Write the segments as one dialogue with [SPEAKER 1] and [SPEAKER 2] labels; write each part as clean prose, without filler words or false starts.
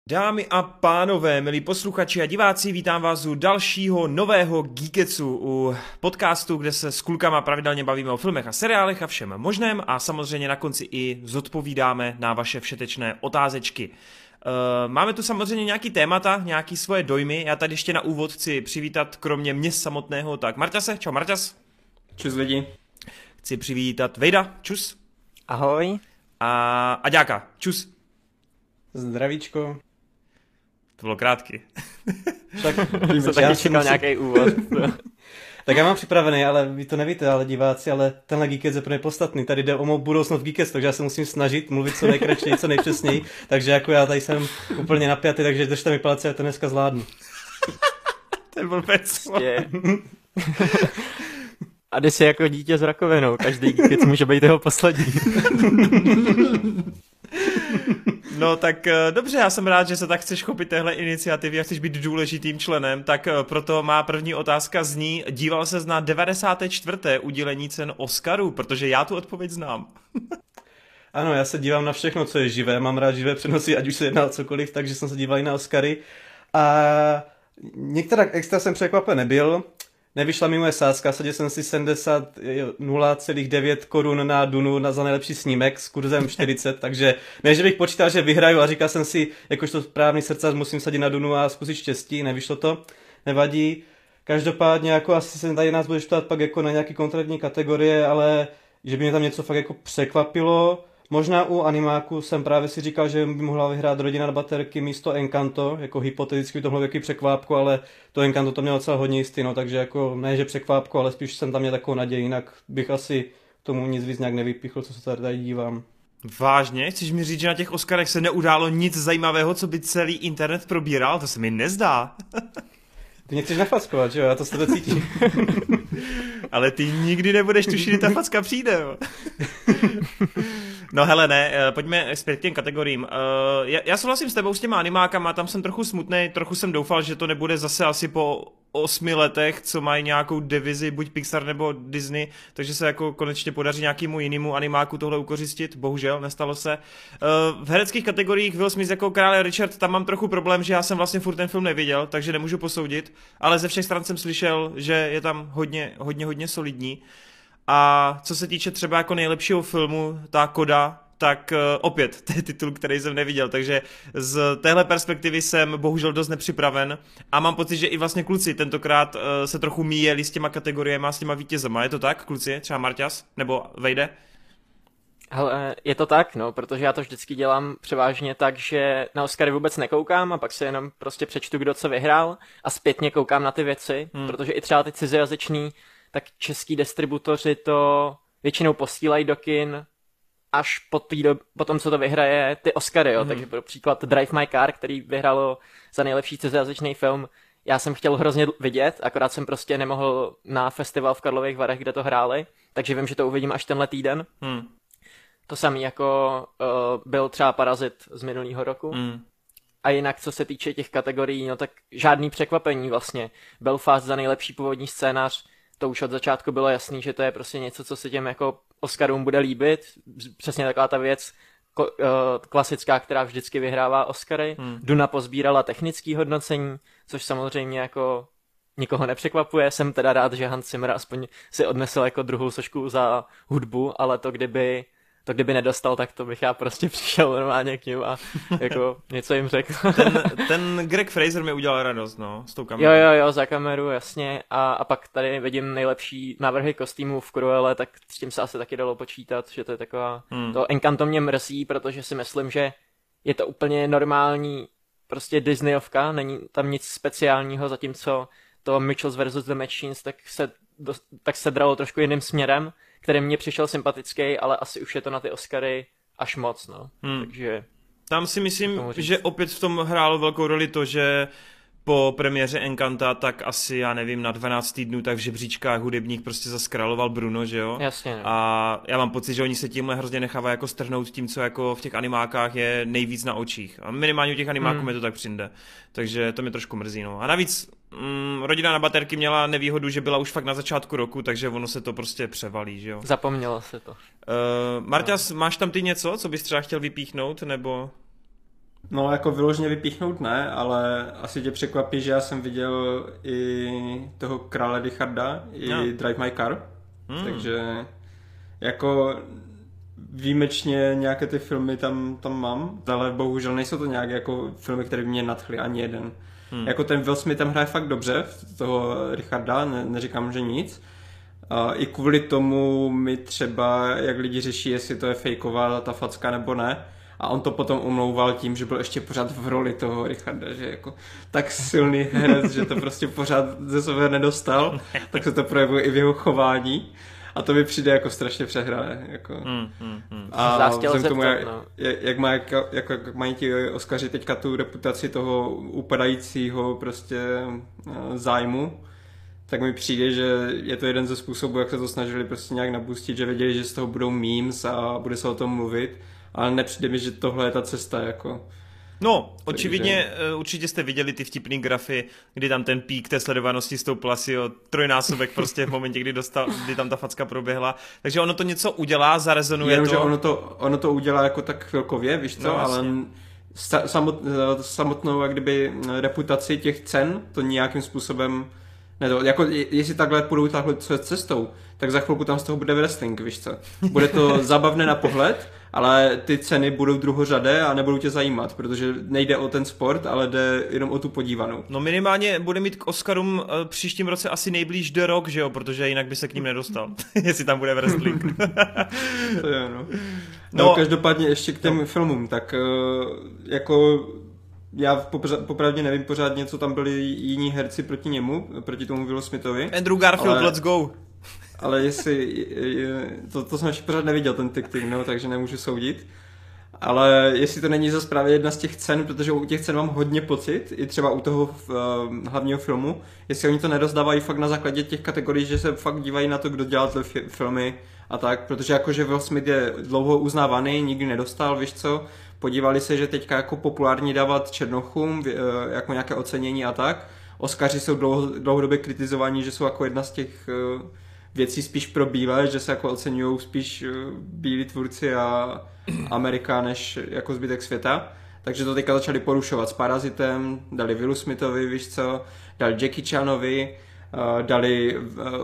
[SPEAKER 1] Dámy a pánové, milí posluchači a diváci, vítám vás u dalšího nového Geeketsu, u podcastu, kde se s klukama pravidelně bavíme o filmech a seriálech a všem možném a samozřejmě na konci i zodpovídáme na vaše všetečné otázečky. Máme tu samozřejmě nějaký témata, nějaký svoje dojmy, já tady ještě na úvod chci přivítat kromě mě samotného, tak Marťase, čau Marťas.
[SPEAKER 2] Čus lidi.
[SPEAKER 1] Chci přivítat Vejda, čus.
[SPEAKER 3] Ahoj.
[SPEAKER 1] A Aďáka, čus.
[SPEAKER 2] Zdravíčko.
[SPEAKER 1] To bylo krátký.
[SPEAKER 3] Tak jsem taky čekal nějaký úvod.
[SPEAKER 2] Tak já mám připravený, ale vy to nevíte, ale diváci, ale tenhle Geekec je pro mě podstatný. Tady jde o mou budoucnost v Geekec, takže já se musím snažit mluvit co nejkratčeji, co nejpřesněji. Takže jako já tady jsem úplně napjatý, takže držte mi palce, já to dneska zvládnu.
[SPEAKER 1] To je blbec.
[SPEAKER 3] A jde si jako dítě s rakovinou, každý Geekec může být jeho poslední.
[SPEAKER 1] No tak dobře, já jsem rád, že se tak chceš chopit téhle iniciativy a chceš být důležitým členem, tak proto má první otázka zní, díval ses na 94. udělení cen Oscarů, protože já tu odpověď znám.
[SPEAKER 2] Ano, já se dívám na všechno, co je živé, mám rád živé přenosy, ať už se jedná o cokoliv, takže jsem se díval i na Oscary a některá extra jsem překvapen nebyl. Nevyšla mi moje sázka, sadil jsem si 0,9 korun na Dunu za nejlepší snímek s kurzem 40, takže ne, že bych počítal, že vyhraju a říkal jsem si, jakožto správný srdcař musím sadit na Dunu a zkusit štěstí, nevyšlo to, nevadí. Každopádně jako asi se tady nás budeš ptát pak jako na nějaký konkrétní kategorie, ale že by mě tam něco fakt jako překvapilo. Možná u animáku jsem právě si říkal, že by mohla vyhrát Rodina na baterky místo Encanto, jako hypoteticky by to mohlo jaký překvápko, ale to Encanto to mělo docela hodně jistý, no, takže jako ne, že překvápko, ale spíš jsem tam měl takovou naději, jinak bych asi tomu nic víc nějak nevypichl, co se tady dívám.
[SPEAKER 1] Vážně? Chceš mi říct, že na těch Oscarech se neudálo nic zajímavého, co by celý internet probíral? To se mi nezdá.
[SPEAKER 2] Ty mě chceš nafackovat, že jo? Já to z tebe cítím.
[SPEAKER 1] Ale ty nikdy nebudeš tušit, kdy ta facka přijde. No hele, ne, pojďme zpět k těm kategoriím. Já souhlasím s tebou s těma animákama, tam jsem trochu smutnej, trochu jsem doufal, že to nebude zase asi po 8 letech, co mají nějakou divizi, buď Pixar nebo Disney, takže se jako konečně podaří nějakému jinému animáku tohle ukořistit, bohužel, nestalo se. V hereckých kategoriích Will Smith jako Král Richard, tam mám trochu problém, že já jsem vlastně furt ten film neviděl, takže nemůžu posoudit, ale ze všech stran jsem slyšel, že je tam hodně solidní. A co se týče třeba jako nejlepšího filmu, ta Koda, tak opět, to je titul, který jsem neviděl, takže z téhle perspektivy jsem bohužel dost nepřipraven a mám pocit, že i vlastně kluci tentokrát se trochu míjeli s těma kategoriemi a s těma vítězama. Je to tak, kluci? Třeba Marťas? Nebo Vejde?
[SPEAKER 3] Hele, je to tak, no, protože já to vždycky dělám převážně tak, že na Oscary vůbec nekoukám a pak se jenom prostě přečtu, kdo co vyhrál a zpětně koukám na ty věci, protože i třeba ty cizojazyčný, tak český distributoři to většinou posílají do kin až po tom, co to vyhraje ty Oscary, jo. Takže pro příklad Drive My Car, který vyhralo za nejlepší cizojazyčný film, já jsem chtěl hrozně vidět, akorát jsem prostě nemohl na festival v Karlových Varech, kde to hráli, takže vím, že to uvidím až tenhle týden. To samý jako byl třeba Parazit z minulého roku. A jinak, co se týče těch kategorií, no tak žádný překvapení vlastně. Belfast za nejlepší původní scénář, to už od začátku bylo jasný, že to je prostě něco, co se těm jako Oscarům bude líbit. Přesně taková ta věc klasická, která vždycky vyhrává Oscary. Duna pozbírala technický hodnocení, což samozřejmě jako nikoho nepřekvapuje. Jsem teda rád, že Hans Zimmer aspoň si odnesl jako druhou sošku za hudbu, ale to kdyby nedostal, tak to bych já prostě přišel normálně k ním a jako něco jim řekl.
[SPEAKER 1] Ten Greg Fraser mi udělal radost, no, s tou kamerou.
[SPEAKER 3] Jo, za kameru, jasně. A pak tady vidím nejlepší návrhy kostýmů v Cruelle, tak s tím se asi taky dalo počítat, že to je taková... To Encanto mě mrzí, protože si myslím, že je to úplně normální prostě Disneyovka, není tam nic speciálního, zatímco to Mitchells vs. The Machines tak se dralo trošku jiným směrem, který mě přišel sympatický, ale asi už je to na ty Oscary až moc, no. Takže...
[SPEAKER 1] Tam si myslím, že opět v tom hrálo velkou roli to, že po premiéře Encanta, tak asi, já nevím, na 12 týdnů, tak v žebříčkách hudebních prostě zaskráloval Bruno, že jo?
[SPEAKER 3] Jasně. No.
[SPEAKER 1] A já mám pocit, že oni se tímhle hrozně nechávají jako strhnout tím, co jako v těch animákách je nejvíc na očích. A minimálně u těch animáků mi to tak přijde. Takže to mě trošku mrzí, no. A navíc Rodina na baterky měla nevýhodu, že byla už fakt na začátku roku, takže ono se to prostě převalí, že jo?
[SPEAKER 3] Zapomnělo se to.
[SPEAKER 1] Marťas, máš tam ty něco, co bys třeba chtěl vypíchnout, nebo...
[SPEAKER 4] No jako vyloženě vypíchnout ne, ale asi tě překvapí, že já jsem viděl i toho Krále Richarda, i
[SPEAKER 1] No.
[SPEAKER 4] Drive My Car, takže jako výjimečně nějaké ty filmy tam mám, ale bohužel nejsou to nějaké jako filmy, které by mě nadchly ani jeden. Jako ten Will Smith tam hraje fakt dobře, toho Richarda, neříkám, že nic. A i kvůli tomu mi třeba, jak lidi řeší, jestli to je fejková ta facka nebo ne. A on to potom omlouval tím, že byl ještě pořád v roli toho Richarda, že jako tak silný herec, že to prostě pořád ze sebe nedostal, tak se to projevuje i v jeho chování. A to mi přijde jako strašně přehrané. Jako. A vzhledem k tomu, jak mají ti Oscaři teďka tu reputaci toho upadajícího prostě zájmu, tak mi přijde, že je to jeden ze způsobů, jak se to snažili prostě nějak nabustit, že věděli, že z toho budou memes a bude se o tom mluvit, ale nepřijde mi, že tohle je ta cesta, jako.
[SPEAKER 1] No, očividně, určitě jste viděli ty vtipný grafy, kdy tam ten pík té sledovanosti stoupl asi o trojnásobek prostě v momentě, kdy tam ta facka proběhla. Takže ono to něco udělá, zarezonuje
[SPEAKER 4] jenom,
[SPEAKER 1] to.
[SPEAKER 4] Že ono to udělá jako tak chvilkově, víš co,
[SPEAKER 1] No,
[SPEAKER 4] ale samotnou jak kdyby reputaci těch cen to nějakým způsobem jako jestli takhle půjdou takhle cestou, tak za chvilku tam z toho bude wrestling, víš co. Bude to zábavné na pohled, ale ty ceny budou druhořadé a nebudou tě zajímat, protože nejde o ten sport, ale jde jenom o tu podívanou.
[SPEAKER 1] No minimálně bude mít k Oscarům příštím roce asi nejblíž The Rock, že jo, protože jinak by se k ním nedostal, jestli tam bude wrestling.
[SPEAKER 4] To je, no. No, každopádně ještě k těm filmům, tak jako já popravdě nevím pořádně, co tam byli jiní herci proti němu, proti tomu Willu Smithovi.
[SPEAKER 1] Andrew Garfield, let's go.
[SPEAKER 4] Ale jestli, to jsem ještě pořád neviděl, ten TikTok, no, takže nemůžu soudit. Ale jestli to není zase právě jedna z těch cen, protože u těch cen mám hodně pocit, i třeba u toho hlavního filmu, jestli oni to nerozdávají fakt na základě těch kategorií, že se fakt dívají na to, kdo dělá ty filmy a tak, protože jakože Will Smith je dlouho uznávaný, nikdy nedostal, víš co, podívali se, že teďka jako populární dávat černochům jako nějaké ocenění a tak. Oscaři jsou dlouhodobě kritizovaní, že jsou jako jedna z těch věcí spíš pro bílé, že se jako oceňují spíš bílí tvůrci a Amerika než jako zbytek světa. Takže to teďka začali porušovat s Parazitem, dali Willu Smithovi, víš co, dali Jackie Chanovi, dali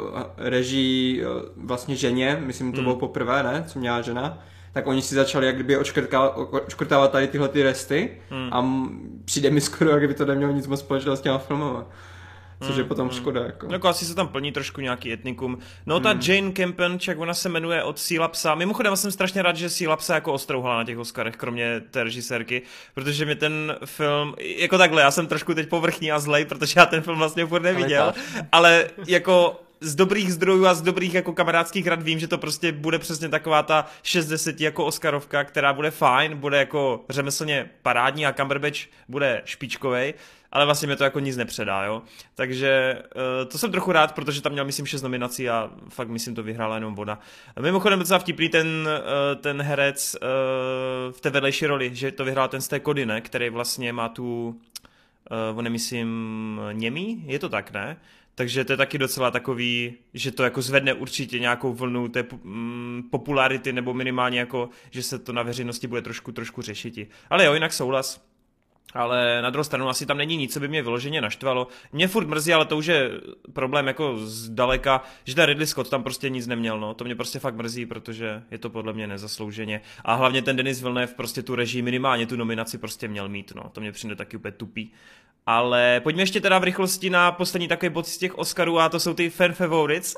[SPEAKER 4] režii vlastně ženě, myslím to bylo poprvé, ne, co měla žena, tak oni si začali jak kdyby odškrtávat tady tyhle ty resty a přijde mi skoro, jak by to nemělo nic moc společného s těma filmama. Což je potom škoda. Jako.
[SPEAKER 1] No, jako asi se tam plní trošku nějaký etnikum. No ta Jane Campion, jak ona se jmenuje od Síla psa. Mimochodem jsem strašně rád, že Síla psa jako ostrouhala na těch Oscarech, kromě té režisérky, protože mi ten film, jako takhle, já jsem trošku teď povrchní a zlej, protože já ten film vlastně furt neviděl, ale jako z dobrých zdrojů a z dobrých jako kamarádských rad vím, že to prostě bude přesně taková ta 60 jako Oscarovka, která bude fajn, bude jako řemeslně parádní a Cumberbatch bude špičkovej, ale vlastně mě to jako nic nepředá, jo. Takže to jsem trochu rád, protože tam měl, myslím, 6 nominací a fakt, myslím, to vyhrála jenom voda. Mimochodem docela vtipný ten herec v té vedlejší roli, že to vyhrál ten z té Kody, ne? Který vlastně má tu, on nemyslím, němý? Je to tak, ne? Takže to je taky docela takový, že to jako zvedne určitě nějakou vlnu té popularity, nebo minimálně jako, že se to na veřejnosti bude trošku řešit. Ale jo, jinak souhlas. Ale na druhou stranu asi tam není nic, co by mě vyloženě naštvalo. Mě furt mrzí, ale to už je problém jako zdaleka, že ten Ridley Scott tam prostě nic neměl, no. To mě prostě fakt mrzí, protože je to podle mě nezaslouženě. A hlavně ten Denis Villeneuve prostě tu režii, minimálně tu nominaci prostě měl mít, no. To mě přijde taky úplně tupý. Ale pojďme ještě teda v rychlosti na poslední takový bod z těch Oscarů a to jsou ty fan favorites.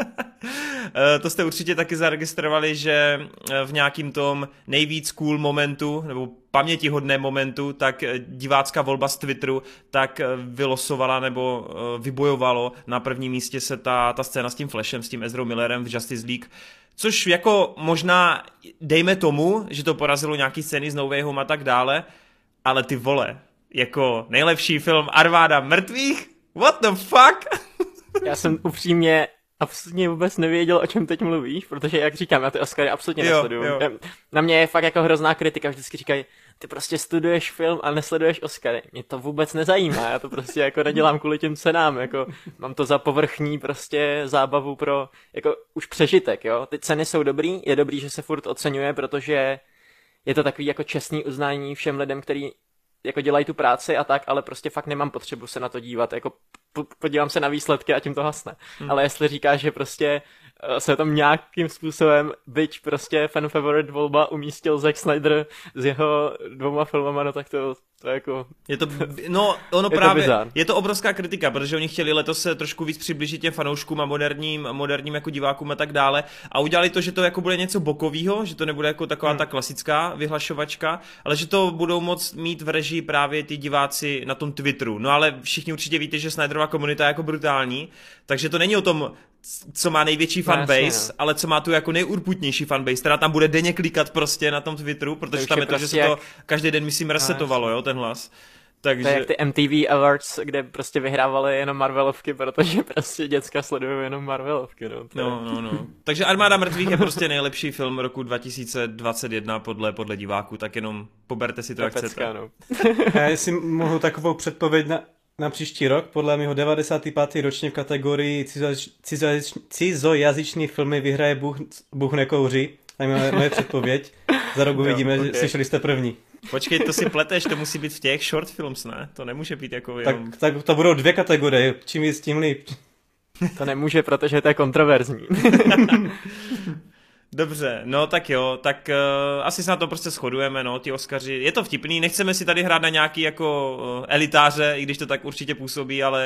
[SPEAKER 1] To jste určitě taky zaregistrovali, že v nějakým tom nejvíc cool momentu, nebo pamětihodné momentu, tak divácká volba z Twitteru tak vylosovala nebo vybojovalo. Na prvním místě se ta scéna s tím Flashem, s tím Ezrou Millerem v Justice League, což jako možná dejme tomu, že to porazilo nějaký scény z No Way Home a tak dále, ale ty vole, jako nejlepší film Armáda mrtvých? What the fuck?
[SPEAKER 3] Já jsem upřímně absolutně vůbec nevěděl, o čem teď mluvíš, protože jak říkám, já ty Oscary absolutně nesleduju. Na mě je fakt jako hrozná kritika, vždycky říkají, ty prostě studuješ film a nesleduješ Oscary. Mě to vůbec nezajímá, já to prostě jako nedělám kvůli těm cenám, jako mám to za povrchní prostě zábavu pro jako už přežitek, jo. Ty ceny jsou dobrý, je dobrý, že se furt oceňuje, protože je to takový jako čestný uznání všem lidem, kteří jako dělají tu práci a tak, ale prostě fakt nemám potřebu se na to dívat, jako podívám se na výsledky a tím to hasne. Ale jestli říkáš, že prostě se tam nějakým způsobem, byť prostě fan favorite volba umístil Zack Snyder s jeho 2 filmama, no tak to jako...
[SPEAKER 1] Je to, no, ono
[SPEAKER 3] je
[SPEAKER 1] právě,
[SPEAKER 3] to
[SPEAKER 1] je to obrovská kritika, protože oni chtěli letos se trošku víc přiblížit těm fanouškům a moderním jako divákům a tak dále a udělali to, že to jako bude něco bokovýho, že to nebude jako taková ta klasická vyhlašovačka, ale že to budou moct mít v režii právě ty diváci na tom Twitteru. No ale všichni určitě víte, že Snyderova komunita je jako brutální, takže to není o tom, co má největší fanbase, ale co má tu jako nejurputnější fanbase, která tam bude denně klikat prostě na tom Twitteru, protože tam je to, prostě že se to každý den, myslím, resetovalo, jo, ten hlas. Takže...
[SPEAKER 3] To je jak ty MTV Awards, kde prostě vyhrávali jenom Marvelovky, protože prostě děcka sledují jenom Marvelovky, no.
[SPEAKER 1] No. Takže Armáda mrtvých je prostě nejlepší film roku 2021 podle diváků, tak jenom poberte si to, jak chcete.
[SPEAKER 3] No.
[SPEAKER 2] Já jestli mohu takovou předpověď na příští rok, podle mého 95. ročně v kategorii cizojazyční filmy vyhraje Bůh nekouří. To je moje předpověď. Za rok uvidíme, okay. Slyšeli jste první.
[SPEAKER 1] Počkej, to si pleteš, to musí být v těch short films, ne? To nemůže být jako jenom...
[SPEAKER 2] Tak to budou 2 kategorie, čím víc, tím líp.
[SPEAKER 3] To nemůže, protože to je kontroverzní.
[SPEAKER 1] Dobře, no tak jo, tak asi se na to prostě shodujeme, no, ty Oscaři, je to vtipný, nechceme si tady hrát na nějaký jako elitáře, i když to tak určitě působí, ale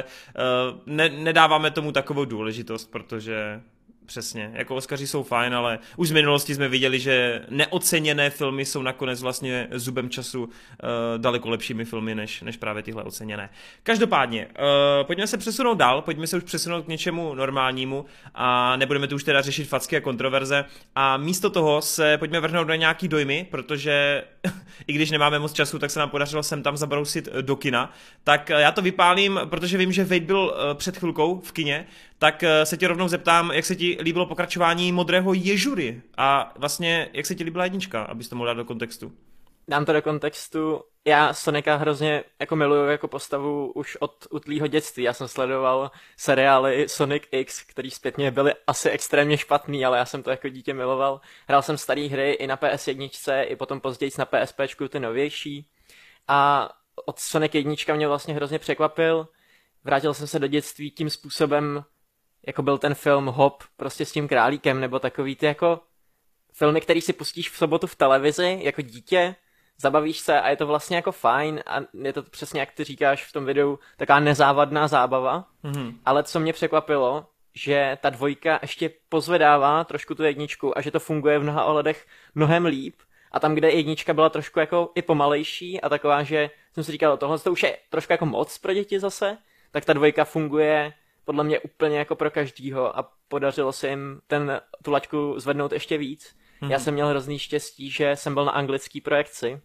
[SPEAKER 1] nedáváme tomu takovou důležitost, protože... Přesně, jako Oscaři jsou fajn, ale už z minulosti jsme viděli, že neoceněné filmy jsou nakonec vlastně zubem času daleko lepšími filmy, než právě tyhle oceněné. Každopádně, pojďme se přesunout dál, pojďme se už přesunout k něčemu normálnímu a nebudeme tu už teda řešit facky a kontroverze a místo toho se pojďme vrhnout na nějaký dojmy, protože i když nemáme moc času, tak se nám podařilo sem tam zabrousit do kina, tak já to vypálím, protože vím, že Vejt byl před chvilkou v kině, tak se tě rovnou zeptám, jak se ti líbilo pokračování Modrého ježury a vlastně jak se ti líbila 1, abys to mohl dát do kontextu.
[SPEAKER 3] Dám to do kontextu. Já Sonika hrozně jako miluju jako postavu už od útlýho dětství. Já jsem sledoval seriály Sonic X, který zpětně byly asi extrémně špatný, ale já jsem to jako dítě miloval. Hrál jsem staré hry i na PS1, i potom později na PSPčku ty novější. A od Sonic 1 mě vlastně hrozně překvapil. Vrátil jsem se do dětství tím způsobem, jako byl ten film Hop prostě s tím králíkem, nebo takový ty jako filmy, který si pustíš v sobotu v televizi jako dítě, zabavíš se a je to vlastně jako fajn a je to přesně, jak ty říkáš v tom videu, taková nezávadná zábava, ale co mě překvapilo, že ta 2 ještě pozvedává trošku tu 1 a že to funguje v mnoha ohledech mnohem líp a tam, kde 1 byla trošku jako i pomalejší a taková, že jsem si říkal, tohle to už je trošku jako moc pro děti zase, tak ta 2 funguje podle mě úplně jako pro každýho a podařilo se jim tu laťku zvednout ještě víc. Já jsem měl hrozný štěstí, že jsem byl na anglický projekci.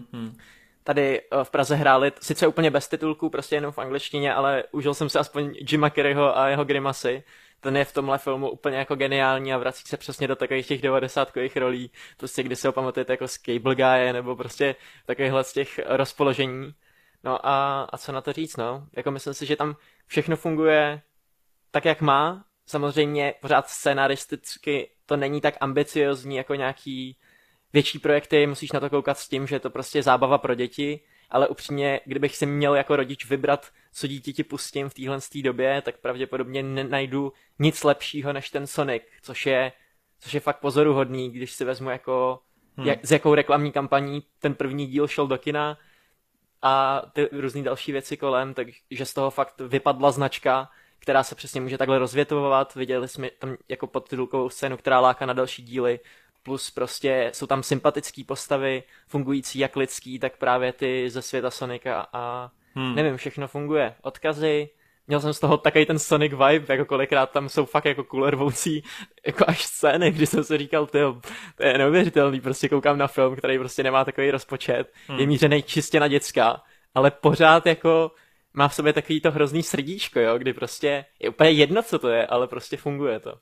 [SPEAKER 3] Tady v Praze hráli, sice úplně bez titulků, prostě jenom v angličtině, ale užil jsem si aspoň Jima Carreyho a jeho grimasy. Ten je v tomhle filmu úplně jako geniální a vrací se přesně do takových těch 90kových rolí, prostě kdy si ho pamatujete jako z Cable Guy, nebo prostě takovýchhle z těch rozpoložení. No a co na to říct, no? Jako myslím si, že tam všechno funguje tak, jak má. Samozřejmě pořád scenaristicky to není tak ambiciozní jako nějaký větší projekty, musíš na to koukat s tím, že je to prostě zábava pro děti, ale upřímně, kdybych si měl jako rodič vybrat, co dítěti pustím v téhle době, tak pravděpodobně nenajdu nic lepšího než ten Sonic, což je fakt pozoruhodný, když si vezmu jako s jakou reklamní kampaní ten první díl šel do kina a ty různý další věci kolem, takže z toho fakt vypadla značka, která se přesně může takhle rozvětvovat. Viděli jsme tam jako podtitulkovou scénu, která láká na další díly, plus prostě jsou tam sympatické postavy, fungující jak lidský, tak právě ty ze světa Sonika a nevím, všechno funguje. Odkazy, měl jsem z toho takový ten Sonic vibe, jako kolikrát tam jsou fakt jako kulervoucí jako až scény, kdy jsem si říkal, tyjo, to je neuvěřitelný, prostě koukám na film, který prostě nemá takový rozpočet, je mířený čistě na děcka, ale pořád jako má v sobě takový to hrozný srdíčko, jo, kdy prostě je úplně jedno, co to je, ale prostě funguje to.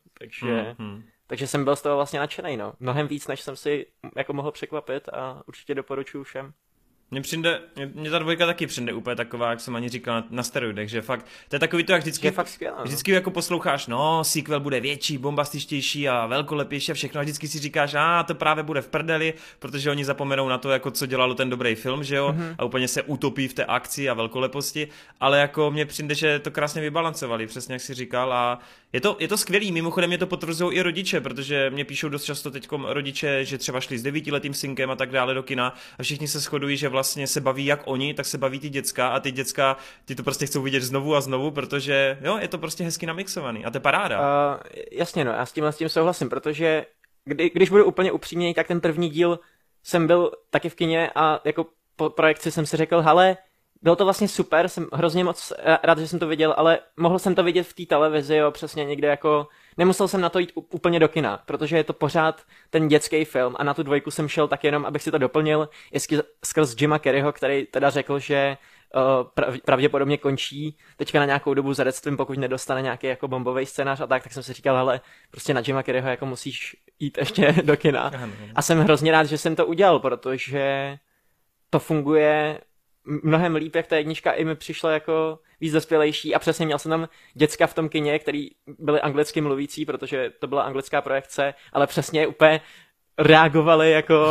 [SPEAKER 3] Takže jsem byl z toho vlastně nadšenej, no. Mnohem víc, než jsem si jako mohl překvapit a určitě doporučuji všem.
[SPEAKER 1] Mně ta dvojka taky přijde úplně taková, jak jsem ani říkal, na steroidech, že fakt, to je takový to, jak vždycky,
[SPEAKER 3] je fakt skvělá, no.
[SPEAKER 1] Vždycky jako posloucháš, no, sequel bude větší, bombastičtější a velkolepější a všechno a vždycky si říkáš, to právě bude v prdeli, protože oni zapomenou na to, jako co dělalo ten dobrý film, že jo, a úplně se utopí v té akci a velkoleposti, ale jako mně přijde, že to krásně vybalancovali, přesně jak jsi říkal a je to skvělý, mimochodem mě to potvrzují i rodiče, protože mě píšou dost často teďkom rodiče, že třeba šli s 9letým synkem a tak dále do kina a všichni se shodují, že vlastně se baví jak oni, tak se baví ty děcka a ty děcka ty to prostě chcou vidět znovu a znovu, protože jo, je to prostě hezky namixovaný a to je paráda.
[SPEAKER 3] Jasně no, já s tím souhlasím, protože když budu úplně upřímný, tak ten první díl jsem byl taky v kině a jako po projekci jsem si řekl, hele, bylo to vlastně super, jsem hrozně moc rád, že jsem to viděl, ale mohl jsem to vidět v té televizi, jo, přesně někde jako, nemusel jsem na to jít úplně do kina, protože je to pořád ten dětský film a na tu dvojku jsem šel tak jenom, abych si to doplnil, i skrz Jima Carreyho, který teda řekl, že pravděpodobně končí teďka na nějakou dobu s herectvím, pokud nedostane nějaký jako bombový scénář a tak jsem si říkal, hele, prostě na Jima Carreyho jako musíš jít ještě do kina. A jsem hrozně rád, že jsem to udělal, protože to funguje mnohem líp, jak ta jednička i mi přišla jako víc dospělejší a přesně měl jsem tam děcka v tom kině, který byli anglicky mluvící, protože to byla anglická projekce, ale přesně úplně reagovali jako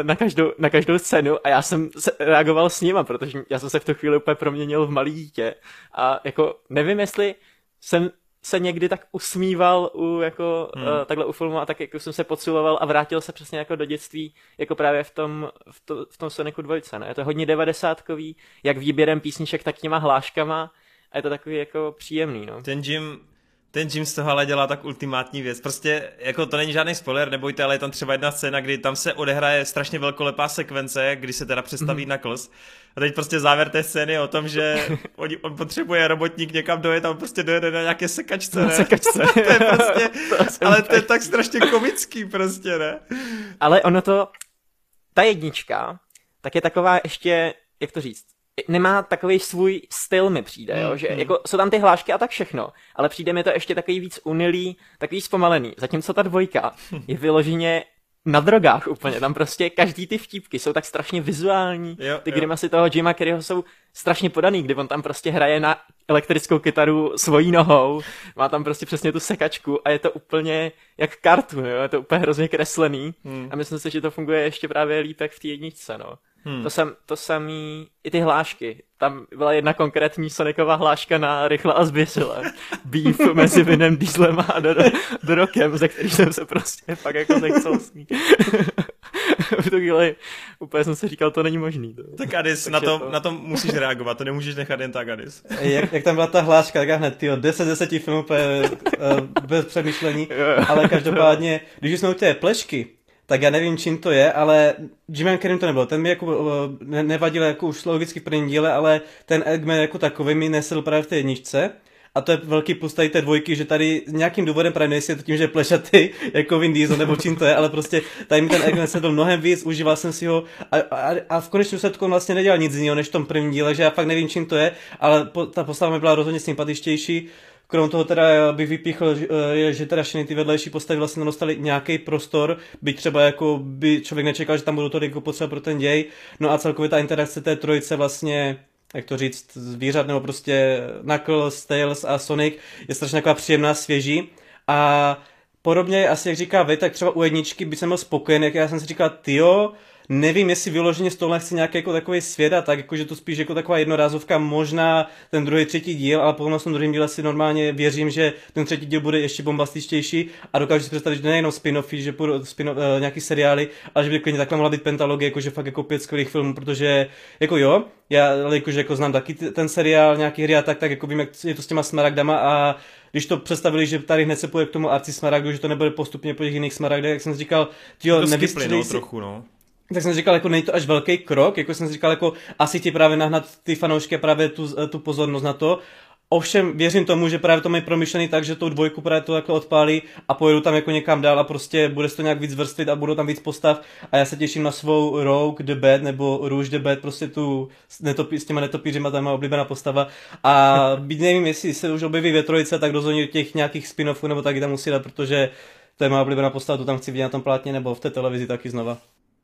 [SPEAKER 3] na každou scénu a já jsem reagoval s nima, protože já jsem se v tu chvíli úplně proměnil v malý dítě a jako nevím, jestli jsem se někdy tak usmíval takhle u filmu a tak jako jsem se pociloval a vrátil se přesně jako do dětství, jako právě v tom Sonicu 2, ne? Je to hodně 90kový, jak výběrem písniček, tak těma hláškama a je to takový jako příjemný, no.
[SPEAKER 1] Ten Jim z toho ale dělá tak ultimátní věc. Prostě jako to není žádný spoiler, nebojte, ale je tam třeba jedna scéna, kdy tam se odehraje strašně velkolepá sekvence, kdy se teda přestaví Knuckles. A teď prostě závěr té scény je o tom, že on potřebuje robotník někam dojet a on prostě dojede na nějaké sekačce, ne? To je prostě, ale to je tak strašně komický prostě, ne?
[SPEAKER 3] Ale ono to, ta jednička, tak je taková ještě, jak to říct, nemá takový svůj styl mi přijde, jo? Že jako jsou tam ty hlášky a tak všechno, ale přijde mi to ještě takový víc unilý, takový zpomalený, zatímco ta dvojka je vyloženě na drogách úplně, tam prostě každý ty vtípky jsou tak strašně vizuální, ty grimasy toho Jima Carreyho jsou strašně podaný, kdy on tam prostě hraje na elektrickou kytaru svojí nohou, má tam prostě přesně tu sekačku a je to úplně jak kartun, jo? Je to úplně hrozně kreslený a myslím si, že to funguje ještě právě líp jak v té jedničce, no. To samý, i ty hlášky. Tam byla jedna konkrétní Sonicova hláška na Rychle a zběsile. Beef mezi Vinem Dieselem a The Rockem, ze kterých jsem se prostě fakt jako nechcel smít. V tu chvíli úplně jsem si říkal, to není možný. To.
[SPEAKER 1] Tak Adis, na to musíš reagovat, to nemůžeš nechat jen tak, Adis.
[SPEAKER 2] Jak tam byla ta hláška, tak já hned, 10 filmů bez přemýšlení, ale každopádně, když jsme u té plešky, tak já nevím, čím to je, ale Jimem Carreym to nebylo. Ten mi jako nevadil jako už logicky v prvním díle, ale ten Eggman jako takový mi nesedl právě v té jedničce. A to je velký plus tady té dvojky, že tady nějakým důvodem právě nejsi to tím, že je plešatý jako Vin Diesel, nebo čím to je, ale prostě tady mi ten Eggman sedl mnohem víc, užíval jsem si ho a v konečném důsledku on vlastně nedělal nic jiného než v tom prvním díle, že já fakt nevím, čím to je, ale ta postava mi byla rozhodně sympatičtější. Krom toho teda bych vypíchl, že teda všechny ty vedlejší postavy vlastně dostali nějaký prostor, byť třeba jako by člověk nečekal, že tam budou to jako potřeba pro ten děj. No a celkově ta interakce té trojice vlastně, jak to říct, zvířat nebo prostě Knuckles, Tails a Sonic je strašně taková příjemná, svěží. A podobně asi jak říká Vej, tak třeba u jedničky by jsem byl spokojen, jak já jsem si říkal, tyjo, nevím, jestli vyloženě z tohle chci nějaký jako takový svět a tak, jakože to spíš jako taková jednorázovka, možná ten druhý, třetí díl, ale potom v tom druhém díle si normálně věřím, že ten třetí díl bude ještě bombastičtější a dokážu si představit, že nejenom spin-offy, že budou nějaký seriály, ale že by klidně takhle mohla být pentalogie, jakože fakt jako 5 skvělých filmů, protože jako jo, já jakože jako znám taky ten seriál, nějaký hry a tak jako vím, jak je to s těma smaragdama a když to představili, že tady hned se půjde k tomu arci smaragdu, že to nebude postupně po těch jiných smaragdech, jak jsem si říkal, jo, nevystřelí si
[SPEAKER 1] trochu, no.
[SPEAKER 2] Tak jsem říkal, jako není to až velký krok, jako jsem říkal, jako asi ti právě nahnat ty fanoušky a právě tu pozornost na to. Ovšem věřím tomu, že právě to mají promyšlený tak, že tou dvojku právě to takhle odpálí a pojedu tam jako někam dál a prostě bude se to nějak víc vrstvit a budou tam víc postav a já se těším na svou Rogue the Bad nebo Rouge the Bad, prostě tu s těma netopířima, tam má oblíbená postava a byť nevím, jestli se už objeví ve trojice, tak rozhodně těch nějakých spin-offů nebo taky tam musí dát, protože to je má oblíbená postava, tu tam chci vidět na tom plátně nebo v té televizi taky znova.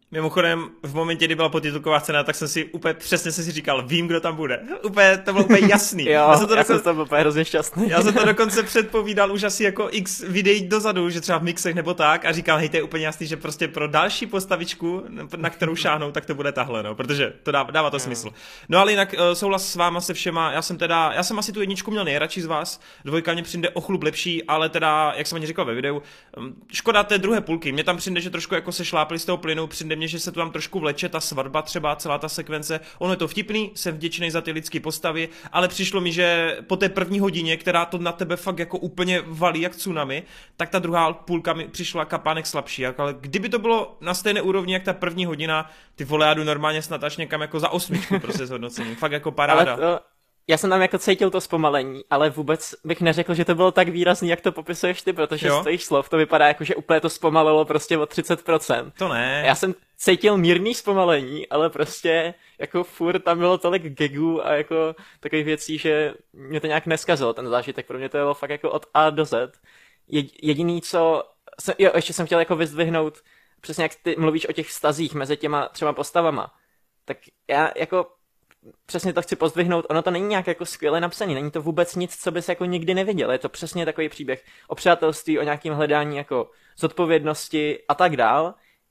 [SPEAKER 1] Mimochodem, v momentě, kdy byla podtitulková scéna, tak jsem si úplně přesně si říkal, vím, kdo tam bude. Úplně, to bylo úplně jasný.
[SPEAKER 3] Jo, já jsem to byl úplně hrozně šťastný.
[SPEAKER 1] Já jsem to dokonce předpovídal už asi jako x videí dozadu, že třeba v mixech nebo tak a říkal, hej, to je úplně jasný, že prostě pro další postavičku, na kterou šáhnou, tak to bude tahle, no, protože to dává to smysl. No ale jinak souhlas s váma se všema, já jsem asi tu jedničku měl nejradši z vás, dvojka mě přijde o chlup lepší, ale teda, jak jsem ani říkal ve videu, škoda té druhé půlky, mě tam přijde, že trošku jako se šlápli z toho plynu, přijde mě, že se tu tam trošku vleče ta svatba třeba, celá ta sekvence, ono je to vtipný, jsem vděčný za ty lidské postavy, ale přišlo mi, že po té první hodině, která to na tebe fakt jako úplně valí jak tsunami, tak ta druhá půlka mi přišla kapánek slabší, ale kdyby to bylo na stejné úrovni jak ta první hodina, ty vole, já jdu normálně snad až někam jako za 8 prostě s hodnocením, fakt jako paráda.
[SPEAKER 3] Já jsem tam jako cítil to zpomalení, ale vůbec bych neřekl, že to bylo tak výrazný, jak to popisuješ ty, protože z tvých slov to vypadá jako, že úplně to zpomalilo prostě o 30%.
[SPEAKER 1] To ne.
[SPEAKER 3] Já jsem cítil mírný zpomalení, ale prostě jako furt tam bylo tolik gagů a jako takových věcí, že mě to nějak neskazilo ten zážitek, pro mě to bylo fakt jako od A do Z. Jediný co, ještě jsem chtěl jako vyzdvihnout, přesně jak ty mluvíš o těch vztazích mezi těma třema postavama, tak já jako přesně to chci pozdvihnout, ono to není nějak jako skvěle napsaný, není to vůbec nic, co bys jako nikdy neviděl, je to přesně takový příběh o přátelství, o nějakém hledání jako zodpovědnosti a tak dál.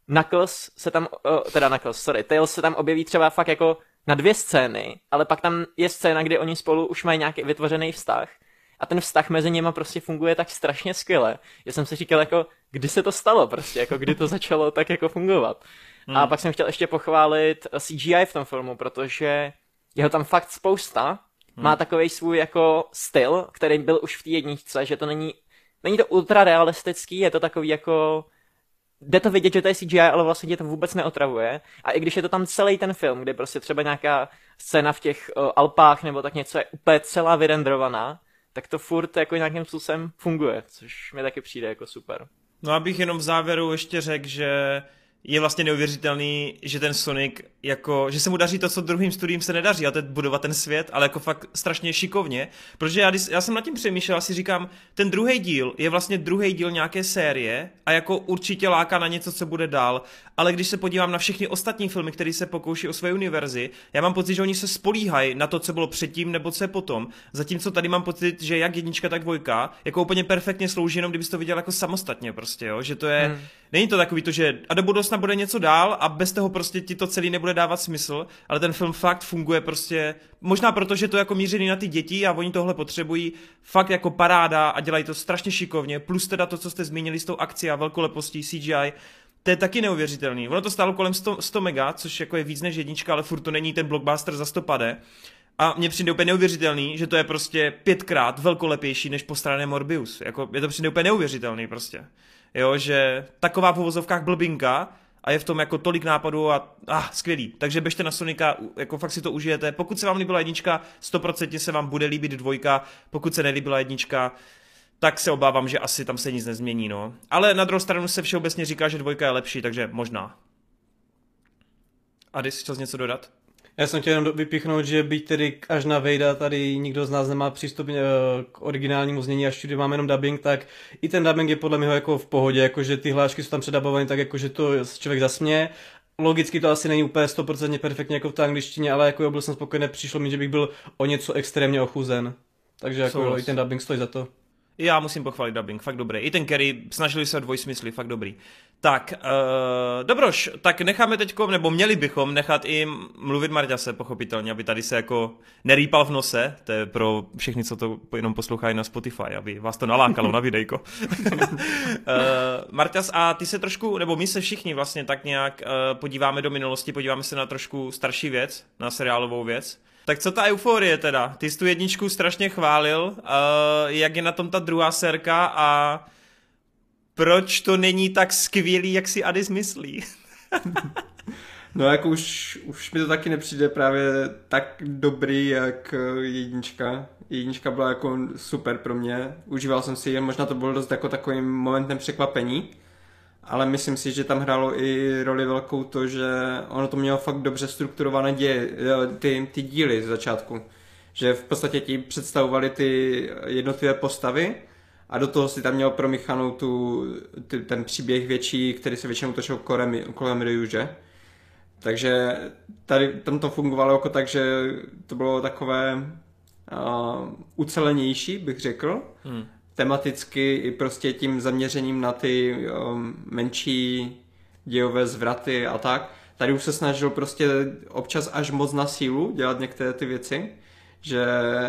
[SPEAKER 3] Tails se tam objeví třeba fakt jako na 2 scény, ale pak tam je scéna, kdy oni spolu už mají nějaký vytvořený vztah a ten vztah mezi nimi prostě funguje tak strašně skvěle, že jsem si říkal jako, kdy se to stalo prostě, jako kdy to začalo tak jako fungovat. A pak jsem chtěl ještě pochválit CGI v tom filmu, protože je ho tam fakt spousta, má takovej svůj jako styl, který byl už v té jedničce, že to není to ultra realistický, je to takový jako, jde to vidět, že to je CGI, ale vlastně tě to vůbec neotravuje. A i když je to tam celý ten film, kde prostě třeba nějaká scéna v těch Alpách nebo tak něco je úplně celá vyrendrovaná, tak to furt jako nějakým způsobem funguje, což mi taky přijde jako super.
[SPEAKER 1] No abych jenom v závěru ještě řekl, že je vlastně neuvěřitelný, že ten Sonic, jako, že se mu daří to, co druhým studiím se nedaří, a to je budovat ten svět, ale jako fakt strašně šikovně, protože já jsem nad tím přemýšlel a si říkám, ten druhý díl je vlastně druhý díl nějaké série a jako určitě láká na něco, co bude dál, ale když se podívám na všechny ostatní filmy, které se pokouší o své univerzy, já mám pocit, že oni se spolíhají na to, co bylo předtím nebo co je potom, zatímco tady mám pocit, že jak jednička, tak dvojka, jako úplně perfektně slouží, jenom kdybys to viděl jako samostatně prostě, jo? Že to je, není to takový to, že a do budoucna bude něco dál a bez toho prostě ti to celý nebude dávat smysl, ale ten film fakt funguje prostě, možná proto, že to je jako mířený na ty děti a oni tohle potřebují, fakt jako paráda a dělají to strašně šikovně, plus teda to, co jste zmínili s tou akcí a velkolepostí CGI, to je taky neuvěřitelný. Ono to stálo kolem 100 mega, což jako je víc než jednička, ale furt to není ten blockbuster za 100 pade. A mně přijde úplně neuvěřitelný, že to je prostě 5krát velkolepější než Postrané Morbius. Jako, je to přijde úplně neuvěřitelný prostě. Jo, že taková v uvozovkách blbinka a je v tom jako tolik nápadů a skvělý. Takže běžte na Sonika, jako fakt si to užijete. Pokud se vám líbila jednička, 100% se vám bude líbit dvojka. Pokud se nelíbila jednička, tak se obávám, že asi tam se nic nezmění, no. Ale na druhou stranu se všeobecně říká, že dvojka je lepší, takže možná. Adis, chtěl jsi něco dodat?
[SPEAKER 2] Já jsem chtěl jenom vypíchnout, že byť tedy až na Vejda tady nikdo z nás nemá přístup k originálnímu znění a všude máme jenom dubbing, tak i ten dubbing je podle mě jako v pohodě, jakože ty hlášky jsou tam předabované, tak jakože to člověk zasměje. Logicky to asi není úplně 100% perfektně jako v té angličtině, ale jako byl jsem spokojený, přišlo mi, že bych byl o něco extrémně ochuzen. Takže jako i ten dubbing stojí za to.
[SPEAKER 1] Já musím pochválit dubbing, fakt dobrý. I ten Kerry, snažili se o dvojsmysly, fakt dobrý. Tak, dobroš, tak necháme teďko, nebo měli bychom nechat i mluvit Marťase, pochopitelně, aby tady se jako nerýpal v nose, to je pro všechny, co to jenom poslouchají na Spotify, aby vás to nalákalo na videjko. Marťas, a ty se trošku, nebo my se všichni vlastně tak nějak podíváme do minulosti, podíváme se na trošku starší věc, na seriálovou věc. Tak co ta euforie teda? Ty jsi tu jedničku strašně chválil, jak je na tom ta druhá sérka a proč to není tak skvělý, jak si Adis myslí?
[SPEAKER 4] No jako už mi to taky nepřijde právě tak dobrý, jak jednička. Jednička byla jako super pro mě, užíval jsem si jen, možná to bylo dost jako takovým momentem překvapení, ale myslím si, že tam hrálo i roli velkou to, že ono to mělo fakt dobře strukturované ty díly z začátku. Že v podstatě ti představovali ty jednotlivé postavy a do toho si tam měl promíchanou ten příběh větší, který se většinou točil kolem Ryu, že? Takže tady tam to fungovalo jako tak, že to bylo takové ucelenější, bych řekl. Tematicky i prostě tím zaměřením na ty menší dějové zvraty a tak. Tady už se snažil prostě občas až moc na sílu dělat některé ty věci, že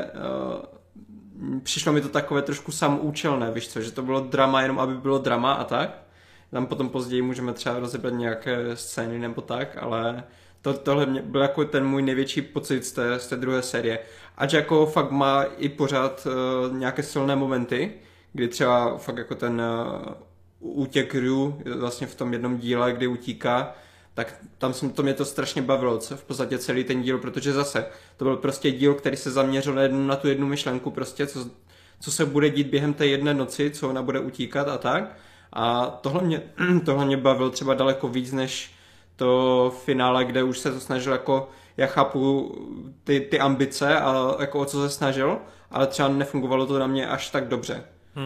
[SPEAKER 4] přišlo mi to takové trošku samoučelné, víš co, že to bylo drama jenom aby bylo drama a tak. Tam potom později můžeme třeba rozebrat nějaké scény nebo tak, ale tohle byl jako ten můj největší pocit z té druhé série. Ač jako fakt má i pořád nějaké silné momenty, kdy třeba fakt jako ten útěk Ryu vlastně v tom jednom díle, kdy utíká, tak to mě to strašně bavilo, v podstatě celý ten díl, protože zase to byl prostě díl, který se zaměřil na tu jednu myšlenku prostě, co se bude dít během té jedné noci, co ona bude utíkat a tak. A tohle mě bavilo třeba daleko víc než to finále, kde už se to snažil jako, já chápu ty ambice a jako o co se snažil, ale třeba nefungovalo to na mě až tak dobře.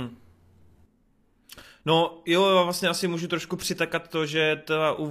[SPEAKER 1] No jo, vlastně asi můžu trošku přitakat to, že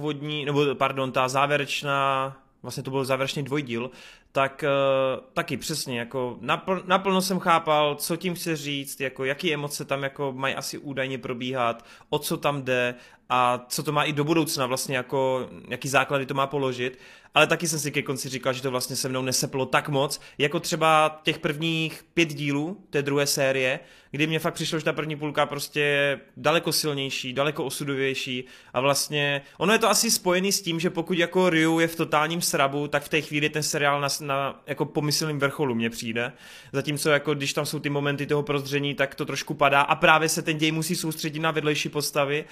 [SPEAKER 1] ta závěrečná, vlastně to byl závěrečný dvojdíl, tak taky přesně, jako naplno jsem chápal, co tím chce říct, jako jaký emoce tam jako mají asi údajně probíhat, o co tam jde a co to má i do budoucna vlastně, jako jaký základy to má položit, ale taky jsem si ke konci říkal, že to vlastně se mnou neseplo tak moc, jako třeba těch prvních 5 dílů té druhé série, kdy mě fakt přišlo, že ta první půlka prostě je daleko silnější, daleko osudovější a vlastně ono je to asi spojený s tím, že pokud jako Ryu je v totálním srabu, tak v té chvíli ten seriál na jako pomyslným vrcholu mně přijde, zatímco jako když tam jsou ty momenty toho prozření, tak to trošku padá a právě se ten děj musí soustředit na vedlejší postavy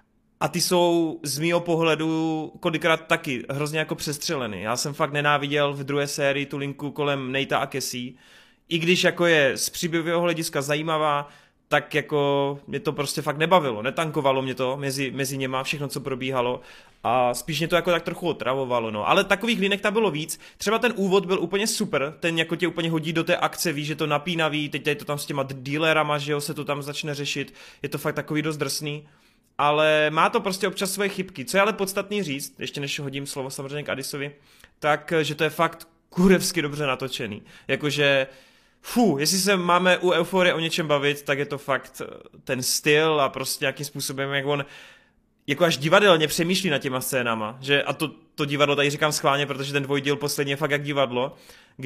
[SPEAKER 1] a ty jsou z mýho pohledu kolikrát taky hrozně jako přestřeleny. Já jsem fakt nenáviděl v druhé sérii tu linku kolem Natea a Cassie, i když jako je z příběhového hlediska zajímavá, tak jako mě to prostě fakt nebavilo, netankovalo mě to mezi něma všechno, co probíhalo a spíš mě to jako tak trochu otravovalo, no. Ale takových linek tam bylo víc, třeba ten úvod byl úplně super, ten jako tě úplně hodí do té akce, víš, že to napínavý, teď je to tam s těma dealerama, že jo, se to tam začne řešit, je to fakt takový dost drsný, ale má to prostě občas svoje chybky, co je ale podstatný říct, ještě než hodím slovo samozřejmě k Adisovi, tak, že to je fakt kurevsky dobře natočený, jakože jestli se máme u Euforie o něčem bavit, tak je to fakt ten styl a prostě nějakým způsobem, jak on jako až divadelně přemýšlí nad těma scénama, že a to divadlo tady říkám schválně, protože ten dvojdíl poslední je fakt jak divadlo,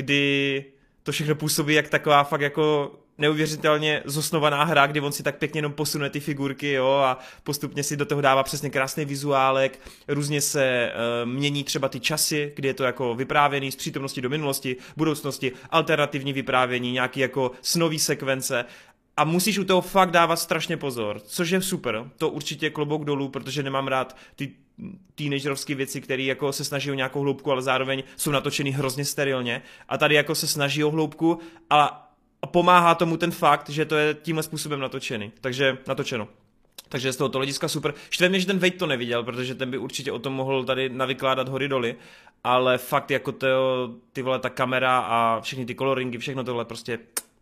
[SPEAKER 1] kdy to všechno působí jak taková fakt jako neuvěřitelně zosnovaná hra, kdy on si tak pěkně jenom posune ty figurky, jo, a postupně si do toho dává přesně krásný vizuálek, různě se mění třeba ty časy, kdy je to jako vyprávěný z přítomnosti do minulosti, budoucnosti, alternativní vyprávění, nějaký jako snový sekvence a musíš u toho fakt dávat strašně pozor, což je super, to určitě klobouk dolů, protože nemám rád ty teenagerovské věci, které jako se snaží o nějakou hloubku, ale zároveň jsou natočený hrozně sterilně a tady jako se snaží o hloubku a pomáhá tomu ten fakt, že to je tímhle způsobem natočeno. Takže z tohoto hlediska super. Štve mě, že ten Wade to neviděl, protože ten by určitě o tom mohl tady navykládat hory doly, ale fakt jako ty vole, ta kamera a všechny ty coloringy, všechno tohle prostě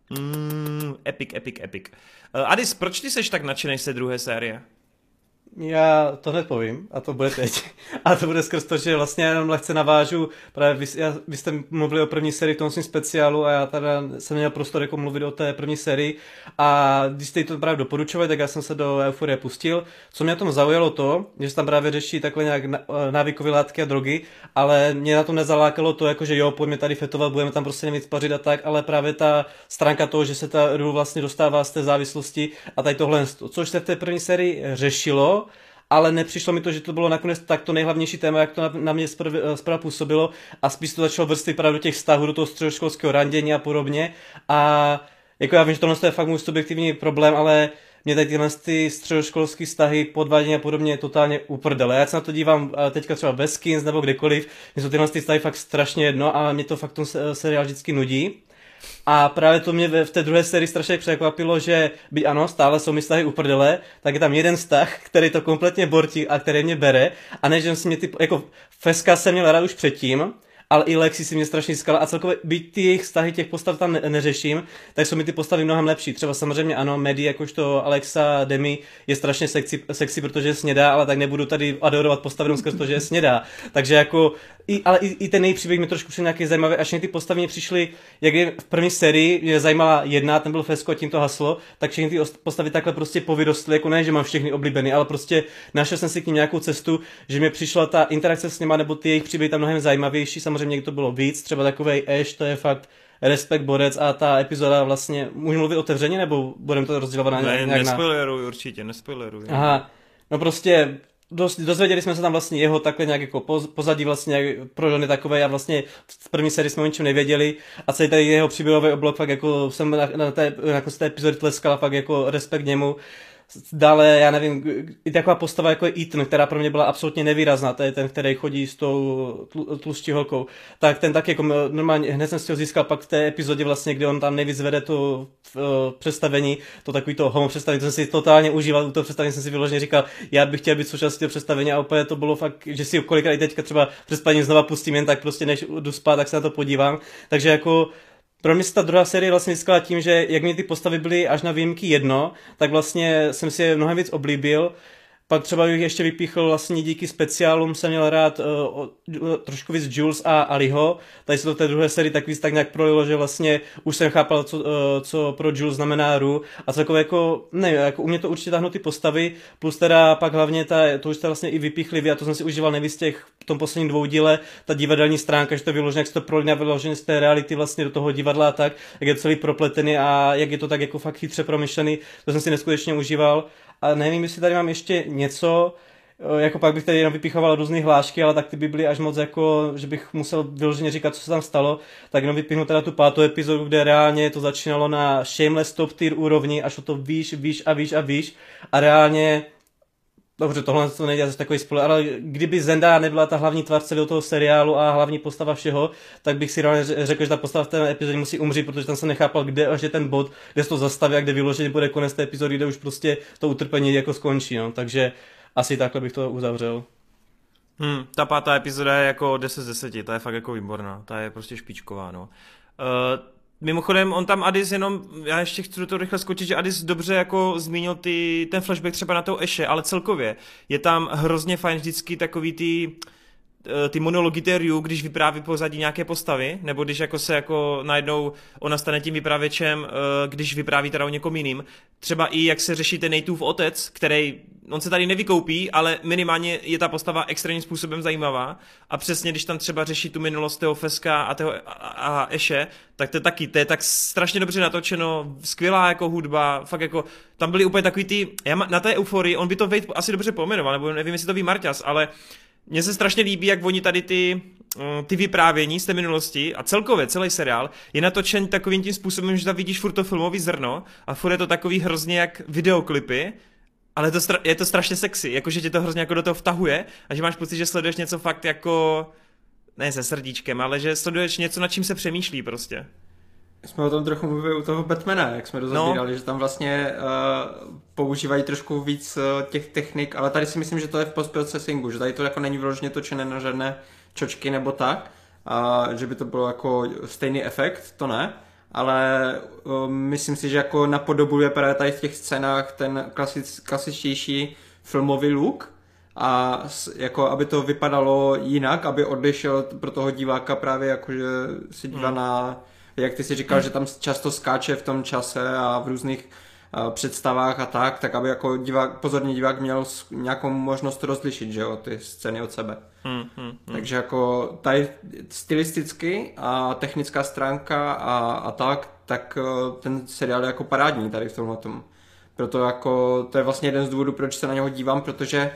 [SPEAKER 1] epic. Adis, proč ty seš tak nadšenej z té druhé série?
[SPEAKER 2] Já to hned povím a to bude teď. A to bude skrz to, že vlastně jenom lehce navážu, právě vy jste mluvili o první sérii v tom svým speciálu a já teda jsem měl prostor jako mluvit o té první sérii a když jste jí to právě doporučovali, tak já jsem se do Euforie pustil. Co mě na tom zaujalo to, že se tam právě řeší takhle nějak návykové látky a drogy, ale mě na to nezalákalo to, jako že jo, pojďme tady fetovat, budeme tam prostě nejvíc pařit a tak, ale právě ta stránka toho, že se ta Ryu vlastně dostává z té závislosti a tady tohle, což se v té první sérii řešilo, ale nepřišlo mi to, že to bylo nakonec tak to nejhlavnější téma, jak to na mě zprava působilo a spíš to začalo vrstvit právě do těch vztahů, do toho středoškolského randění a podobně a jako já vím, že tohle je fakt můj subjektivní problém, ale mě tady tyhle ty středoškolské vztahy, podvádění a podobně je totálně uprdele. Já se na to dívám teďka třeba ve Skins nebo kdekoliv, mě jsou tyhle ty vztahy fakt strašně jedno a mě to fakt tom seriál vždycky nudí. A právě to mě v té druhé sérii strašně překvapilo, že byť ano, stále jsou mi vztahy uprdele, tak je tam jeden vztah, který to kompletně bortí a který mě bere a než jsem si mě jako Feska jsem měl rád už předtím, ale i Lexi si mě strašně získala a celkově byť ty jejich vztahy těch postav tam neřeším, tak jsou mi ty postavy mnohem lepší. Třeba samozřejmě ano, Maddie jakožto Alexa Demi je strašně sexy, protože je snědá, ale tak nebudu tady adorovat postavy jenom skrz to, že je snědá. Takže jako ale i ten její příběh mi trošku přišel nějaký zajímavý, až ty postavy mě přišly, jak je v první sérii, mě zajímala jedna, ten byl Fesko a tím to haslo, tak všechny ty postavy takhle prostě povyrostly, jako ne, že mám všechny oblíbený, ale prostě našel jsem si k ním nějakou cestu, že mi přišla ta interakce s nima, nebo ty jejich příběhy tam mnohem zajímavější, samozřejmě to bylo víc, třeba takovej Ash, to je fakt respekt borec a ta epizoda vlastně, můžu mluvit otevřeně, nebo budeme to rozdělovat na nějak na...
[SPEAKER 1] Nespoileruj určitě, nespoileruj.
[SPEAKER 2] Aha, no prostě dozvěděli jsme se tam vlastně jeho takhle nějak jako pozadí vlastně, proč on je takovej a vlastně v první sérii jsme o ničem nevěděli a celý tady jeho příběhový oblok fakt jako jsem jako z té epizody tleskala fakt jako respekt němu. Dále, já nevím, i taková postava jako je Ethan, která pro mě byla absolutně nevýrazná, to je ten, který chodí s tou tlustší holkou, tak ten taky jako normálně, hned jsem si ho získal pak v té epizodě vlastně, kde on tam nejvíc vede to představení, to takový to homo představení, to jsem si totálně užíval, u toho představení jsem si vyloženě říkal, já bych chtěl být součástí toho představení a úplně to bylo fakt, že si kolikrát i teďka třeba před spaním znova pustím jen tak prostě než jdu spát, tak se na to podívám, takže jako pro mě se ta druhá série vlastně získala tím, že jak mě ty postavy byly až na výjimky jedno, tak vlastně jsem si je mnohem víc oblíbil. Pak třeba bych ještě vypíchl vlastně díky speciálům jsem měl rád trošku víc Jules a Aliho. Tady se to v té druhé sérii tak víc tak nějak prolilo, že vlastně už jsem chápal, co pro Jules znamená Ru. A celkově jako, ne, jako u mě to určitě táhnou ty postavy, plus teda pak hlavně to už jste vlastně i vypíchli vy a to jsem si užíval nejvíc v tom posledním 2 díle, ta divadelní stránka, že to vyložené, jak se to prolíná vyložené z té reality vlastně do toho divadla a tak, jak je to celý propletený a jak je to tak jako fakt chytře promyšlený, to jsem si neskutečně užíval. A nevím, jestli tady mám ještě něco, jako pak bych tady jenom vypichoval různé hlášky, ale tak ty by byly až moc jako, že bych musel vyloženě říkat, co se tam stalo, tak jenom vypíchnu teda tu 5. epizodu, kde reálně to začínalo na shameless top tier úrovni a šlo to výš a reálně, dobře, tohle to nejde zase takový spoiler, ale kdyby Zendaya nebyla ta hlavní tvář celého toho seriálu a hlavní postava všeho, tak bych si reálně řekl, že ta postava v té epizodě musí umřít, protože tam se nechápal, kde až je ten bod, kde se to zastaví a kde vyloženě bude konec té epizody, kde už prostě to utrpení jako skončí, no. Takže asi takhle bych to uzavřel.
[SPEAKER 1] Ta 5. epizoda je jako 10 z 10, ta je fakt jako výborná, ta je prostě špičková, no. Mimochodem, on tam Addis jenom, já ještě chci do toho rychle skočit, že Addis dobře jako zmínil ten flashback třeba na toho Ashe, ale celkově je tam hrozně fajn vždycky takový ty monology té Ryu, když vypráví pozadí nějaké postavy, nebo když jako se jako najednou ona stane tím vypravěčem, když vypráví teda o někom jiným. Třeba i jak se řeší ten Nateův otec, který, on se tady nevykoupí, ale minimálně je ta postava extrémním způsobem zajímavá a přesně když tam třeba řeší tu minulost toho Feska a Ashe, tak to je tak strašně dobře natočeno, skvělá jako hudba, fakt jako, tam byly úplně takový na té euforii, on by to Wade asi dobře pojmenoval, nebo nevím, jestli to ví Marťas, ale mně se strašně líbí, jak oni tady ty vyprávění z té minulosti a celkově celý seriál je natočen takovým tím způsobem, že tam vidíš furt to filmový zrno a furt je to takový hrozně jak videoklipy, ale je to strašně sexy, jakože tě to hrozně jako do toho vtahuje a že máš pocit, že sleduješ něco fakt jako, ne se srdíčkem, ale že sleduješ něco, nad čím se přemýšlí prostě.
[SPEAKER 4] Jsme o tom trochu mluvili u toho Batmana, jak jsme rozebírali, že tam vlastně používají trošku víc těch technik, ale tady si myslím, že to je v post-processingu, že tady to jako není vyloženě točené na žádné čočky nebo tak, a že by to bylo jako stejný efekt, to ne, ale myslím si, že jako napodobuje právě tady v těch scénách ten klasičtější filmový look a jako aby to vypadalo jinak, aby odlišil pro toho diváka právě jakože se dívá na, jak ty si říkal, že tam často skáče v tom čase a v různých představách a tak aby jako pozorný divák měl nějakou možnost rozlišit, že jo, ty scény od sebe. Takže jako tady stylisticky a technická stránka a tak ten seriál je jako parádní tady v tomhletom. Proto jako to je vlastně jeden z důvodů, proč se na něho dívám, protože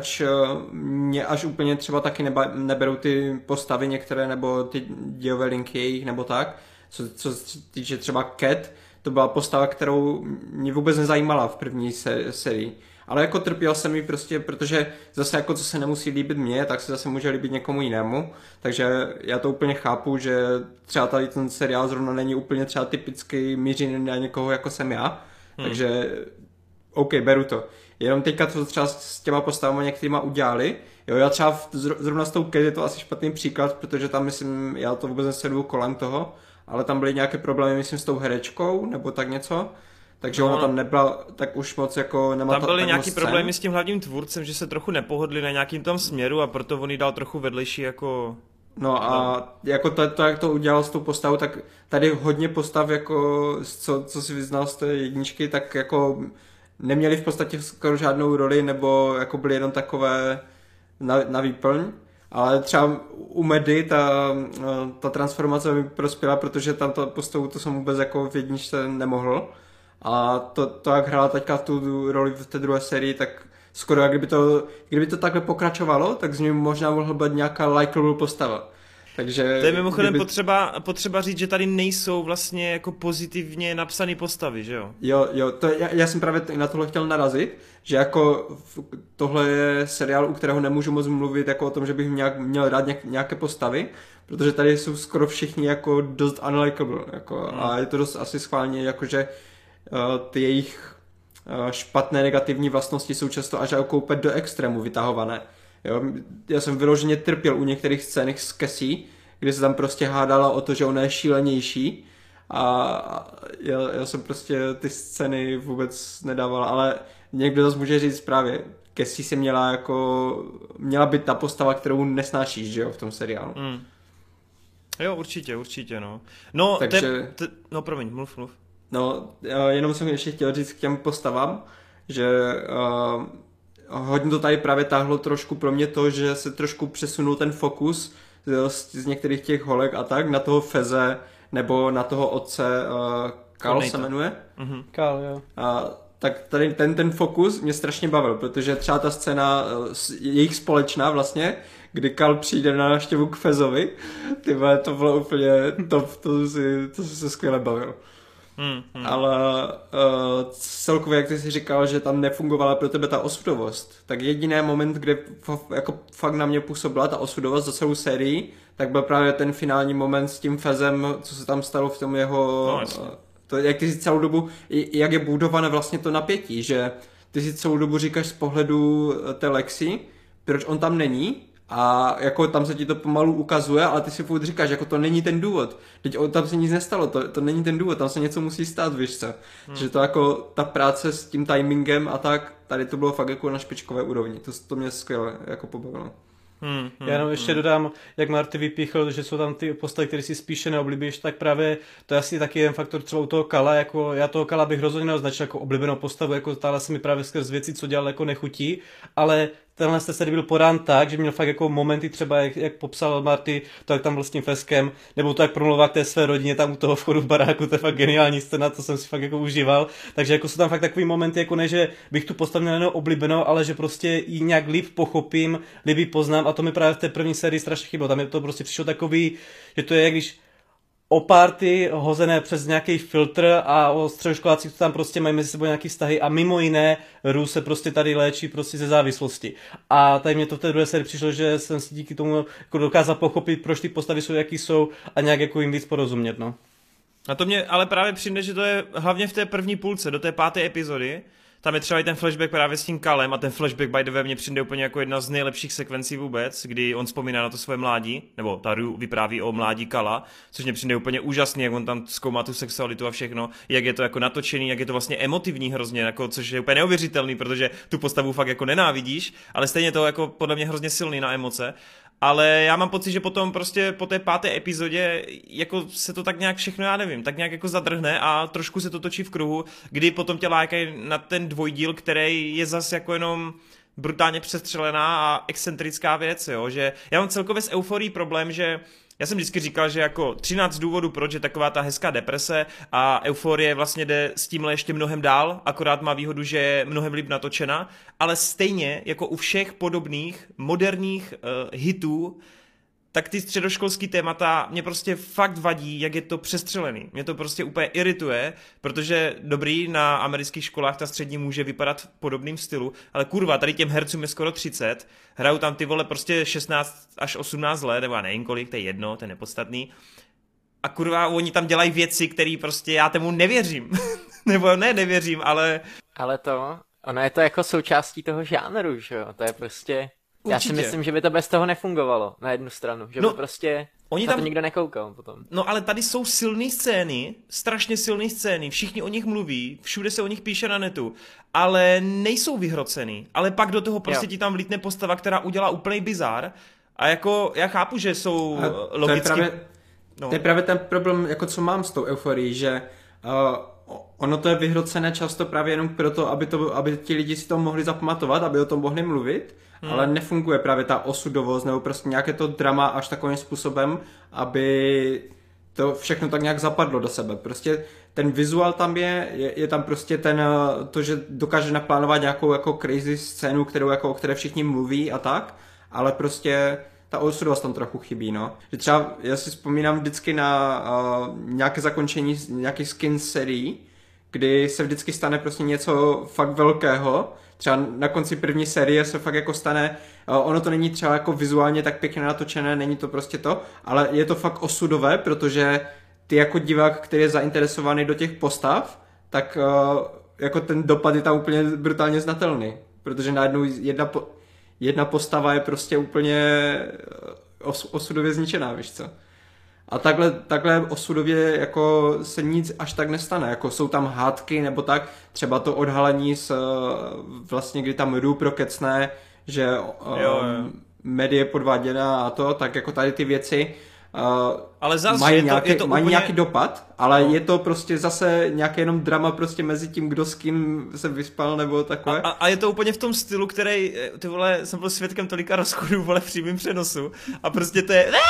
[SPEAKER 4] mě až úplně třeba taky neberou ty postavy některé nebo ty dějové linky jejich nebo tak, co se týče třeba Cat, to byla postava, kterou mě vůbec nezajímala v první sérii. Ale jako trpěl jsem ji prostě, protože zase jako co se nemusí líbit mně, tak se zase může líbit někomu jinému. Takže já to úplně chápu, že třeba tady ten seriál zrovna není úplně třeba typický mířený na někoho jako jsem já. Takže OK, beru to. Jenom teďka to třeba s těma postavami některýma udělali. Jo, já třeba zrovna s tou Kate je to asi špatný příklad, protože tam myslím, já to vůbec nesleduju kolem toho, ale tam byly nějaké problémy, myslím, s tou herečkou, nebo tak něco. Takže ona tam nebyla tak už moc jako...
[SPEAKER 1] Tam byly nějaký problémy s tím hlavním tvůrcem, že se trochu nepohodli na nějakým tom směru a proto on jí dal trochu vedlejší jako...
[SPEAKER 4] No a jako to, jak to udělal s tou postavou, tak tady hodně postav, jako co si vyznal z té jedničky, tak jako neměli v podstatě skoro žádnou roli, nebo jako byly jenom takové na výplň. Ale třeba u Medy ta transformace mi prospěla, protože tam ta postavu to jsem vůbec jako v jedničce nemohl. A to jak hrála teďka tu roli v té druhé sérii, tak skoro jak kdyby to takhle pokračovalo, tak z ní možná mohla být nějaká likeable postava. Takže
[SPEAKER 1] to je mimochodem potřeba říct, že tady nejsou vlastně jako pozitivně napsané postavy, že jo?
[SPEAKER 4] Jo, já jsem právě na tohle chtěl narazit, že jako tohle je seriál, u kterého nemůžu moc mluvit jako o tom, že bych měl rád nějaké postavy, protože tady jsou skoro všichni jako dost unlikable, jako, a je to dost asi schválně, jakože ty jejich špatné negativní vlastnosti jsou často až jako úplně do extrému vytahované. Jo? Já jsem vyloženě trpěl u některých scén s Cassie, kdy se tam prostě hádala o to, že ona je šílenější a já jsem prostě ty scény vůbec nedával, ale někdo zase může říct právě, Cassie se měla být ta postava, kterou nesnášíš, že jo, v tom seriálu.
[SPEAKER 1] Jo, určitě, no. No,
[SPEAKER 4] takže...
[SPEAKER 1] no, promiň, mluv.
[SPEAKER 4] No, jenom jsem ještě chtěl říct k těm postavám, že hodně to tady právě táhlo trošku pro mě to, že se trošku přesunul ten fokus z některých těch holek a tak na toho Feze nebo na toho otce Cal se jmenuje.
[SPEAKER 2] Cal, jo.
[SPEAKER 4] A tak tady ten fokus mě strašně bavil, protože třeba ta scéna jejich společná vlastně, kdy Cal přijde na návštěvu k Fezovi, to bylo úplně top, to se skvěle bavil. Ale celkově, jak ty jsi říkal, že tam nefungovala pro tebe ta osudovost, tak jediný moment, kde jako fakt na mě působila ta osudovost za celou sérii, tak byl právě ten finální moment s tím Fezem, co se tam stalo v tom jeho... To, jak ty si celou dobu, jak je budované vlastně to napětí, že ty si celou dobu říkáš z pohledu té Lexi, proč on tam není, a jako tam se ti to pomalu ukazuje, ale ty si furt říkáš, jako to není ten důvod. Teď tam se nic nestalo, to není ten důvod, tam se něco musí stát, víš co. Že to jako ta práce s tím timingem a tak, tady to bylo fakt jako na špičkové úrovni. To mě skvěle jako pobavilo.
[SPEAKER 2] Já jenom ještě dodám, jak Marty vypíchl, že jsou tam ty postavy, které si spíše neoblíbíš, tak právě to je asi taky jeden faktor třeba u toho Cala, jako já toho Cala bych rozhodně neoznačil jako oblíbenou postavu, jako stále se mi právě skrz věci, co dělal, jako nechutí, ale tenhle se byl podán tak, že měl fakt jako momenty třeba, jak popsal Marty, to jak tam vlastně Feskem, nebo to jak promluvá k té své rodině tam u toho vchodu v baráku, to je fakt geniální scéna, to jsem si fakt jako užíval, takže jako jsou tam fakt takový momenty, jako ne, že bych tu postavu měl jenom oblíbenou, ale že prostě ji nějak líp pochopím, líp poznám a to mi právě v té první sérii strašně chybilo, tam je to prostě přišlo takový, že to je jak když o party hozené přes nějaký filtr a o středoškolácích, co tam prostě mají mezi sebou nějaký vztahy a mimo jiné Rue se prostě tady léčí prostě ze závislosti. A tady mě to v té druhé sérii přišlo, že jsem si díky tomu jako dokázal pochopit, proč ty postavy jsou, jaký jsou a nějak jako jim víc porozumět, no.
[SPEAKER 1] A to mě ale právě přijde, že to je hlavně v té první půlce, do té 5. epizody. Tam je třeba i ten flashback právě s tím Calem a ten flashback by the way mě přijde úplně jako jedna z nejlepších sekvencí vůbec, kdy on vzpomíná na to svoje mládí, nebo ta Rue vypráví o mládí Cala, což mě přijde úplně úžasný, jak on tam zkoumá tu sexualitu a všechno, jak je to jako natočený, jak je to vlastně emotivní hrozně, jako, což je úplně neuvěřitelný, protože tu postavu fakt jako nenávidíš, ale stejně to jako podle mě hrozně silný na emoce. Ale já mám pocit, že potom prostě po té 5. epizodě jako se to tak nějak všechno, já nevím, tak nějak jako zadrhne a trošku se to točí v kruhu, kdy potom tě lákají na ten dvojdíl, který je zase jako jenom brutálně přestřelená a excentrická věc, jo, že já mám celkově s euforií problém, že já jsem vždycky říkal, že jako 13 důvodů, proč je taková ta hezká deprese a euforie vlastně jde s tímhle ještě mnohem dál, akorát má výhodu, že je mnohem líp natočena, ale stejně jako u všech podobných moderních hitů, tak ty středoškolský témata mě prostě fakt vadí, jak je to přestřelený. Mě to prostě úplně irituje, protože dobrý, na amerických školách ta střední může vypadat v podobným stylu, ale kurva, tady těm hercům je skoro 30, hrajou tam ty vole prostě 16 až 18 let, nebo já nevím kolik, to je jedno, to je nepodstatný. A kurva, oni tam dělají věci, které prostě já tomu nevěřím. Nebo ne, nevěřím, ale
[SPEAKER 3] Ale ono je to jako součástí toho žánru, že jo? To je prostě... Já si myslím, že by to bez toho nefungovalo na jednu stranu, že by prostě oni na to nikdo nekoukal potom.
[SPEAKER 1] No ale tady jsou silné scény, strašně silné scény, všichni o nich mluví, všude se o nich píše na netu, ale nejsou vyhrocený, ale pak do toho prostě ti tam vlítne postava, která udělá úplný bizár a jako já chápu, že jsou logicky...
[SPEAKER 4] To je právě ten problém, jako co mám s tou euforií, že ono to je vyhrocené často právě jenom proto, aby ti lidi si to mohli zapamatovat, aby o tom mohli mluvit, ale nefunguje právě ta osudovost nebo prostě nějaké to drama až takovým způsobem, aby to všechno tak nějak zapadlo do sebe. Prostě ten vizuál tam je tam prostě to, že dokáže naplánovat nějakou jako crazy scénu, o které všichni mluví a tak, ale prostě ta osudovost tam trochu chybí, no. Že třeba, já si vzpomínám vždycky na nějaké zakončení nějakých skin serií, kdy se vždycky stane prostě něco fakt velkého. Třeba na konci první série se fakt jako stane, ono to není třeba jako vizuálně tak pěkně natočené, není to prostě to, ale je to fakt osudové, protože ty jako divák, který je zainteresovaný do těch postav, tak jako ten dopad je tam úplně brutálně znatelný, protože najednou jedna postava je prostě úplně osudově zničená, víš co. A takhle osudově jako se nic až tak nestane, jako jsou tam hádky nebo tak, třeba to odhalení vlastně, kdy tam Rue prokecne, že Maddie je podváděná a to, tak jako tady ty věci
[SPEAKER 1] ale zase
[SPEAKER 4] mají nějaký dopad, ale je to prostě zase nějaké jenom drama prostě mezi tím, kdo s kým se vyspal nebo takové.
[SPEAKER 1] A je to úplně v tom stylu, který, ty vole, jsem byl svědkem tolika rozchodů, vole, v přímým přenosu a prostě to je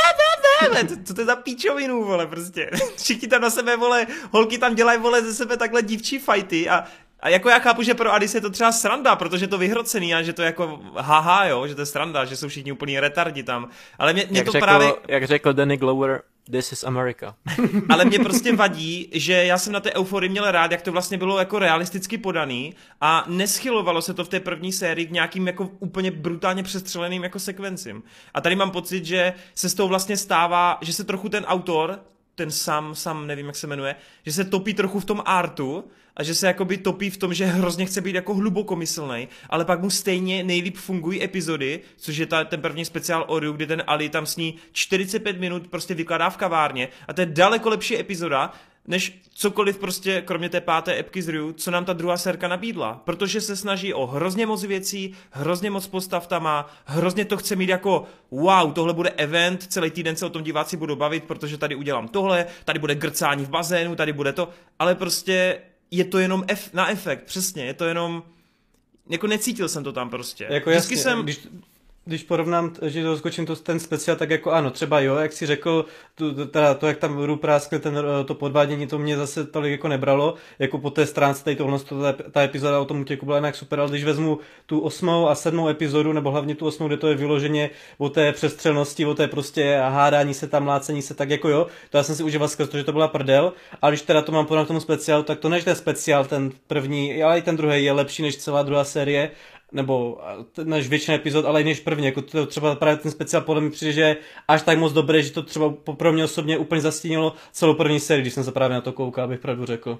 [SPEAKER 1] co to je za píčovinu, vole, prostě. Všichni tam na sebe, vole, holky tam dělají, vole, ze sebe takhle dívčí fighty a jako já chápu, že pro Addis je to třeba sranda, protože to vyhrocený a že to jako haha, jo, že to je sranda, že jsou všichni úplný retardi tam. Ale mě to právě...
[SPEAKER 3] Jak řekl Danny Glover, this is America.
[SPEAKER 1] Ale mě prostě vadí, že já jsem na té euforii měl rád, jak to vlastně bylo jako realisticky podaný a neschylovalo se to v té první sérii k nějakým jako úplně brutálně přestřeleným jako sekvencím. A tady mám pocit, že se z toho vlastně stává, že se trochu ten autor, ten Sam, nevím jak se jmenuje, že se topí trochu v tom artu a že se jakoby topí v tom, že hrozně chce být jako hlubokomyslnej, ale pak mu stejně nejlíp fungují epizody, což je ten první speciál o Rue, kdy ten Ali tam s ní 45 minut prostě vykládá v kavárně a to je daleko lepší epizoda, než cokoliv prostě, kromě té páté epky z Rue, co nám ta druhá sérka nabídla. Protože se snaží o hrozně moc věcí, hrozně moc postav tam má, hrozně to chce mít jako wow, tohle bude event, celý týden se o tom diváci budou bavit, protože tady udělám tohle, tady bude grcání v bazénu, tady bude to, ale prostě je to jenom na efekt, přesně, je to jenom, jako necítil jsem to tam prostě.
[SPEAKER 2] Jako jasně, když porovnám, že doskočím ten speciál, tak jako ano, třeba jo, jak si řekl, to jak tam Rue práskne to podvádění, to mě zase tolik jako nebralo, jako po té stránce tady tohle, ta epizoda o tom útěku byla jinak super, ale když vezmu tu 8. a 7. epizodu, nebo hlavně tu 8., kde to je vyloženě o té přestřelnosti, o té prostě hádání se tam, mlácení se, tak jako jo, to já jsem si užíval skrz to, že to byla prdel, ale když teda to mám porovnat tomu speciálu, tak to než ten speciál, ten první, ale i ten druhý je lepší než celá druhá série, nebo než většina epizod, ale i než první, jako to třeba právě ten speciál podle mě přijde, že je až tak moc dobré, že to třeba pro mě osobně úplně zastínilo celou první sérii, když jsem se právě na to koukal, abych pravdu řekl.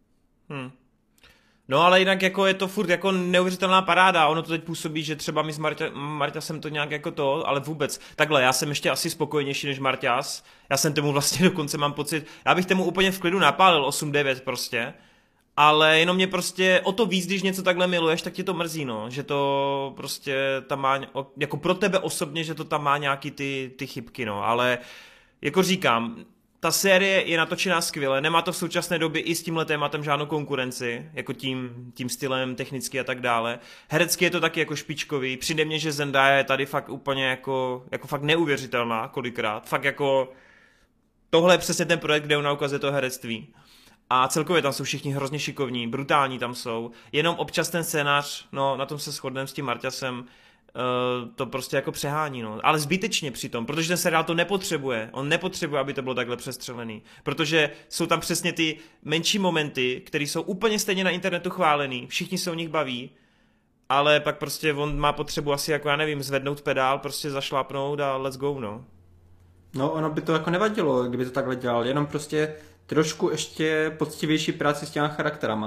[SPEAKER 1] No ale jinak jako je to furt jako neuvěřitelná paráda, ono to teď působí, že třeba my s Marťasem to nějak jako to, ale vůbec. Takhle, já jsem ještě asi spokojenější než Marťas, já jsem tomu vlastně dokonce mám pocit, já bych tomu úplně v klidu napálil 8-9 prostě, ale jenom mě prostě o to víc, když něco takhle miluješ, tak tě to mrzí, no, že to prostě tam má, jako pro tebe osobně, že to tam má nějaký ty chybky, no, ale jako říkám, ta série je natočená skvěle, nemá to v současné době i s tímhle tématem žádnou konkurenci, jako tím stylem technicky a tak dále. Herecky je to taky jako špičkový, přijde mně, že Zendaya je tady fakt úplně jako fakt neuvěřitelná kolikrát, fakt jako tohle je přesně ten projekt, kde ona ukazuje to herectví. A celkově tam jsou všichni hrozně šikovní, brutální tam jsou, jenom občas ten scénář, no na tom se shodneme s tím Marťasem, to prostě jako přehání, no. Ale zbytečně přitom, protože ten seriál to nepotřebuje, on nepotřebuje, aby to bylo takhle přestřelený, protože jsou tam přesně ty menší momenty, které jsou úplně stejně na internetu chválený, všichni se o nich baví, ale pak prostě on má potřebu asi jako, já nevím, zvednout pedál, prostě zašlápnout a let's go, no.
[SPEAKER 4] No ono by to jako nevadilo, kdyby to takhle dělal, jenom prostě trošku ještě poctivější práci s těma charakterama.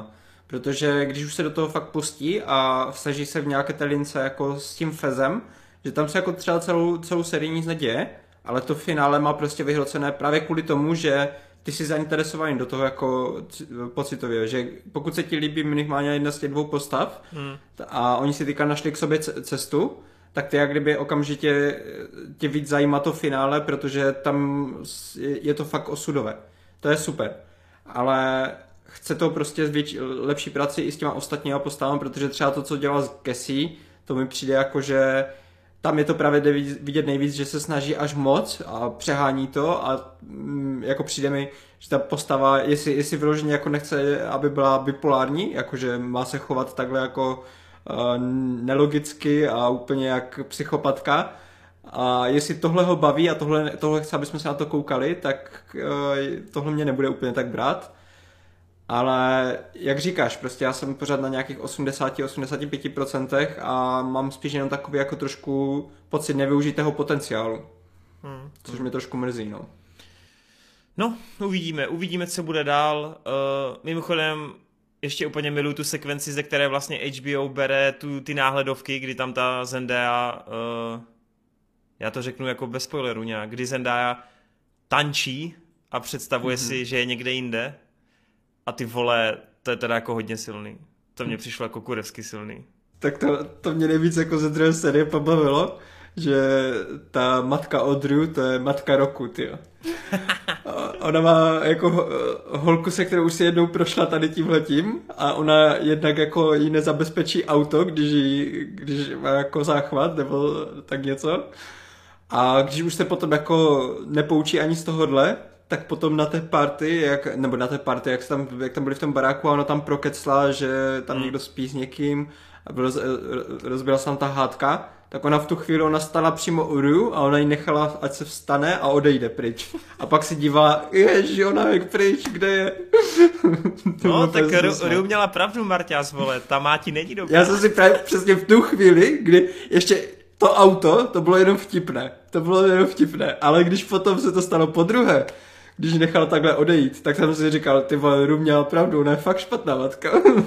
[SPEAKER 4] Protože když už se do toho fakt pustí a vsaží se v nějaké té lince jako s tím Fezem, že tam se jako třeba celou sérii nic neděje, ale to finále má prostě vyhrocené právě kvůli tomu, že ty jsi zainteresovaný do toho jako pocitově, že pokud se ti líbí minimálně jedna z těch dvou postav a oni si teďka našli k sobě cestu, tak ty jak kdyby okamžitě tě víc zajímá to finále, protože tam je to fakt osudové. To je super. Ale chce to prostě lepší práci i s těma ostatníma postavami, protože třeba to, co dělal s Cassie, to mi přijde jako, že tam je to právě vidět nejvíc, že se snaží až moc a přehání to a jako přijde mi, že ta postava, jestli vyloženě jako nechce, aby byla bipolární, jakože má se chovat takhle jako nelogicky a úplně jak psychopatka, a jestli tohle ho baví a tohle chce, aby jsme se na to koukali, tak tohle mě nebude úplně tak brát. Ale jak říkáš, prostě já jsem pořád na nějakých 80-85% a mám spíš jenom takový jako trošku pocit nevyužitého potenciálu. Což mě trošku mrzí, no.
[SPEAKER 1] No, uvidíme, co bude dál. Mimochodem, ještě úplně miluji tu sekvenci, ze které vlastně HBO bere ty náhledovky, kdy tam ta Zendaya, já to řeknu jako bez spoileru nějak, kdy Zendaya tančí a představuje si, že je někde jinde. A ty vole, to je teda jako hodně silný. To mě přišlo jako kurevsky silný.
[SPEAKER 4] Tak to mě nejvíc jako ze druhé série pobavilo, že ta matka Audrey, to je matka roku, tyjo. Ona má jako holku, se kterou už si jednou prošla tady tímhletím a ona jednak jako jí nezabezpečí auto, když má jako záchvat nebo tak něco. A když už se potom jako nepoučí ani z tohohle, tak potom na té party, jak tam byli v tom baráku a ona tam prokecla, že tam někdo spí s někým a rozbila se tam ta hádka, tak ona v tu chvíli stala přímo u Rue a ona ji nechala, ať se vstane a odejde pryč. A pak se dívá, ježi, ona je pryč, kde je?
[SPEAKER 1] No, tak Rue měla pravdu, Marťás, vole, ta máti není dobrá.
[SPEAKER 4] Já jsem si právě přesně v tu chvíli, kdy ještě to auto, to bylo jenom vtipné, ale když potom se to stalo podruhé, když nechal takhle odejít, tak jsem si říkal, ty vole, Rue měla pravdu, ona je fakt špatná matka.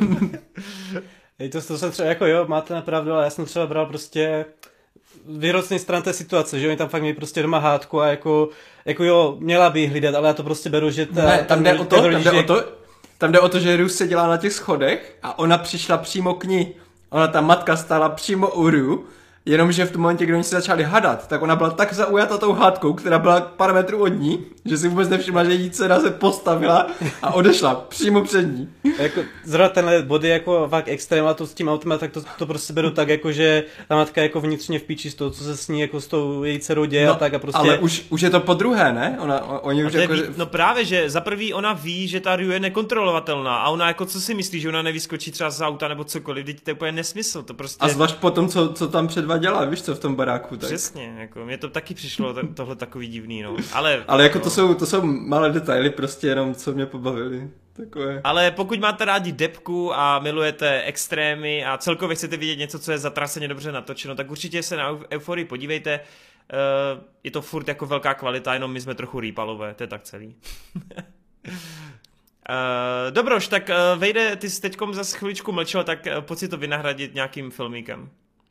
[SPEAKER 2] To se třeba jako jo, máte pravdu, ale já jsem třeba bral prostě vyhrocný stran té situace, že oni tam fakt měli prostě doma hádku a jako jo, měla by jí hlídat, ale já to prostě beru, že
[SPEAKER 4] tam jde o to, že Rue se dělá na těch schodech a ona přišla přímo k ní. Ona, ta matka stála přímo u Rue, jenomže v tom momentě, kdy oni se začali hadat, tak ona byla tak zaujata tou hádkou, která byla pár metrů od ní, že si vůbec nevšimla, že její dcera se postavila a odešla přímo před ní.
[SPEAKER 2] Jako, zrovna tenhle body jako fakt extrém a to s tím autem, tak to prostě beru tak, jako, že ta matka jako vnitřně vpíčí z toho, co se s ní jako s tou její dcerou děje a tak a prostě...
[SPEAKER 4] Ale už je to podruhé, ne? Oni už jako,
[SPEAKER 1] no právě, že za prvý ona ví, že ta Rue je nekontrolovatelná a ona jako co si myslí, že ona nevyskočí třeba z auta nebo cokoliv, teď to je úplně nesmysl, to prostě...
[SPEAKER 4] A zvlášť potom, co tam dělá, víš co, v tom baráku, tak.
[SPEAKER 1] Přesně, jako mě to taky přišlo tohle takový divný, no.
[SPEAKER 4] Ale jako to jsou malé detaily, prostě jenom co mě pobavili. Takové.
[SPEAKER 1] Ale pokud máte rádi depku a milujete extrémy a celkově chcete vidět něco, co je zatraceně dobře natočeno, tak určitě se na Euforii podívejte. Je to furt jako velká kvalita, jenom my jsme trochu rýpalové, to je tak celý. Dobroš, tak Vejde, ty jsi teďkom zase chviličku mlčel, tak pojď si to vynahradit nějakým filmíkem.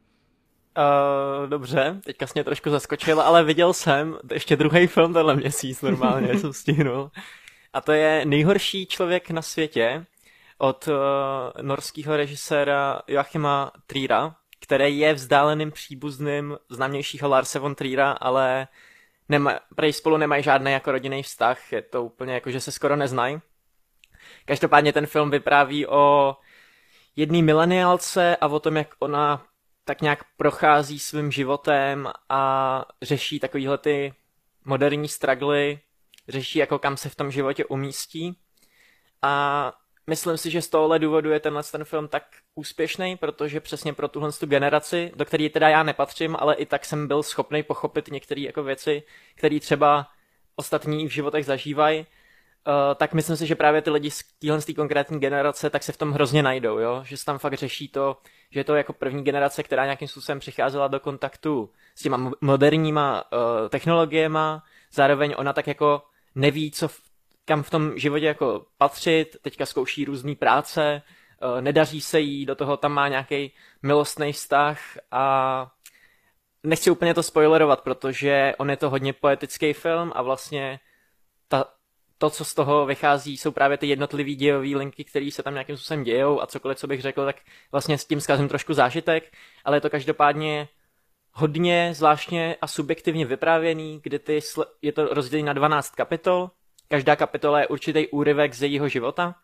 [SPEAKER 3] Dobře, teďka jsi mě trošku zaskočil, ale viděl jsem ještě druhý film tenhle měsíc normálně, jsem stihnul. A to je Nejhorší člověk na světě od norského režiséra Joachima Triera, který je vzdáleným příbuzným známějšího Larse von Triera, ale prej spolu nemají žádný jako rodinný vztah, je to úplně jako, že se skoro neznají. Každopádně ten film vypráví o jedné mileniálce a o tom, jak ona tak nějak prochází svým životem a řeší takovýhle ty moderní struggly, řeší jako kam se v tom životě umístí. A myslím si, že z tohohle důvodu je ten film tak úspěšný, protože přesně pro tuhle generaci, do které teda já nepatřím, ale i tak jsem byl schopný pochopit některé jako věci, které třeba ostatní v životech zažívají, tak myslím si, že právě ty lidi z téhle konkrétní generace tak se v tom hrozně najdou, jo? Že se tam fakt řeší to, že je to jako první generace, která nějakým způsobem přicházela do kontaktu s těma moderníma technologiema, zároveň ona tak jako neví, kam v tom životě jako patřit, teďka zkouší různý práce, nedaří se jí, do toho tam má nějaký milostný vztah a nechci úplně to spoilerovat, protože on je to hodně poetický film a vlastně to, co z toho vychází, jsou právě ty jednotlivý dějový linky, které se tam nějakým způsobem dějou a cokoliv, co bych řekl, tak vlastně s tím zkazím trošku zážitek, ale je to každopádně hodně zvláštně a subjektivně vyprávěný, kdy je to rozdělené na 12 kapitol, každá kapitola je určitý úryvek z jejího života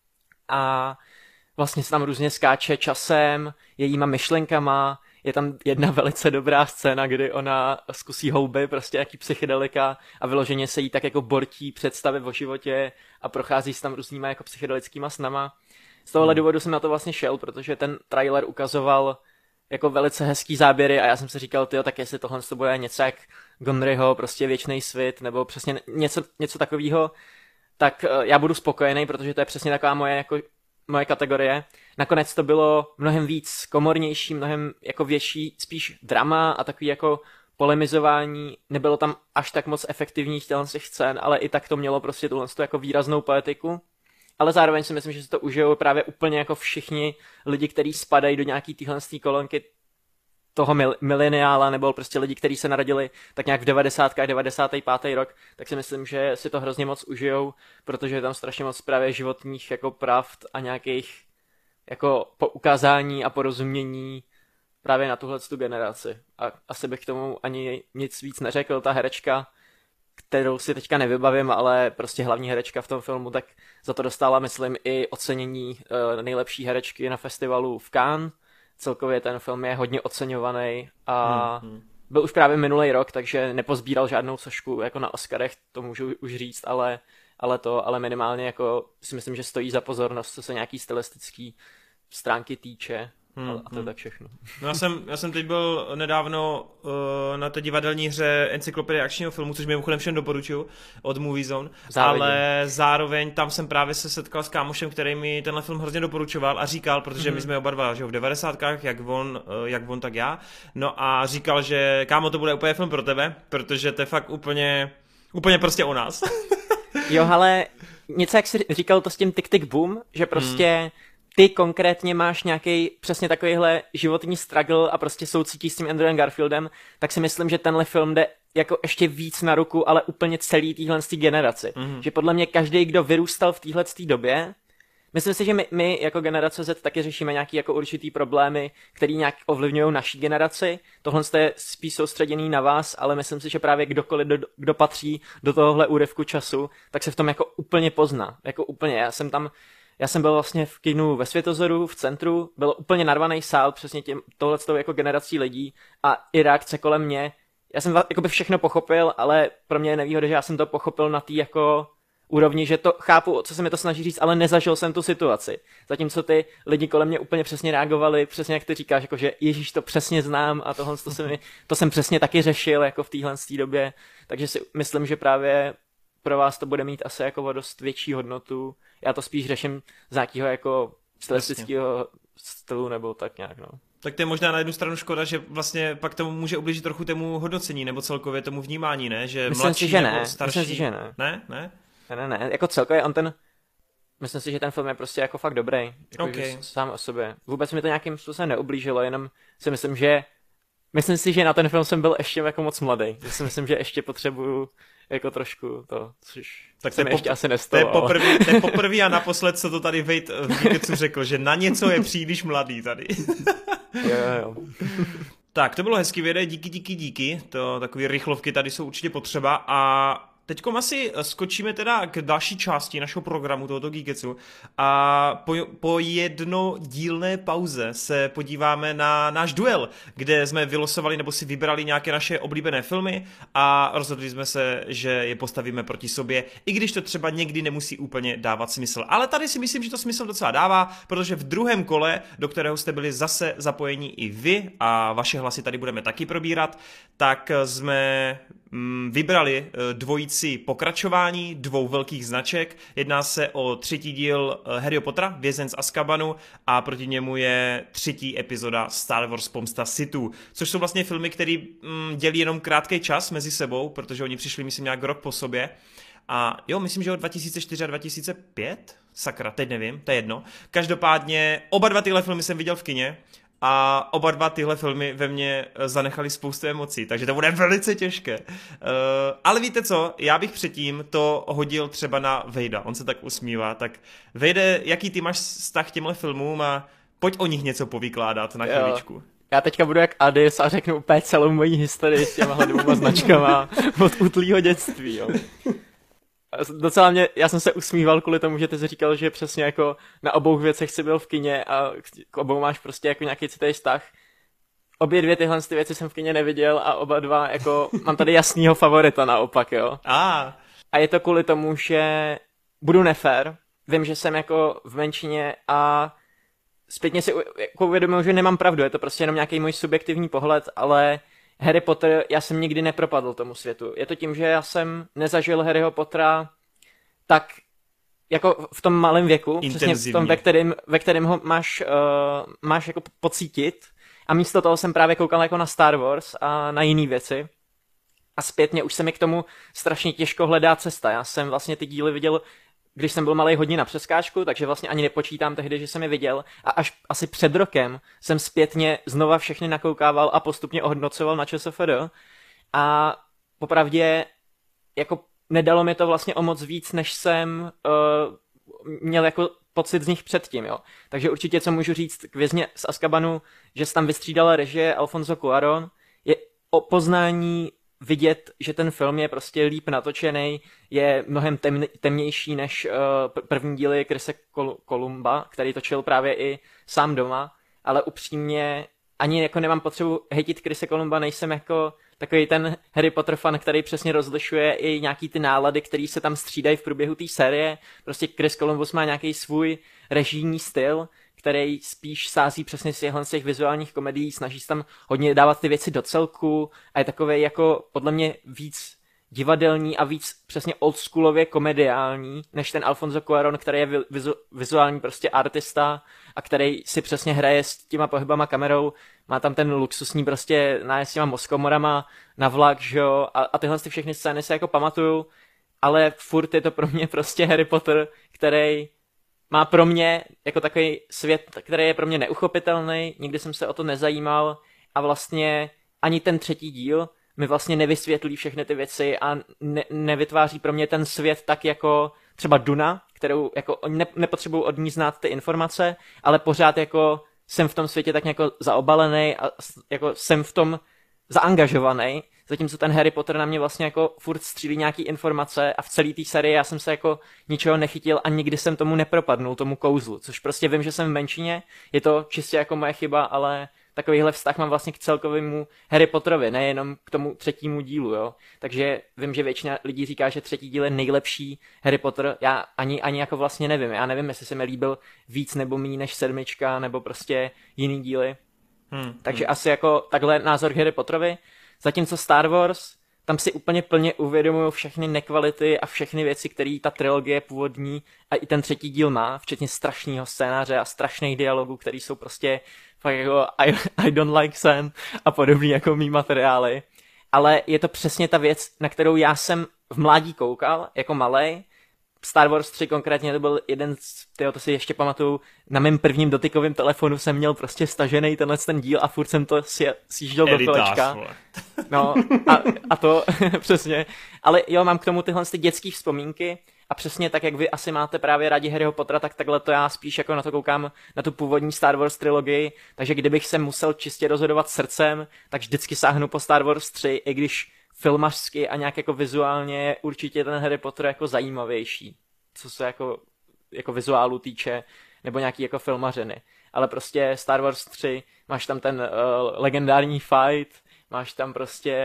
[SPEAKER 3] a vlastně se tam různě skáče časem, jejíma myšlenkama. Je tam jedna velice dobrá scéna, kdy ona zkusí houby, prostě jaký psychedelika a vyloženě se jí tak jako bortí představy o životě a prochází se tam různýma jako psychedelickýma snama. Z tohohle důvodu jsem na to vlastně šel, protože ten trailer ukazoval jako velice hezký záběry a já jsem si říkal, tyjo, tak jestli tohle to bude něco jak Gonryho, prostě Věčný svět, nebo přesně něco takového, tak já budu spokojený, protože to je přesně taková moje kategorie. Nakonec to bylo mnohem víc komornější, mnohem jako větší, spíš drama a takový jako polemizování. Nebylo tam až tak moc efektivních těch scén, ale i tak to mělo prostě tuhle jako výraznou poetiku. Ale zároveň si myslím, že si to užijou právě úplně jako všichni lidi, kteří spadají do nějaký téhle kolonky toho mileniála, nebo prostě lidi, kteří se narodili tak nějak v 95. rok, tak si myslím, že si to hrozně moc užijou, protože je tam strašně moc právě životních jako pravd a nějakých jako ukázání a porozumění právě na tuhle generaci. A asi bych k tomu ani nic víc neřekl. Ta herečka, kterou si teďka nevybavím, ale prostě hlavní herečka v tom filmu, tak za to dostala, myslím, i ocenění nejlepší herečky na festivalu v Cannes. Celkově ten film je hodně oceňovaný a byl už právě minulý rok, takže nepozbíral žádnou sošku jako na Oscarech, to můžu už říct, ale minimálně jako si myslím, že stojí za pozornost, co se nějaký stylistický stránky týče. A to je tak všechno.
[SPEAKER 1] No já jsem teď byl nedávno na té divadelní hře Encyklopedie akčního filmu, což mimochodem všem doporučuju, od Movie Zone, ale zároveň tam jsem právě se setkal s kámošem, který mi tenhle film hrozně doporučoval a říkal, protože my jsme oba dva, že v 90kách, jak on, tak já, no a říkal, že kámo, to bude úplně film pro tebe, protože to je fakt úplně prostě o nás.
[SPEAKER 3] Jo, ale něco jak jsi říkal to s tím Tick Tick Boom, že prostě ty konkrétně máš nějaký přesně takovýhle životní struggle a prostě soucítíš s tím Andrewem Garfieldem, tak si myslím, že tenhle film jde jako ještě víc na ruku, ale úplně celý téhle generaci. Že podle mě každý, kdo vyrůstal v téhle době, myslím si, že my jako generace Z taky řešíme nějaký jako určitý problémy, který nějak ovlivňují naší generaci. Tohle je spíš soustředěný na vás, ale myslím si, že právě kdokoliv, kdo patří do tohohle úryvku času, tak se v tom jako úplně pozná. Jako úplně. Já jsem byl vlastně v kinu ve Světozoru, v centru, byl úplně narvaný sál přesně tohletou jako generací lidí a i reakce kolem mě. Já jsem jakoby všechno pochopil, ale pro mě je nevýhoda, že já jsem to pochopil na té jako úrovni, že to chápu, co se mi to snaží říct, ale nezažil jsem tu situaci. Zatímco ty lidi kolem mě úplně přesně reagovali, přesně jak ty říkáš, jako že Ježíš, to přesně znám a to jsem přesně taky řešil jako v téhle době. Takže si myslím, že právě pro vás to bude mít asi jako o dost větší hodnotu. Já to spíš řeším z nějakého jako stylistického stylu nebo tak nějak, no.
[SPEAKER 1] Tak to je možná na jednu stranu škoda, že vlastně pak tomu může ublížit trochu tomu hodnocení nebo celkově tomu vnímání, ne? Že
[SPEAKER 3] myslím
[SPEAKER 1] mladší
[SPEAKER 3] si, že
[SPEAKER 1] nebo
[SPEAKER 3] ne.
[SPEAKER 1] starší.
[SPEAKER 3] Myslím si, že ne.
[SPEAKER 1] Ne?
[SPEAKER 3] Ne. Jako celkově myslím si, že ten film je prostě jako fakt dobrý. Jako okay. Sám o sobě. Vůbec mi to nějakým způsobem neublížilo, jenom si myslím si, že na ten film jsem byl ještě jako moc mladý. Já si myslím, že ještě potřebuju jako trošku to, což tak se mi ještě asi nestalo.
[SPEAKER 1] To je poprvé a naposled, co to tady Vejt v Geekecu řekl, že na něco je příliš mladý tady.
[SPEAKER 3] Jo.
[SPEAKER 1] Tak, to bylo hezký video, díky. To takový rychlovky tady jsou určitě potřeba a teďkom asi skočíme teda k další části našeho programu tohoto Geekecu a po jednodílné pauze se podíváme na náš duel, kde jsme vylosovali nebo si vybrali nějaké naše oblíbené filmy a rozhodli jsme se, že je postavíme proti sobě, i když to třeba někdy nemusí úplně dávat smysl. Ale tady si myslím, že to smysl docela dává, protože v druhém kole, do kterého jste byli zase zapojení i vy a vaše hlasy tady budeme taky probírat, tak jsme vybrali dvojici pokračování dvou velkých značek. Jedná se o třetí díl Harryho Pottera, Vězeň z Azkabanu a proti němu je třetí epizoda Star Wars Pomsta Sithů, což jsou vlastně filmy, které dělí jenom krátký čas mezi sebou, protože oni přišli, myslím, nějak rok po sobě. A jo, myslím, že od 2004 a 2005, sakra, teď nevím, to je jedno. Každopádně oba dva tyhle filmy jsem viděl v kině a oba dva tyhle filmy ve mně zanechaly spoustu emocí, takže to bude velice těžké. Ale víte co, já bych předtím to hodil třeba na Vejda, on se tak usmívá, tak Vejde, jaký ty máš vztah k těmhle filmům a pojď o nich něco povykládat na chvíličku.
[SPEAKER 3] Já teďka budu jak Adis a řeknu úplně celou moji historii s těmahle dvěma značkama od útlýho dětství, jo. Já jsem se usmíval kvůli tomu, že ty jsi říkal, že přesně jako na obou věcech jsi byl v kině a k obou máš prostě jako nějaký citlivý vztah. Obě dvě tyhle věci jsem v kině neviděl a oba dva jako mám tady jasnýho favorita naopak, jo. A je to kvůli tomu, že budu nefér, vím, že jsem jako v menšině a zpětně si jako uvědomuji, že nemám pravdu, je to prostě jenom nějaký můj subjektivní pohled, ale Harry Potter, já jsem nikdy nepropadl tomu světu. Je to tím, že já jsem nezažil Harryho Pottera tak jako v tom malém věku, přesně v tom, ve kterém ho máš jako pocítit a místo toho jsem právě koukal jako na Star Wars a na jiné věci a zpětně už se mi k tomu strašně těžko hledá cesta. Já jsem vlastně ty díly viděl, když jsem byl malej, hodně na přeskáčku, takže vlastně ani nepočítám tehdy, že jsem je viděl a až asi před rokem jsem zpětně znova všechny nakoukával a postupně ohodnocoval na ČSFD a popravdě jako nedalo mi to vlastně o moc víc, než jsem měl jako pocit z nich předtím, jo. Takže určitě, co můžu říct k Vězni z Azkabanu, že se tam vystřídala režie Alfonso Cuarón, je o poznání vidět, že ten film je prostě líp natočený, je mnohem temnější než první díly Chrise Columba, který točil právě i sám doma, ale upřímně ani jako nemám potřebu hejtit Chrise Columba, nejsem jako takový ten Harry Potter fan, který přesně rozlišuje i nějaký ty nálady, které se tam střídají v průběhu té série. Prostě Chris Columbus má nějaký svůj režijní styl, který spíš sází přesně z těch vizuálních komedií, snaží se tam hodně dávat ty věci do celku a je takový jako podle mě víc divadelní a víc přesně oldschoolově komediální, než ten Alfonso Cuarón, který je vizuální prostě artista a který si přesně hraje s těma pohybama kamerou, má tam ten luxusní prostě nájezd s těma mozkomorama na vlak, že jo, a tyhle všechny scény se jako pamatuju, ale furt je to pro mě prostě Harry Potter, který má pro mě jako takový svět, který je pro mě neuchopitelný, nikdy jsem se o to nezajímal a vlastně ani ten třetí díl mi vlastně nevysvětlí všechny ty věci a nevytváří pro mě ten svět tak jako třeba Duna, kterou jako nepotřebuju od ní znát ty informace, ale pořád jako jsem v tom světě tak jako zaobalený a jako jsem v tom zaangažovaný, zatímco ten Harry Potter na mě vlastně jako furt střílí nějaký informace a v celé té sérii já jsem se jako ničeho nechytil a nikdy jsem tomu nepropadnul, tomu kouzlu, což prostě vím, že jsem v menšině, je to čistě jako moje chyba, ale takovýhle vztah mám vlastně k celkovému Harry Potterovi, nejenom k tomu třetímu dílu, jo. Takže vím, že většina lidí říká, že třetí díl je nejlepší Harry Potter, já ani jako vlastně nevím, já nevím, jestli se mi líbil víc nebo méně než 7 nebo prostě jiný díly. Takže asi jako takhle názor k Harry Potterovi. Zatímco Star Wars, tam si úplně plně uvědomuju všechny nekvality a všechny věci, které ta trilogie původní a i ten třetí díl má, včetně strašného scénáře a strašných dialogů, které jsou prostě fakt jako I don't like Sam a podobný jako mý materiály. Ale je to přesně ta věc, na kterou já jsem v mládí koukal, jako malej. Star Wars 3 konkrétně to byl jeden to si ještě pamatuju, na mém prvním dotykovém telefonu jsem měl prostě stažený ten díl a furt jsem to sjížděl do kolečka. No a to přesně. Ale jo, mám k tomu tyhle dětské vzpomínky a přesně tak, jak vy asi máte právě rádi Harryho Pottera, tak takhle to já spíš jako na to koukám, na tu původní Star Wars trilogii, takže kdybych se musel čistě rozhodovat srdcem, tak vždycky sáhnu po Star Wars 3, i když filmařsky a nějak jako vizuálně je určitě ten Harry Potter jako zajímavější, co se jako vizuálu týče, nebo nějaký jako filmařiny. Ale prostě Star Wars 3, máš tam ten legendární fight, máš tam prostě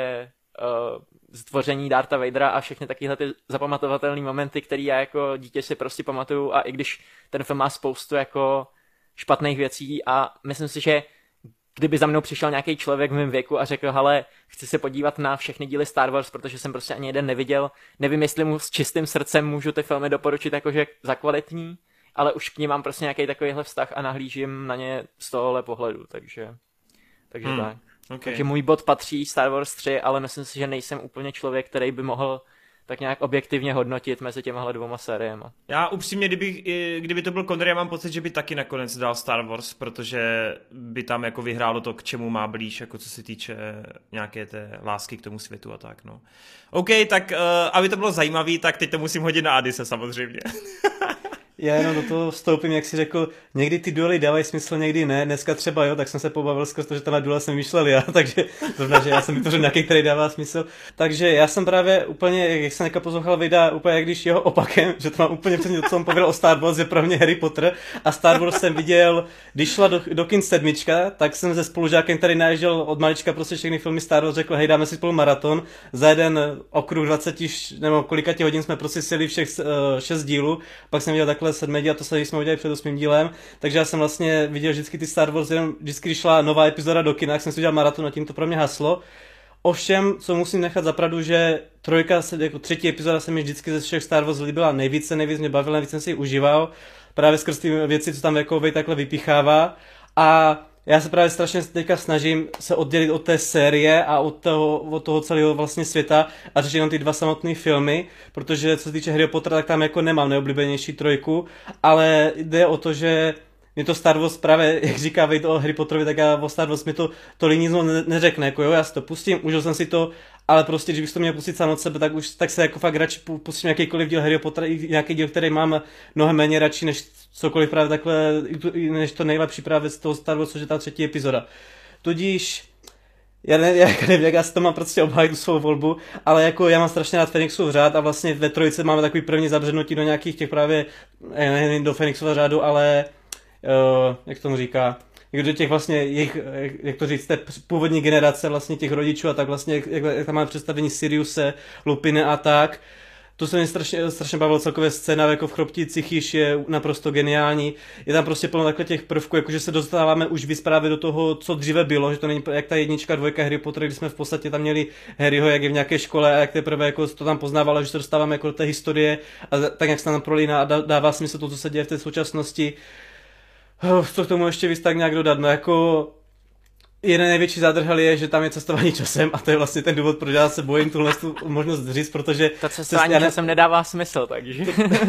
[SPEAKER 3] stvoření Dartha Vadera a všechny takovéhle ty zapamatovatelné momenty, které já jako dítě si prostě pamatuju a i když ten film má spoustu jako špatných věcí a myslím si, že kdyby za mnou přišel nějaký člověk v mém věku a řekl, hele, chci se podívat na všechny díly Star Wars, protože jsem prostě ani jeden neviděl, nevím, jestli mu s čistým srdcem můžu ty filmy doporučit jakože za kvalitní, ale už k ním mám prostě nějaký takovýhle vztah a nahlížím na ně z tohohle pohledu, takže tak.
[SPEAKER 1] Okay.
[SPEAKER 3] Takže můj bod patří Star Wars 3, ale myslím si, že nejsem úplně člověk, který by mohl tak nějak objektivně hodnotit mezi těmahle dvouma sériemi.
[SPEAKER 1] Já upřímně, kdyby to byl Connery, já mám pocit, že by taky nakonec dal Star Wars, protože by tam jako vyhrálo to, k čemu má blíž, jako co se týče nějaké té lásky k tomu světu a tak, no. OK, tak aby to bylo zajímavý, tak teď to musím hodit na Adise samozřejmě.
[SPEAKER 2] Já jenom do toho vstoupím, jak si řekl, někdy ty duely dávají smysl, někdy ne, dneska třeba jo, tak jsem se pobavil skrz to, že tam na duel jsem vyšlel já, takže zrovna, že já jsem vytvořil nějaký, který dává smysl. Takže já jsem právě úplně, jak jsem poslouchal videa, úplně jak když jeho opakem, že to mám úplně přesně to, co jsem pověděl o Star Wars, je pro mě Harry Potter a Star Wars jsem viděl, když šla do kin 7, tak jsem se spolužákem, který naježděl od malička prostě všechny filmy Star Wars, řekl, hej, dáme si spolu maraton, za jeden okruh 20 nebo kolika hodin jsme prostě sjeli všech 6 dílů, pak jsem viděl takhle 7 díl a to jsme udělali před 8 dílem, takže já jsem vlastně viděl vždycky ty Star Wars, jenom vždycky, když šla nová epizoda do kina, tak jsem si udělal maraton a tím to pro mě haslo. Ovšem, co musím nechat za pravdu, že jako třetí epizoda se mi vždycky ze všech Star Wars líbila nejvíc mě bavila, nejvíc jsem si ji užíval, právě skrz ty věci, co tam jako takhle vypichává a já se právě strašně teďka snažím se oddělit od té série a od toho celého vlastně světa a řešit jenom ty dva samotné filmy, protože co se týče Harry Pottera, tak tam jako nemám nejoblíbenější trojku, ale jde o to, že mě to Star Wars právě, jak říká Vejt o Harry Potterovi, tak já o Star Wars mi to tolik nic neřekne, jako jo, já si to pustím, užil jsem si to, ale prostě, když bych to měl pustit sám od sebe, tak se jako fakt radši pustím jakýkoliv díl Harry Pottera, nějaký díl, který mám mnohem méně radši, než cokoliv právě takhle, než to nejlepší právě z toho Star Wars, což je ta třetí epizoda. Tudíž, já nevím, jak já si to mám prostě obhájit tu svou volbu, ale jako já mám strašně rád Fenixův řád a vlastně ve trojice máme takový první zabřednutí do nějakých těch právě, nevím, do Fenixova řádu, ale jak tomu říká, do těch vlastně jejich, jak to říct, té původní generace vlastně těch rodičů a tak vlastně, jak tam máme představení Siriuse, Lupiny a tak. To se mi strašně bavilo, celkově scéna jako v Chroptících již je naprosto geniální. Je tam prostě plno takhle těch prvků, jakože se dostáváme už víc právě do toho, co dříve bylo, že to není jak ta jednička, dvojka Harry Potter, kdy jsme v podstatě tam měli Harryho, jak je v nějaké škole a jak teprve jako to tam poznávalo, že se dostáváme jako do té historie a tak jak se tam prolíná a dává smysl to, co se děje v té současnosti. Co k tomu ještě víc tak nějak dodat, no jako jeden největší zádrhel je, že tam je cestování časem a to je vlastně ten důvod, proč já se bojím tuhle možnost říct, protože...
[SPEAKER 3] To cestování časem nedává smysl, takže...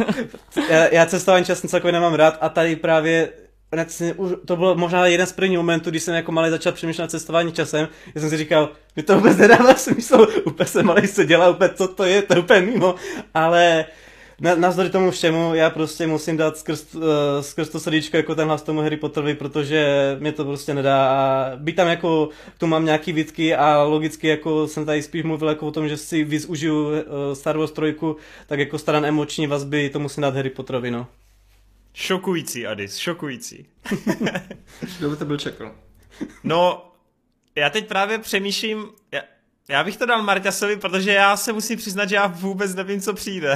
[SPEAKER 2] já cestování časem celkově nemám rád a tady právě to bylo možná jeden z prvních momentů, když jsem jako malý začal přemýšlet nad cestování časem, já jsem si říkal, že to vůbec nedává smysl, úplně jsem malý se dělá, úplně co to je úplně mimo, ale... Navzdory tomu všemu, já prostě musím dát skrz to srdíčko jako ten hlas tomu Harry Potterovi, protože mě to prostě nedá a být tam jako, tu mám nějaký výtky a logicky jako jsem tady spíš mluvil jako o tom, že si víc užiju Star Wars 3, tak jako stran emoční vazby to musím dát Harry Potterovi, no.
[SPEAKER 1] Šokující, Adis, šokující.
[SPEAKER 4] Kdo by to byl čekal?
[SPEAKER 1] No, já teď právě přemýšlím, já bych to dal Marťasovi, protože já se musím přiznat, že já vůbec nevím, co přijde.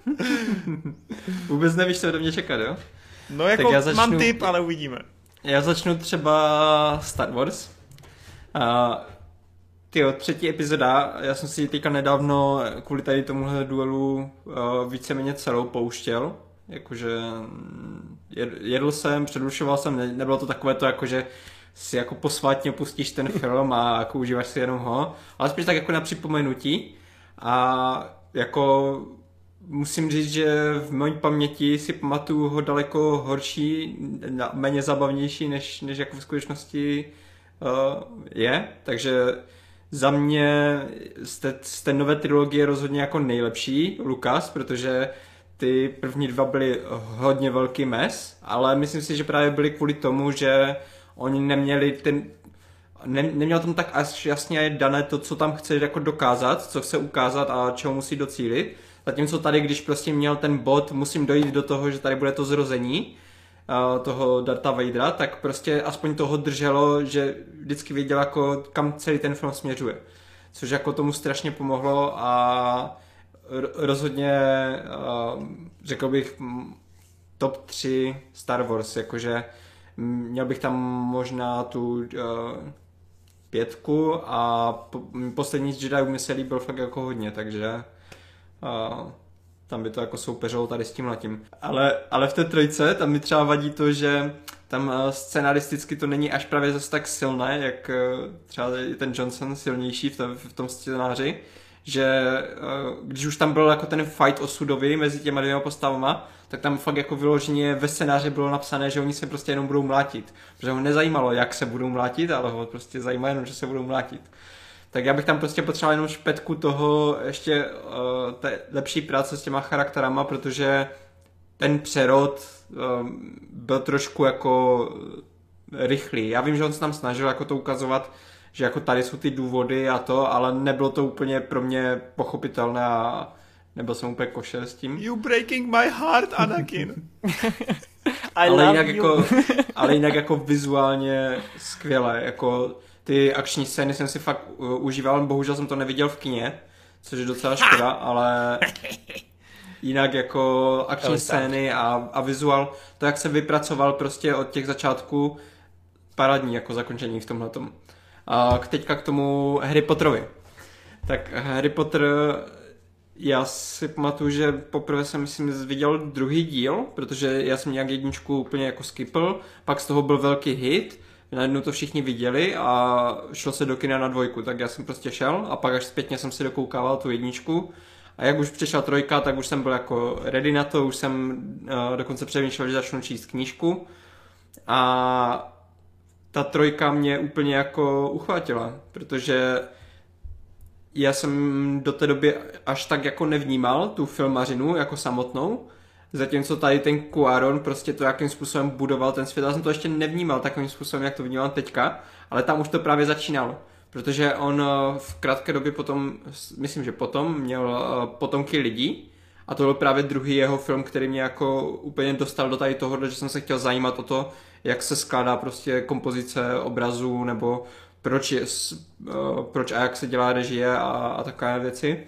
[SPEAKER 4] Vůbec nevíš, co do mě čekat, jo?
[SPEAKER 1] No jako mám tip, ale uvidíme.
[SPEAKER 4] Já začnu třeba Star Wars. Třetí epizoda, já jsem si teďka nedávno kvůli tady tomuhle duelu víceméně celou pouštěl. Jakože jedl jsem, předušoval jsem, nebylo to takové to jakože si jako posvátně pustíš ten film a jako užíváš si jenom ho, ale spíš tak jako na připomenutí a jako musím říct, že v mojí paměti si pamatuju ho daleko horší, méně zabavnější, než jako v skutečnosti je, takže za mě z té nové trilogie rozhodně jako nejlepší Lucas, protože ty první dva byly hodně velký mes, ale myslím si, že právě byly kvůli tomu, že oni neměli neměl tam tak až jasně dané to, co tam chce jako dokázat, co chce ukázat a čeho musí docílit. Zatímco tady, když prostě měl ten bod, musím dojít do toho, že tady bude to zrození toho Dartha Vadera, tak prostě aspoň toho drželo, že vždycky věděl, jako, kam celý ten film směřuje. Což jako tomu strašně pomohlo a rozhodně řekl bych top 3 Star Wars, jakože měl bych tam možná tu 5 a poslední z Jedi mi se líbil fakt jako hodně, takže tam by to jako soupeřilo tady s tímhletím. Ale v té trojce tam mi třeba vadí to, že tam scenaristicky to není až právě zase tak silné, jak třeba ten Johnson silnější v tom scénáři, že když už tam byl jako ten fight osudový mezi těma dvěma postavama, tak tam fakt jako vyloženě ve scénáři bylo napsané, že oni se prostě jenom budou mlátit. Protože ho nezajímalo, jak se budou mlátit, ale ho prostě zajímá jenom, že se budou mlátit. Tak já bych tam prostě potřeboval jenom špetku toho ještě té lepší práce s těma charakterama, protože ten přerod byl trošku jako rychlý. Já vím, že on se tam snažil jako to ukazovat, že jako tady jsou ty důvody a to, ale nebylo to úplně pro mě pochopitelné a nebyl jsem úplně košer s tím.
[SPEAKER 1] You breaking my heart, Anakin.
[SPEAKER 4] Ale jinak jako vizuálně skvěle, jako ty akční scény jsem si fakt užíval, bohužel jsem to neviděl v kině, což je docela škoda, ale jinak jako akční scény a vizuál, to jak se vypracoval prostě od těch začátků, parádní jako zakončení v tomhletom. A teďka k tomu Harry Potterovi. Tak Harry Potter, já si pamatuju, že poprvé jsem myslím viděl druhý díl, protože já jsem nějak jedničku úplně jako skipl, pak z toho byl velký hit, najednou to všichni viděli a šlo se do kina na 2, tak já jsem prostě šel a pak až zpětně jsem si dokoukával tu jedničku a jak už přišla 3, tak už jsem byl jako ready na to, už jsem dokonce přemýšlel, že začnu číst knížku a ta 3 mě úplně jako uchvátila, protože já jsem do té doby až tak jako nevnímal tu filmařinu jako samotnou, zatímco tady ten Cuarón prostě to, jakým způsobem budoval ten svět, já jsem to ještě nevnímal takovým způsobem, jak to vnímám teďka, ale tam už to právě začínalo, protože on v krátké době potom, myslím, že potom měl Potomky lidí a to byl právě druhý jeho film, který mě jako úplně dostal do tady toho, že jsem se chtěl zajímat o to, jak se skládá prostě kompozice obrazů nebo proč a jak se dělá režie a takové věci.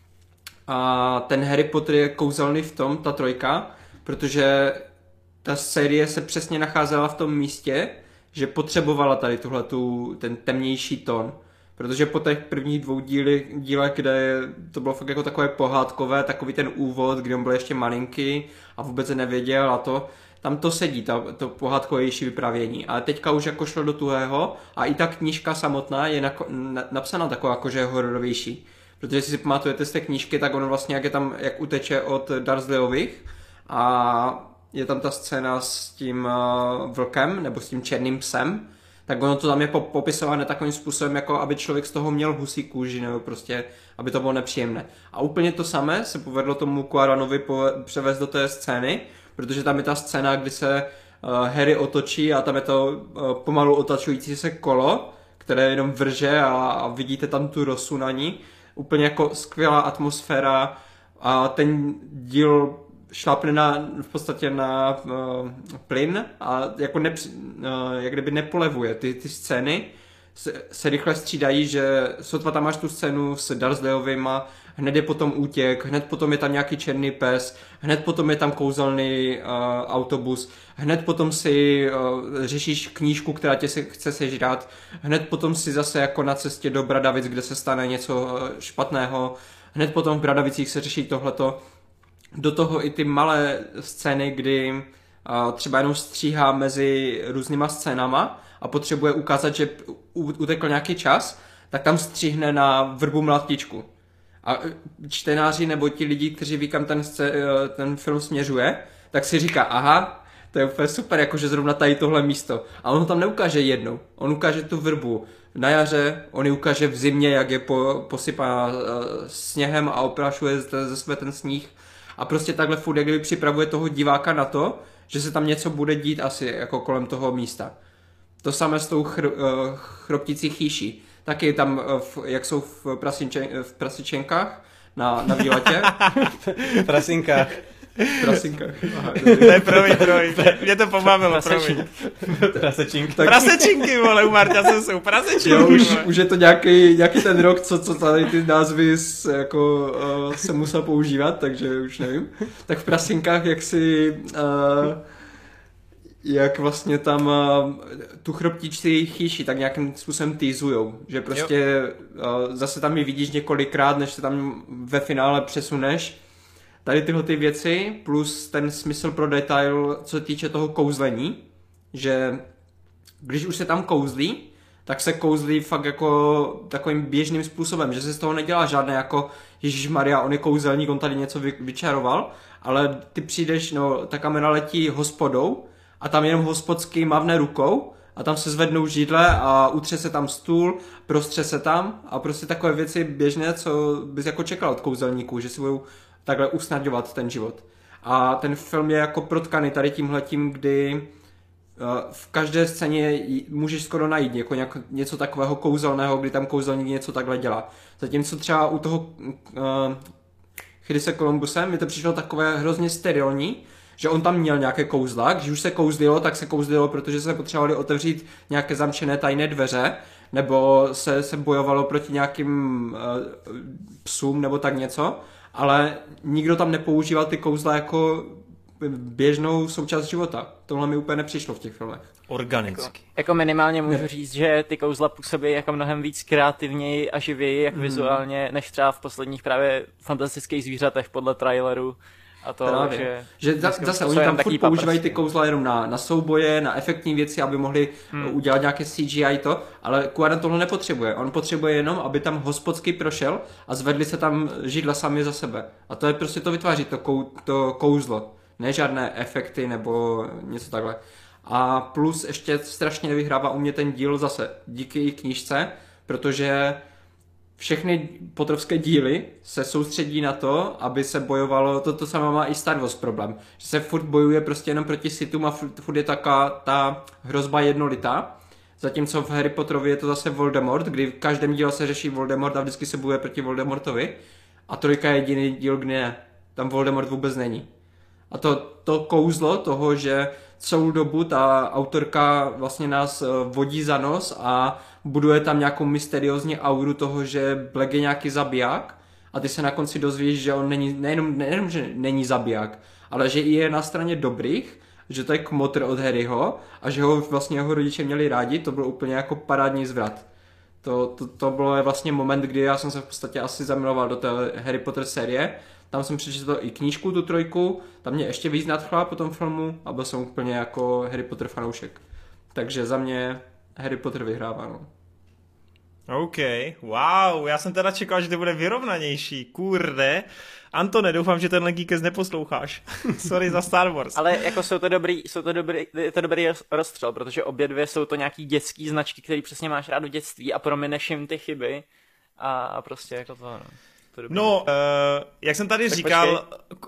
[SPEAKER 4] A ten Harry Potter je kouzelný v tom, ta 3, protože ta série se přesně nacházela v tom místě, že potřebovala tady ten temnější tón. Protože po těch prvních 2 dílech, kde to bylo fakt jako takové pohádkové, takový ten úvod, kdy on byl ještě malinký a vůbec se nevěděl a to, tam to sedí, to pohádkovější vyprávění. Ale teďka už jako šlo do tuhého a i ta knížka samotná je napsána taková jakože hororovější. Protože si pamatujete z té knížky, tak on vlastně jak uteče od Dursleyových a je tam ta scéna s tím vlkem nebo s tím černým psem, tak ono to tam je popisované takovým způsobem, jako aby člověk z toho měl husí kůži, nebo prostě, aby to bylo nepříjemné. A úplně to samé se povedlo tomu Cuarónovi převést do té scény, protože tam je ta scéna, kdy se Harry otočí a tam je to pomalu otačující se kolo, které jenom vrže a vidíte tam tu rosu na ní. Úplně jako skvělá atmosféra a ten díl šlápne v podstatě na plyn a jako jak kdyby nepolevuje. Ty scény se rychle střídají, že sotva tam máš tu scénu s Dursleyovejma, hned je potom útěk, hned potom je tam nějaký černý pes, hned potom je tam kouzelný autobus, hned potom si řešíš knížku, která tě chce sežrat, hned potom si zase jako na cestě do Bradavic, kde se stane něco špatného, hned potom v Bradavicích se řeší tohleto. Do toho i ty malé scény, kdy třeba jenom stříhá mezi různýma scénama a potřebuje ukázat, že utekl nějaký čas, tak tam stříhne na vrbu mlatičku. A čtenáři nebo ti lidi, kteří ví, kam ten film směřuje, tak si říká, aha, to je úplně super, jakože zrovna tady tohle místo. A on ho tam neukáže jednou, on ukáže tu vrbu na jaře, on ji ukáže v zimě, jak je posypaná sněhem a oprášuje ze sebe ten sníh. A prostě takhle furt, jak kdyby připravuje toho diváka na to, že se tam něco bude dít asi jako kolem toho místa. To samé s tou chropticí chýší. Taky tam, jak jsou v prasičenkách na výletě.
[SPEAKER 2] Prasinkách.
[SPEAKER 4] Prasinkách.
[SPEAKER 1] Ne, promiň. Mě to pobavilo, promiň. Prasečinky, vole, u Marta jsou prasečinky.
[SPEAKER 4] Jo, už je to nějaký ten rok, co tady ty názvy se musel používat, takže už nevím. Tak v prasinkách, jak vlastně tam tu chroptičci chýši tak nějakým způsobem týzujou, že prostě zase tam ji vidíš několikrát, než se tam ve finále přesuneš. Tady tyhle ty věci, plus ten smysl pro detail, co se týče toho kouzlení, že když už se tam kouzlí, tak se kouzlí fakt jako takovým běžným způsobem, že se z toho nedělá žádné jako Ježišmarja, on je kouzelník, on tady něco vyčaroval, ale ty přijdeš, no ta kamera letí hospodou a tam jenom hospodský mávne rukou a tam se zvednou židle a utře se tam stůl, prostře se tam a prostě takové věci běžné, co bys jako čekal od kouzelníků, že si budou takhle usnadňovat ten život. A ten film je jako protkaný tady tímhletím, kdy v každé scéně můžeš skoro najít jako něco takového kouzelného, kdy tam kouzelník něco takhle dělá. Zatímco třeba u toho Chrise Columbuse mi to přišlo takové hrozně sterilní, že on tam měl nějaké kouzla, když už se kouzlilo, tak se kouzlilo, protože se potřebovali otevřít nějaké zamčené tajné dveře, nebo se bojovalo proti nějakým psům nebo tak něco, ale nikdo tam nepoužíval ty kouzla jako běžnou součást života. Tohle mi úplně nepřišlo v těch filmech.
[SPEAKER 1] Organicky.
[SPEAKER 3] Jako minimálně můžu říct, že ty kouzla působí jako mnohem víc kreativněji a živěji, jak vizuálně, než třeba v posledních právě fantastických zvířatech podle traileru. A to,
[SPEAKER 4] právě. Že zase oni tam furt používají ty kouzla jenom na souboje, na efektní věci, aby mohli udělat nějaké CGI to, ale Quaron tohle nepotřebuje. On potřebuje jenom, aby tam hospodský prošel a zvedli se tam židla sami za sebe. A to je prostě to vytváří to kouzlo. Ne žádné efekty nebo něco takhle. A plus ještě strašně nevyhrává u mě ten díl zase díky knížce, protože všechny Potterovské díly se soustředí na to, aby se bojovalo, to samé má i Star Wars problém, že se furt bojuje prostě jenom proti Sithům a furt je taká ta hrozba jednolitá, zatímco v Harry Potterovi je to zase Voldemort, kdy v každém díle se řeší Voldemort a vždycky se bojuje proti Voldemortovi a trojka je jediný díl, kdy ne, tam Voldemort vůbec není. A to kouzlo toho, že celou dobu ta autorka vlastně nás vodí za nos a buduje tam nějakou mysteriózní auru toho, že Black je nějaký zabiják a ty se na konci dozvíš, že on není, nejenom že není zabiják, ale že i je na straně dobrých, že to je kmotr od Harryho a že ho vlastně jeho rodiče měli rádi, to byl úplně jako parádní zvrat. To bylo vlastně moment, kdy já jsem se v podstatě asi zamiloval do té Harry Potter série. Tam jsem přečetl i knížku, tu trojku, tam mě ještě víc nadchla po tom filmu a byl jsem úplně jako Harry Potter fanoušek. Takže za mě Harry Potter vyhrává, no.
[SPEAKER 1] OK, wow, já jsem teda čekal, že to bude vyrovnanější, kurde. Antone, doufám, že tenhle Geekes neposloucháš. Sorry za Star Wars.
[SPEAKER 3] Ale jako je to dobrý rozstřel, protože obě dvě jsou to nějaký dětský značky, který přesně máš rád v dětství a promineš jim ty chyby a prostě jako to, no.
[SPEAKER 1] No, jak jsem tady tak říkal,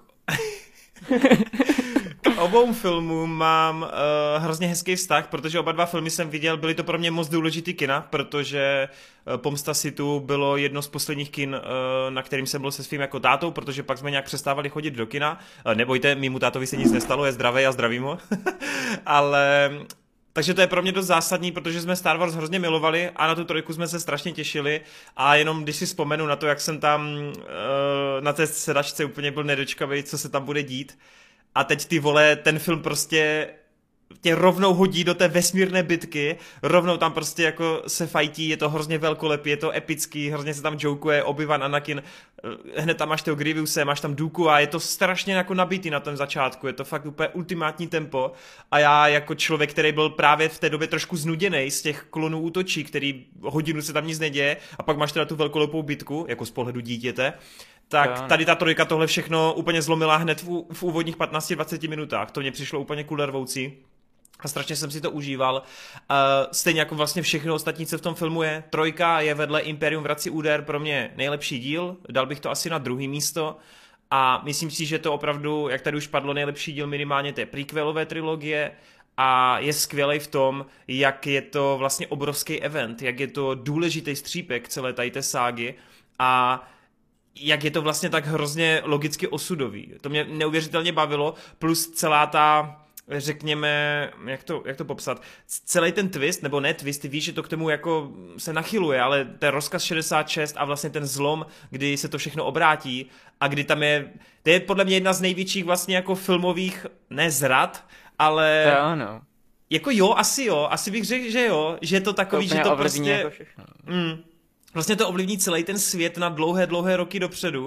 [SPEAKER 1] k obou filmům mám hrozně hezký vztah, protože oba dva filmy jsem viděl, byly to pro mě moc důležitý kina, protože Pomsta Sithů bylo jedno z posledních kin, na kterým jsem byl se svým jako tátou, protože pak jsme nějak přestávali chodit do kina. Nebojte, mému tátovi se nic nestalo, je zdravý a zdravím ho. Ale... Takže to je pro mě dost zásadní, protože jsme Star Wars hrozně milovali a na tu trojku jsme se strašně těšili a jenom když si vzpomenu na to, jak jsem tam na té sedačce úplně byl nedočkavý, co se tam bude dít a teď ty vole, ten film prostě tě rovnou hodí do té vesmírné bitky, rovnou tam prostě jako se fajtí, je to hrozně velkolepý, je to epický, hrozně se tam jokuje Obi-Wan, Anakin, hned tam máš toho Grievuse, máš tam Dooku a je to strašně jako nabitý na tom začátku, je to fakt úplně ultimátní tempo a já jako člověk, který byl právě v té době trošku znuděnej z těch klonů útočí, který hodinu se tam nic neděje a pak máš teda tu velkolepou bitku, jako z pohledu dítěte, tak tady ta trojka tohle všechno úplně zlomila hned v úvodních 15-20 minutách, to mě přišlo úplně kulervoucí. A strašně jsem si to užíval. Stejně jako vlastně všechno ostatní, co v tom filmu je. Trojka je vedle Imperium vrací úder pro mě nejlepší díl. Dal bych to asi na druhý místo. A myslím si, že to opravdu, jak tady už padlo, nejlepší díl minimálně té prequelové trilogie. A je skvělej v tom, jak je to vlastně obrovský event, jak je to důležitý střípek celé tady té ságy. A jak je to vlastně tak hrozně logicky osudový. To mě neuvěřitelně bavilo. Plus celá ta... řekněme, jak to popsat, celý ten twist, nebo ne twist, ty víš, že to k tomu jako se nachyluje, ale ten rozkaz 66 a vlastně ten zlom, kdy se to všechno obrátí a kdy tam je, to je podle mě jedna z největších vlastně jako filmových, ne zrad, ale...
[SPEAKER 3] To ano.
[SPEAKER 1] Jako jo, asi bych řekl, že jo, že je to takový, že to prostě...
[SPEAKER 3] Jako
[SPEAKER 1] vlastně to ovlivní celý ten svět na dlouhé roky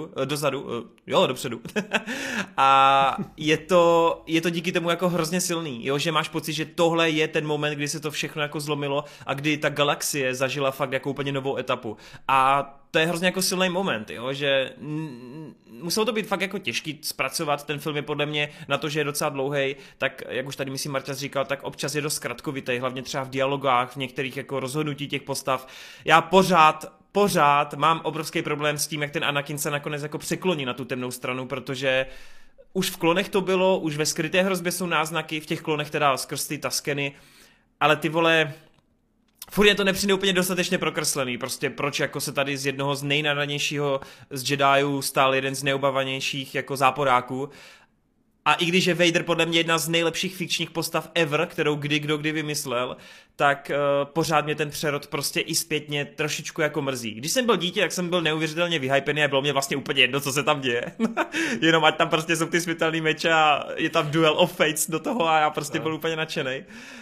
[SPEAKER 1] dopředu. A je to díky tomu jako hrozně silný, jo, že máš pocit, že tohle je ten moment, kdy se to všechno jako zlomilo a kdy ta galaxie zažila fakt jako úplně novou etapu. A to je hrozně jako silný moment, jo, že muselo to být fakt jako těžký zpracovat, ten film je podle mě na to, že je docela dlouhý, tak jak už tady myslím Marťas říkal, tak občas je dost zkratkovitý, hlavně třeba v dialogách, v některých jako rozhodnutí těch postav. Já pořád mám obrovský problém s tím, jak ten Anakin se nakonec jako překloní na tu temnou stranu, protože už v klonech to bylo, už ve Skryté hrozbě jsou náznaky, v těch klonech teda skrz ty Taskeny, ale ty vole, furt je to nepřijde úplně dostatečně prokreslený, prostě proč jako se tady z jednoho z nejnadanějšího z Jediů stal jeden z neobavanějších jako záporáků. A i když je Vader podle mě jedna z nejlepších fikčních postav ever, kterou kdy vymyslel, tak pořád mě ten přerod prostě i zpětně trošičku jako mrzí. Když jsem byl dítě, tak jsem byl neuvěřitelně vyhypený a bylo mě vlastně úplně jedno, co se tam děje. Jenom ať tam prostě jsou ty smrtelný meče a je tam Duel of Fates do toho a já prostě byl úplně nadšenej.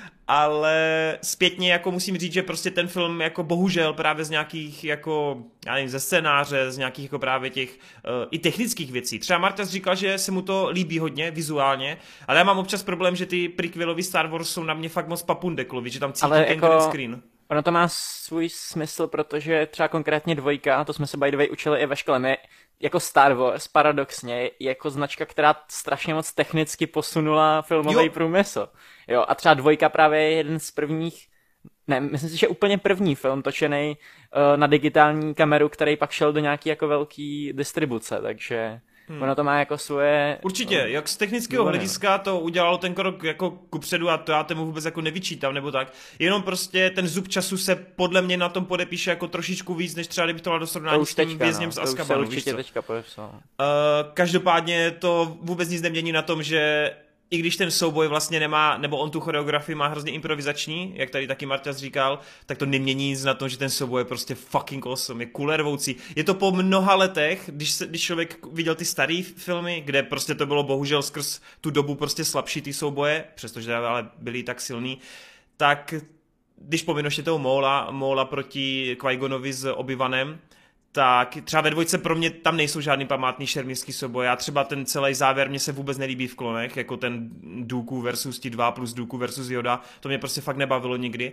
[SPEAKER 1] Ale zpětně jako musím říct, že prostě ten film jako bohužel právě z nějakých jako, já nevím, ze scénáře, z nějakých jako právě těch i technických věcí. Třeba Marta říkal, že se mu to líbí hodně vizuálně, ale já mám občas problém, že ty prequelový Star Wars jsou na mě fakt moc papundeklovi, že tam cítí ten
[SPEAKER 3] jako
[SPEAKER 1] green screen.
[SPEAKER 3] Ono to má svůj smysl, protože třeba konkrétně 2, to jsme se by the way učili i ve škole, my jako Star Wars paradoxně je jako značka, která strašně moc technicky posunula filmový průmysl. Jo, a třeba 2 právě je jeden z prvních, ne, myslím si, že úplně první film točený na digitální kameru, který pak šel do nějaký jako velký distribuce, takže ono to má jako svoje...
[SPEAKER 1] Určitě, jak z technického hlediska to udělalo ten krok jako kupředu a to já tomu vůbec jako nevyčítám nebo tak. Jenom prostě ten zub času se podle mě na tom podepíše jako trošičku víc, než třeba kdyby to dalo do srovnání s tím Vězněm z Azkabanu.
[SPEAKER 3] To už se určitě teďka podepsal.
[SPEAKER 1] Každopádně to vůbec nic nemění na tom, že i když ten souboj vlastně nemá, nebo on tu choreografii má hrozně improvizační, jak tady taky Marťas říkal, tak to nemění nic na tom, že ten souboj je prostě fucking awesome, je kulervoucí. Je to po mnoha letech, když člověk viděl ty staré filmy, kde prostě to bylo bohužel skrz tu dobu prostě slabší ty souboje, přestože ale byly tak silný, tak když pominu ještě toho Maula proti Qui-Gonovi s Obi-Wanem, tak třeba ve 2 pro mě tam nejsou žádný památný šermířský souboje. A třeba ten celý závěr mě se vůbec nelíbí v klonech, jako ten Dooku versus ti 2 plus Dooku versus Yoda. To mě prostě fakt nebavilo nikdy.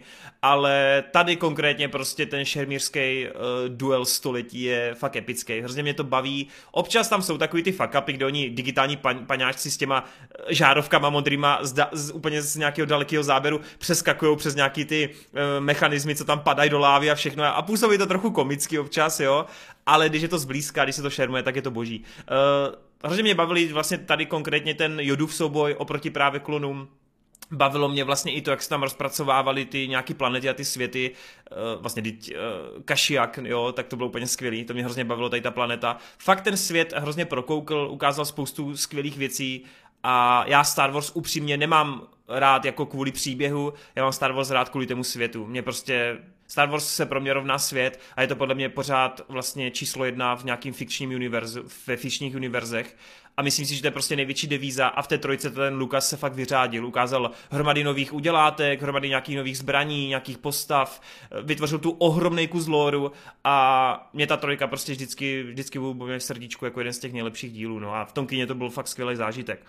[SPEAKER 1] Ale tady konkrétně prostě ten šermířský duel století je fakt epický. Hrozně mě to baví. Občas tam jsou takový ty fuck upy, kde oni digitální paňáčci s těma žárovkama modrýma úplně z nějakého dalekého záběru přeskakujou přes nějaký ty mechanismy, co tam padají do lávy a všechno. A působí to trochu komicky občas, jo. Ale když je to zblízka, když se to šermuje, tak je to boží. Hrozně mě bavili vlastně tady konkrétně ten Jodův souboj oproti právě klonům. Bavilo mě vlastně i to, jak se tam rozpracovávali ty nějaký planety a ty světy, vlastně Kashyyyk, jo, tak to bylo úplně skvělý, to mě hrozně bavilo tady ta planeta. Fakt ten svět hrozně prokoukl, ukázal spoustu skvělých věcí a já Star Wars upřímně nemám rád jako kvůli příběhu, já mám Star Wars rád kvůli tomu světu. Mě prostě Star Wars se pro mě rovná svět a je to podle mě pořád vlastně číslo 1 v nějakým fikčním univerzu, ve fikčních univerzech. A myslím si, že to je prostě největší devíza a v té 3 ten Lucas se fakt vyřádil. Ukázal hromady nových udělátek, hromady nějakých nových zbraní, nějakých postav, vytvořil tu ohromnej kus lóru a mě ta 3 prostě vždycky byl v srdíčku jako jeden z těch nejlepších dílů. No a v tom kině to byl fakt skvělý zážitek.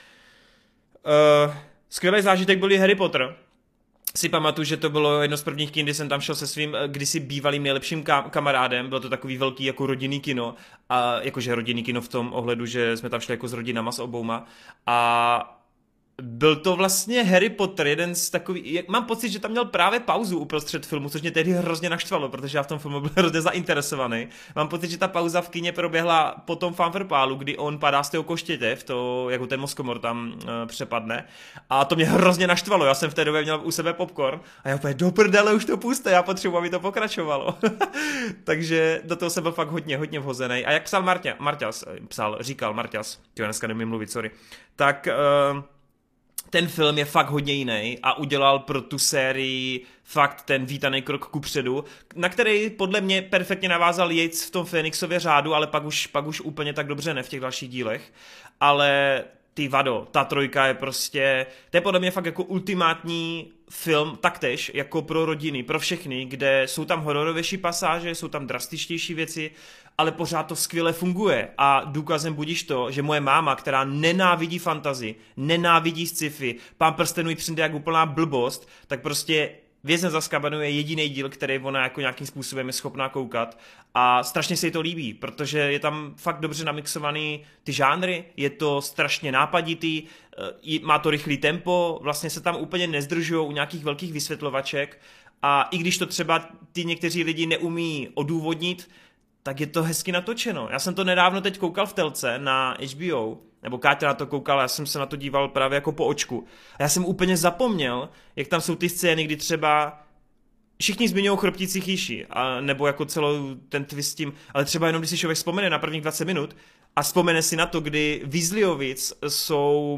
[SPEAKER 1] Skvělý zážitek byl i Harry Potter. Si pamatuju, že to bylo jedno z prvních kin, kdy jsem tam šel se svým kdysi bývalým nejlepším kamarádem, bylo to takový velký jako rodinný kino, a jakože rodinný kino v tom ohledu, že jsme tam šli jako s rodinama s obouma a byl to vlastně Harry Potter, jeden z takových, mám pocit, že tam měl právě pauzu uprostřed filmu, což mě tehdy hrozně naštvalo, protože já v tom filmu byl hrozně zainteresovaný. Mám pocit, že ta pauza v kině proběhla po tom fanfarpálu, kdy on padá z toho koštěte, jako ten mozkomor tam přepadne. A to mě hrozně naštvalo, já jsem v té době měl u sebe popcorn a já úplně do prdele, už to puste, já potřebuji, aby to pokračovalo. Takže do toho jsem byl fakt hodně vhozený. A jak psal říkal Marťas, dneska nemůžu mluvit, sorry, tak... ten film je fakt hodně jiný a udělal pro tu sérii fakt ten vítaný krok kupředu, na který podle mě perfektně navázal Yates v tom Fénixově řádu, ale pak už úplně tak dobře ne v těch dalších dílech. Ale ty vado, ta trojka je prostě, to je podle mě fakt jako ultimátní film taktéž jako pro rodiny, pro všechny, kde jsou tam hororovější pasáže, jsou tam drastičtější věci, ale pořád to skvěle funguje a důkazem budíš to, že moje máma, která nenávidí fantasy, nenávidí sci-fi, Pán prstenů jí přijde jak úplná blbost, tak prostě Vězeň z Azkabanu je jediný díl, který ona jako nějakým způsobem je schopná koukat a strašně se jí to líbí, protože je tam fakt dobře namixovaný ty žánry, je to strašně nápaditý, má to rychlý tempo, vlastně se tam úplně nezdržujou u nějakých velkých vysvětlovaček a i když to třeba ty někteří lidi neumí odůvodnit, tak je to hezky natočeno. Já jsem to nedávno teď koukal v telce na HBO, nebo Káťa na to koukala, já jsem se na to díval právě jako po očku. A já jsem úplně zapomněl, jak tam jsou ty scény, kdy třeba všichni zmiňují Chroptící chýši, nebo jako celou ten twist s tím, ale třeba jenom když si člověk vzpomene na prvních 20 minut a vzpomene si na to, kdy Weasleyovic jsou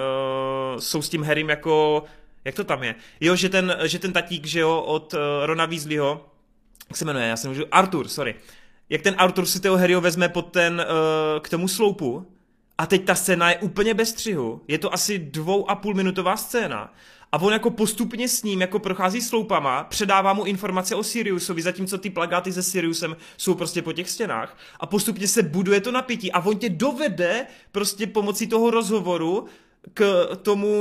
[SPEAKER 1] s tím Harrym jako, jak to tam je? Jo, že ten tatík, že jo, od Rona Weasleyho, jak se jmenuje, já jsem můžu, Arthur, sorry. Jak ten Arthur si toho Harryho vezme pod k tomu sloupu a teď ta scéna je úplně bez střihu. Je to asi 2,5 minutová scéna. A on jako postupně s ním jako prochází sloupama, předává mu informace o Siriusovi, zatímco ty plakáty se Siriusem jsou prostě po těch stěnách a postupně se buduje to napětí a on tě dovede prostě pomocí toho rozhovoru k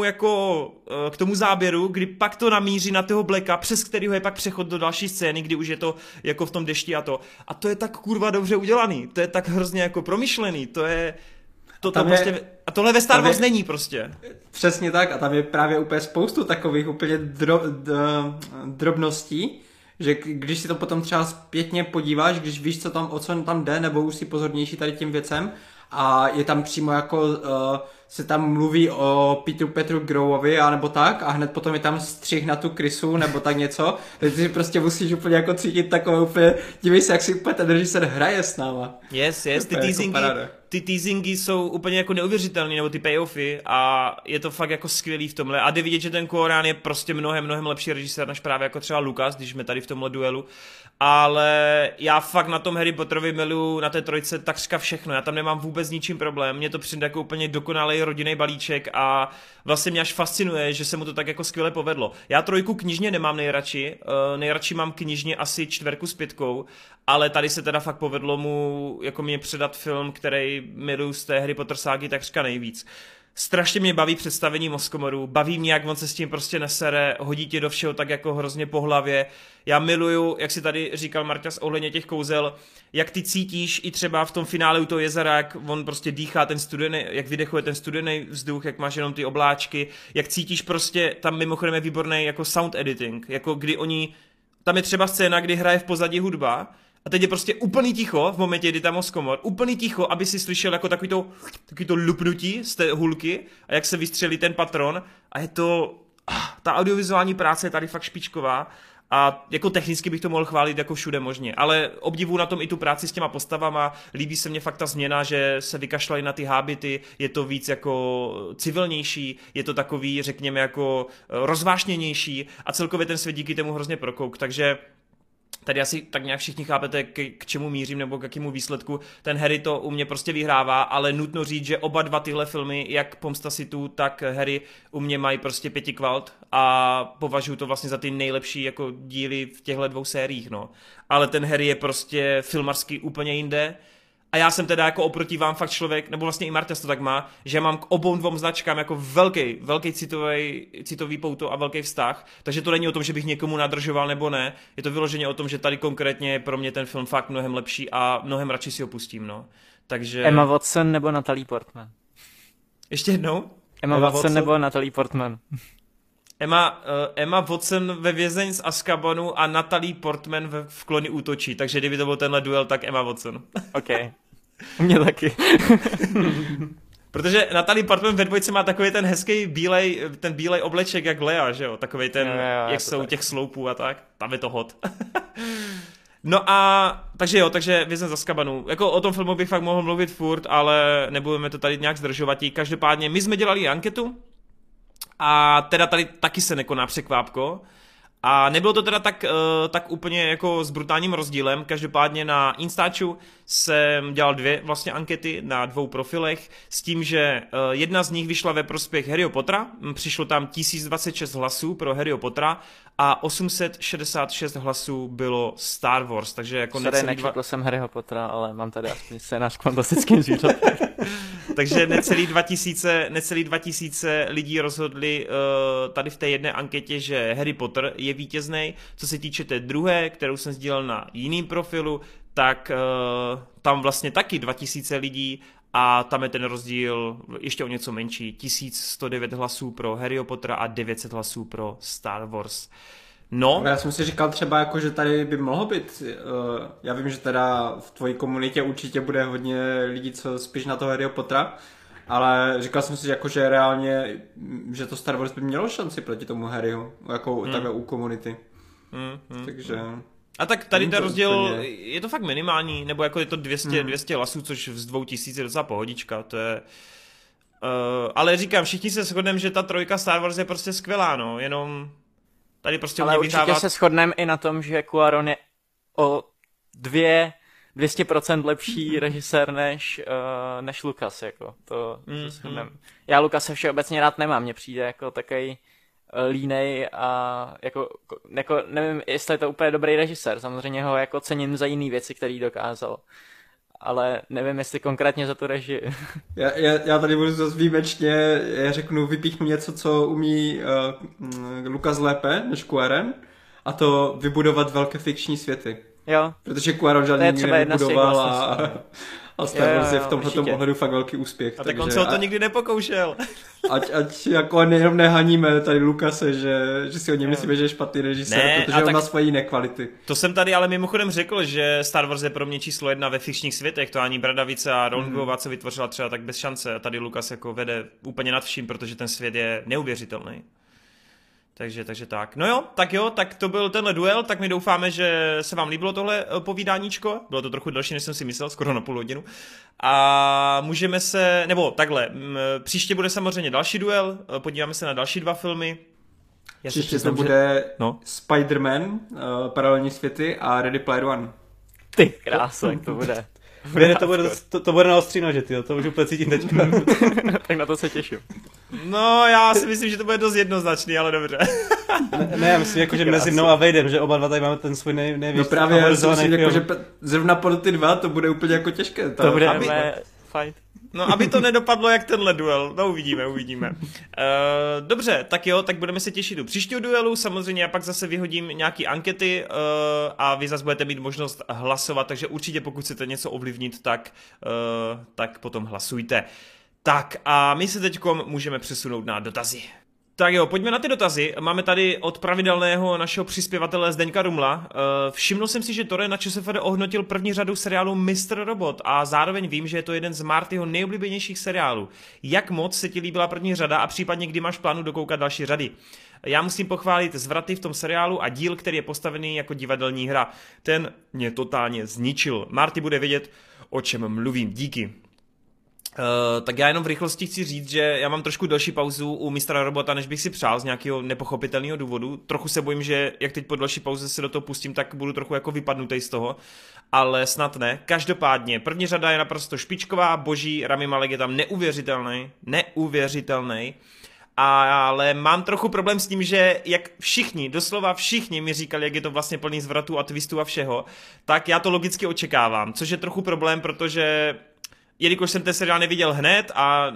[SPEAKER 1] tomu záběru, kdy pak to namíří na toho Blacka, přes kterýho je pak přechod do další scény, kdy už je to jako v tom dešti a to. A to je tak kurva dobře udělaný, to je tak hrozně jako promyšlený, to je... A tohle ve Star Wars není prostě.
[SPEAKER 4] Přesně tak a tam je právě úplně spoustu takových úplně drobností, že když si to potom třeba zpětně podíváš, když víš, o co tam jde, nebo už si pozornější tady tím věcem a je tam přímo jako... se tam mluví o Petru Growovi a nebo tak a hned potom je tam střih na tu krysu nebo tak něco, takže ty si prostě musíš úplně jako cítit takové úplně, dívej se, jak si úplně ten režisér hraje s náma.
[SPEAKER 1] Yes, ty teasingy jsou úplně jako neuvěřitelný, nebo ty payoffy a je to fakt jako skvělý v tomhle a jde vidět, že ten Cuarón je prostě mnohem lepší režisér než právě jako třeba Lucas, když jsme tady v tomhle duelu, ale já fakt na tom Harry Potterovi miluju na té trojce takřka všechno, já tam nemám vůbec ničím problém, mně to přijde jako úplně dokonalý rodinný balíček a vlastně mě až fascinuje, že se mu to tak jako skvěle povedlo. Já trojku knižně nemám nejradši mám knižně asi 4 s 5, ale tady se teda fakt povedlo mu jako mě předat film, který miluju z té Harry Potter ságy takřka nejvíc. Strašně mě baví představení Moskomoru, baví mě, jak on se s tím prostě nesere, hodí tě do všeho tak jako hrozně po hlavě. Já miluju, jak si tady říkal Marťas ohledně těch kouzel, jak ty cítíš i třeba v tom finále u toho jezera, jak on prostě dýchá ten studený, jak vydechuje ten studený vzduch, jak máš jenom ty obláčky, jak cítíš prostě, tam mimochodem je výborný jako sound editing, jako kdy tam je třeba scéna, kdy hraje v pozadí hudba, a teď je prostě úplný ticho v momentě, kdy tam Moskomor, úplný ticho, aby si slyšel jako takový to lupnutí z té hulky a jak se vystřelí ten patron a je to, ta audiovizuální práce je tady fakt špičková a jako technicky bych to mohl chválit jako všude možně, ale obdivuju na tom i tu práci s těma postavama, líbí se mně fakt ta změna, že se vykašlali na ty hábity, je to víc jako civilnější, je to takový, řekněme, jako rozvášněnější a celkově ten svět díky tomu hrozně prokouk, takže tady asi tak nějak všichni chápete, k čemu mířím nebo k jakému výsledku. Ten Harry to u mě prostě vyhrává, ale nutno říct, že oba dva tyhle filmy, jak Pomsta Sithů, tak Harry u mě mají prostě 5 kvalt a považuji to vlastně za ty nejlepší jako díly v těchto 2 sériích, no. Ale ten Harry je prostě filmarsky úplně jinde. A já jsem teda jako oproti vám fakt člověk, nebo vlastně i Marťas to tak má, že mám k obou 2 značkám jako velký citový pouto a velký vztah, takže to není o tom, že bych někomu nadržoval nebo ne, je to vyloženě o tom, že tady konkrétně je pro mě ten film fakt mnohem lepší a mnohem radši si ho pustím, no. Takže...
[SPEAKER 3] Emma Watson nebo Natalie Portman?
[SPEAKER 1] Ještě jednou?
[SPEAKER 3] Emma Watson nebo Natalie Portman?
[SPEAKER 1] Emma Watson ve Vězeň z Azkabanu a Natalie Portman v Klony útočí, takže kdyby to byl tenhle duel, tak Emma Watson.
[SPEAKER 3] OK. U mě taky.
[SPEAKER 1] Protože Natalie Portman ve 2 má takový ten hezký bílej obleček jak Lea, že jo? Takovej ten, jak jsou těch sloupů a tak. Tam je to hot. No a, takže Vězeň z Azkabanu. Jako o tom filmu bych fakt mohl mluvit furt, ale nebudeme to tady nějak zdržovat. Každopádně my jsme dělali anketu, a teda tady taky se nekoná překvápko A nebylo to teda tak úplně jako s brutálním rozdílem, každopádně na Instaču jsem dělal 2 vlastně ankety na 2 profilech s tím, že jedna z nich vyšla ve prospěch Harryho Pottera, přišlo tam 1026 hlasů pro Harryho Pottera a 866 hlasů bylo Star Wars, takže jako
[SPEAKER 3] nečetl jsem Harryho Pottera, ale mám tady aspoň scénář k fantastickým zvířatům.
[SPEAKER 1] Takže necelý 2000 lidí rozhodli tady v té jedné anketě, že Harry Potter je vítěznej. Co se týče té druhé, kterou jsem sdílel na jiným profilu, tak tam vlastně taky 2000 lidí a tam je ten rozdíl ještě o něco menší. 1109 hlasů pro Harryho Pottera a 900 hlasů pro Star Wars. No.
[SPEAKER 4] Já jsem si říkal třeba, jako, že tady by mohlo být, já vím, že teda v tvojí komunitě určitě bude hodně lidí, co spíš na toho Harryho Pottera, ale říkal jsem si, jako, že reálně, že to Star Wars by mělo šanci proti tomu Harryho, jako takhle u komunity. Takže...
[SPEAKER 1] A tak tady ten rozdíl, je to fakt minimální, nebo jako je to 200 hlasů, což z 2000 je docela pohodička, to je... ale říkám, všichni se shodneme, že ta trojka Star Wars je prostě skvělá, no, jenom... Tady prostě
[SPEAKER 3] ale určitě se shodneme i na tom, že Cuarón je o 200% lepší režisér než Lucas, jako to shodneme. Já Lucase všeobecně rád nemám, mně přijde jako takovej línej a jako nevím, jestli je to úplně dobrý režisér, samozřejmě ho jako cením za jiný věci, který dokázal. Ale nevím, jestli konkrétně za tu režii.
[SPEAKER 4] Já tady budu zase výjimečně, já řeknu, vypíchnu něco, co umí Lucas lépe než Cuarón, a to vybudovat velké fikční světy.
[SPEAKER 3] Jo.
[SPEAKER 4] Protože Cuarón žádný nikdy nevybudoval a Star Wars je v tomhle ohledu fakt velký úspěch.
[SPEAKER 1] A tak on se o to nikdy nepokoušel.
[SPEAKER 4] Ať jako jenom nehaníme tady Lucase, že si o něm myslíme, že je špatný režisér, protože on má svoje jiné kvality.
[SPEAKER 1] To jsem tady ale mimochodem řekl, že Star Wars je pro mě číslo 1 ve fikčních světech, to ani Bradavice a Rowlingová, co vytvořila třeba, tak bez šance. A tady Lucas jako vede úplně nad vším, protože ten svět je neuvěřitelný. Takže tak. No jo, tak to byl tenhle duel, tak my doufáme, že se vám líbilo tohle povídáníčko. Bylo to trochu delší, než jsem si myslel, skoro na půl hodinu. A můžeme se, nebo takhle, příště bude samozřejmě další duel, podíváme se na další 2 filmy.
[SPEAKER 4] Příště to bude Spider-Man, paralelní světy a Ready Player One.
[SPEAKER 3] Ty krása, jak to bude.
[SPEAKER 2] To bude na ostrý nože, tyjo, to už úplně cítím teďka.
[SPEAKER 3] Tak na to se těším.
[SPEAKER 1] No, já si myslím, že to bude dost jednoznačný, ale dobře.
[SPEAKER 2] Ne, já myslím, jako, že mezi mnou a Vaderem, že oba dva tady máme ten svůj největší.
[SPEAKER 4] No právě, já si myslím, jako, že zrovna po ty 2 to bude úplně jako těžké.
[SPEAKER 3] To bude fight.
[SPEAKER 1] No, aby to nedopadlo jak tenhle duel, no uvidíme. Dobře, tak budeme se těšit do příštího duelu, samozřejmě já pak zase vyhodím nějaký ankety a vy zase budete mít možnost hlasovat, takže určitě pokud chcete něco ovlivnit, tak potom hlasujte. Tak a my se teďkom můžeme přesunout na dotazy. Tak jo, pojďme na ty dotazy. Máme tady od pravidelného našeho přispěvatele Zdeňka Rumla. Všiml jsem si, že Tore na ČSFD ohodnotil první řadu seriálu Mr. Robot a zároveň vím, že je to jeden z Martyho nejoblíbenějších seriálů. Jak moc se ti líbila první řada a případně kdy máš plánu dokoukat další řady? Já musím pochválit zvraty v tom seriálu a díl, který je postavený jako divadelní hra. Ten mě totálně zničil. Marty bude vědět, o čem mluvím. Díky. Tak já jenom v rychlosti chci říct, že já mám trošku delší pauzu u Mistra Robota, než bych si přál z nějakého nepochopitelného důvodu. Trochu se bojím, že jak teď po delší pauze se do toho pustím, tak budu trochu jako vypadnutej z toho, ale snad ne. Každopádně, první řada je naprosto špičková, boží, Rami Malek je tam neuvěřitelný. Ale mám trochu problém s tím, že jak doslova všichni mi říkali, jak je to vlastně plný zvratů a twistů a všeho, tak já to logicky očekávám, což je trochu problém, protože jelikož jsem ten seriál neviděl hned a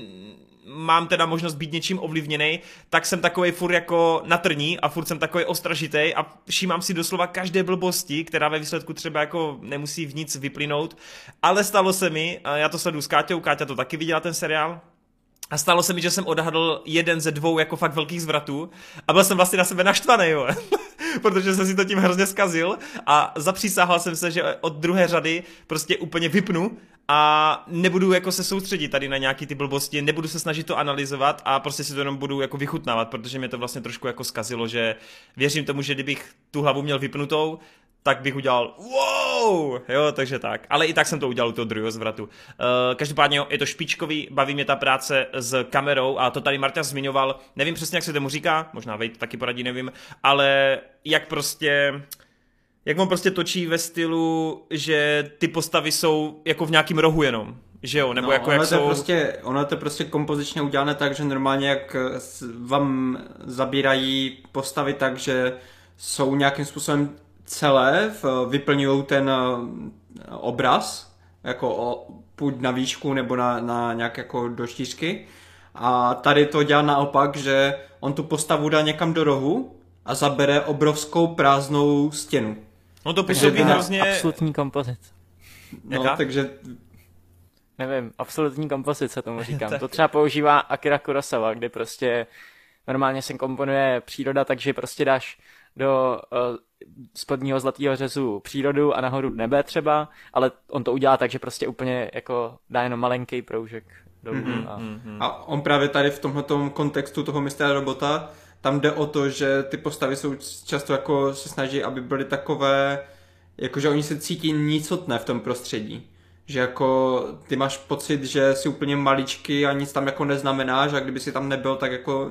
[SPEAKER 1] mám teda možnost být něčím ovlivněný, tak jsem takovej furt jako na trní a furt jsem takovej ostražitej a všímám si doslova každé blbosti, která ve výsledku třeba jako nemusí v nic vyplynout, ale stalo se mi, já to sleduju s Káťou, Káťa to taky viděla ten seriál, a stalo se mi, že jsem odhadl jeden ze 2 jako fakt velkých zvratů a byl jsem vlastně na sebe naštvaný, jo. Protože jsem si to tím hrozně zkazil a zapřísáhal jsem se, že od druhé řady prostě úplně vypnu a nebudu jako se soustředit tady na nějaký ty blbosti, nebudu se snažit to analyzovat a prostě si to jenom budu jako vychutnávat, protože mě to vlastně trošku jako zkazilo, že věřím tomu, že kdybych tu hlavu měl vypnutou, tak bych udělal wow, jo, takže tak. Ale i tak jsem to udělal u toho druhého zvratu. Každopádně je to špičkový, baví mě ta práce s kamerou a to tady Marta zmiňoval, nevím přesně, jak se tomu říká, možná Vejt taky poradí, nevím, ale jak on prostě točí ve stylu, že ty postavy jsou jako v nějakým rohu jenom. Že jo, nebo jako jak jsou...
[SPEAKER 4] Ono je to prostě kompozičně udělané tak, že normálně jak vám zabírají postavy tak, že jsou nějakým způsobem celé, vyplňují ten obraz, jako půjď na výšku nebo na nějak jako do štířky. A tady to dělá naopak, že on tu postavu dá někam do rohu a zabere obrovskou prázdnou stěnu.
[SPEAKER 1] No to působí hrozně...
[SPEAKER 3] Absolutní kompozit.
[SPEAKER 4] No, takže...
[SPEAKER 3] Nevím, absolutní kompozice tomu říkám. To třeba používá Akira Kurosawa, kde prostě normálně se komponuje příroda, takže prostě dáš do spodního zlatého řezu přírodu a nahoru nebe třeba, ale on to udělá tak, že prostě úplně jako dá jenom malenký proužek dolů.
[SPEAKER 4] A on právě tady v tomhletom kontextu toho mistra robota, tam jde o to, že ty postavy jsou často jako se snaží, aby byly takové, jakože oni se cítí nicotné v tom prostředí. Že jako ty máš pocit, že jsi úplně maličký a nic tam jako neznamenáš a kdyby si tam nebyl, tak jako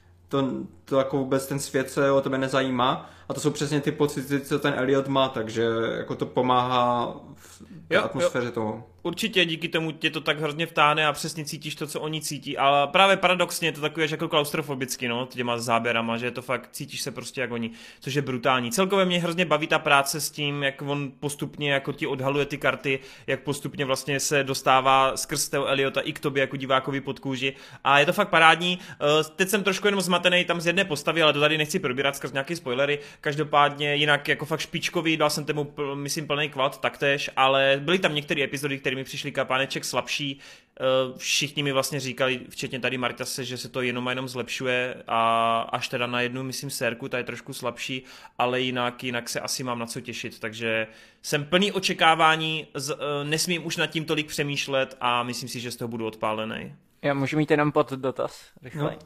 [SPEAKER 4] to jako vůbec ten svět se o tebe nezajímá. A to jsou přesně ty pocity, co ten Elliot má, takže jako to pomáhá v té atmosféře toho.
[SPEAKER 1] Určitě díky tomu tě to tak hrozně vtáhne a přesně cítíš to, co oni cítí, ale právě paradoxně je to takové jako klaustrofobicky, no, těma záběrama, že je to fakt, cítíš se prostě jak oni, což je brutální. Celkově mě hrozně baví ta práce s tím, jak on postupně jako ti odhaluje ty karty, jak postupně vlastně se dostává skrz toho Elliota i k tobě jako divákovi pod kůži a je to fakt parádní. Teď jsem trošku jenom zmatený tam z jedné postavy, ale to tady nechci probírat skrz nějaký spoilery. Každopádně jinak jako fakt špičkový, dal jsem tomu myslím plný kvalt taktéž, ale byly tam některé epizody, které mi přišly kapáneček slabší. Všichni mi vlastně říkali, včetně tady Martase, že se to jenom a jenom zlepšuje a až teda na jednu, myslím, sérku, ta je trošku slabší, ale jinak se asi mám na co těšit, takže jsem plný očekávání, nesmím už nad tím tolik přemýšlet a myslím si, že z toho budu odpálený.
[SPEAKER 3] Já můžu mít jenom pod dotaz, rychle.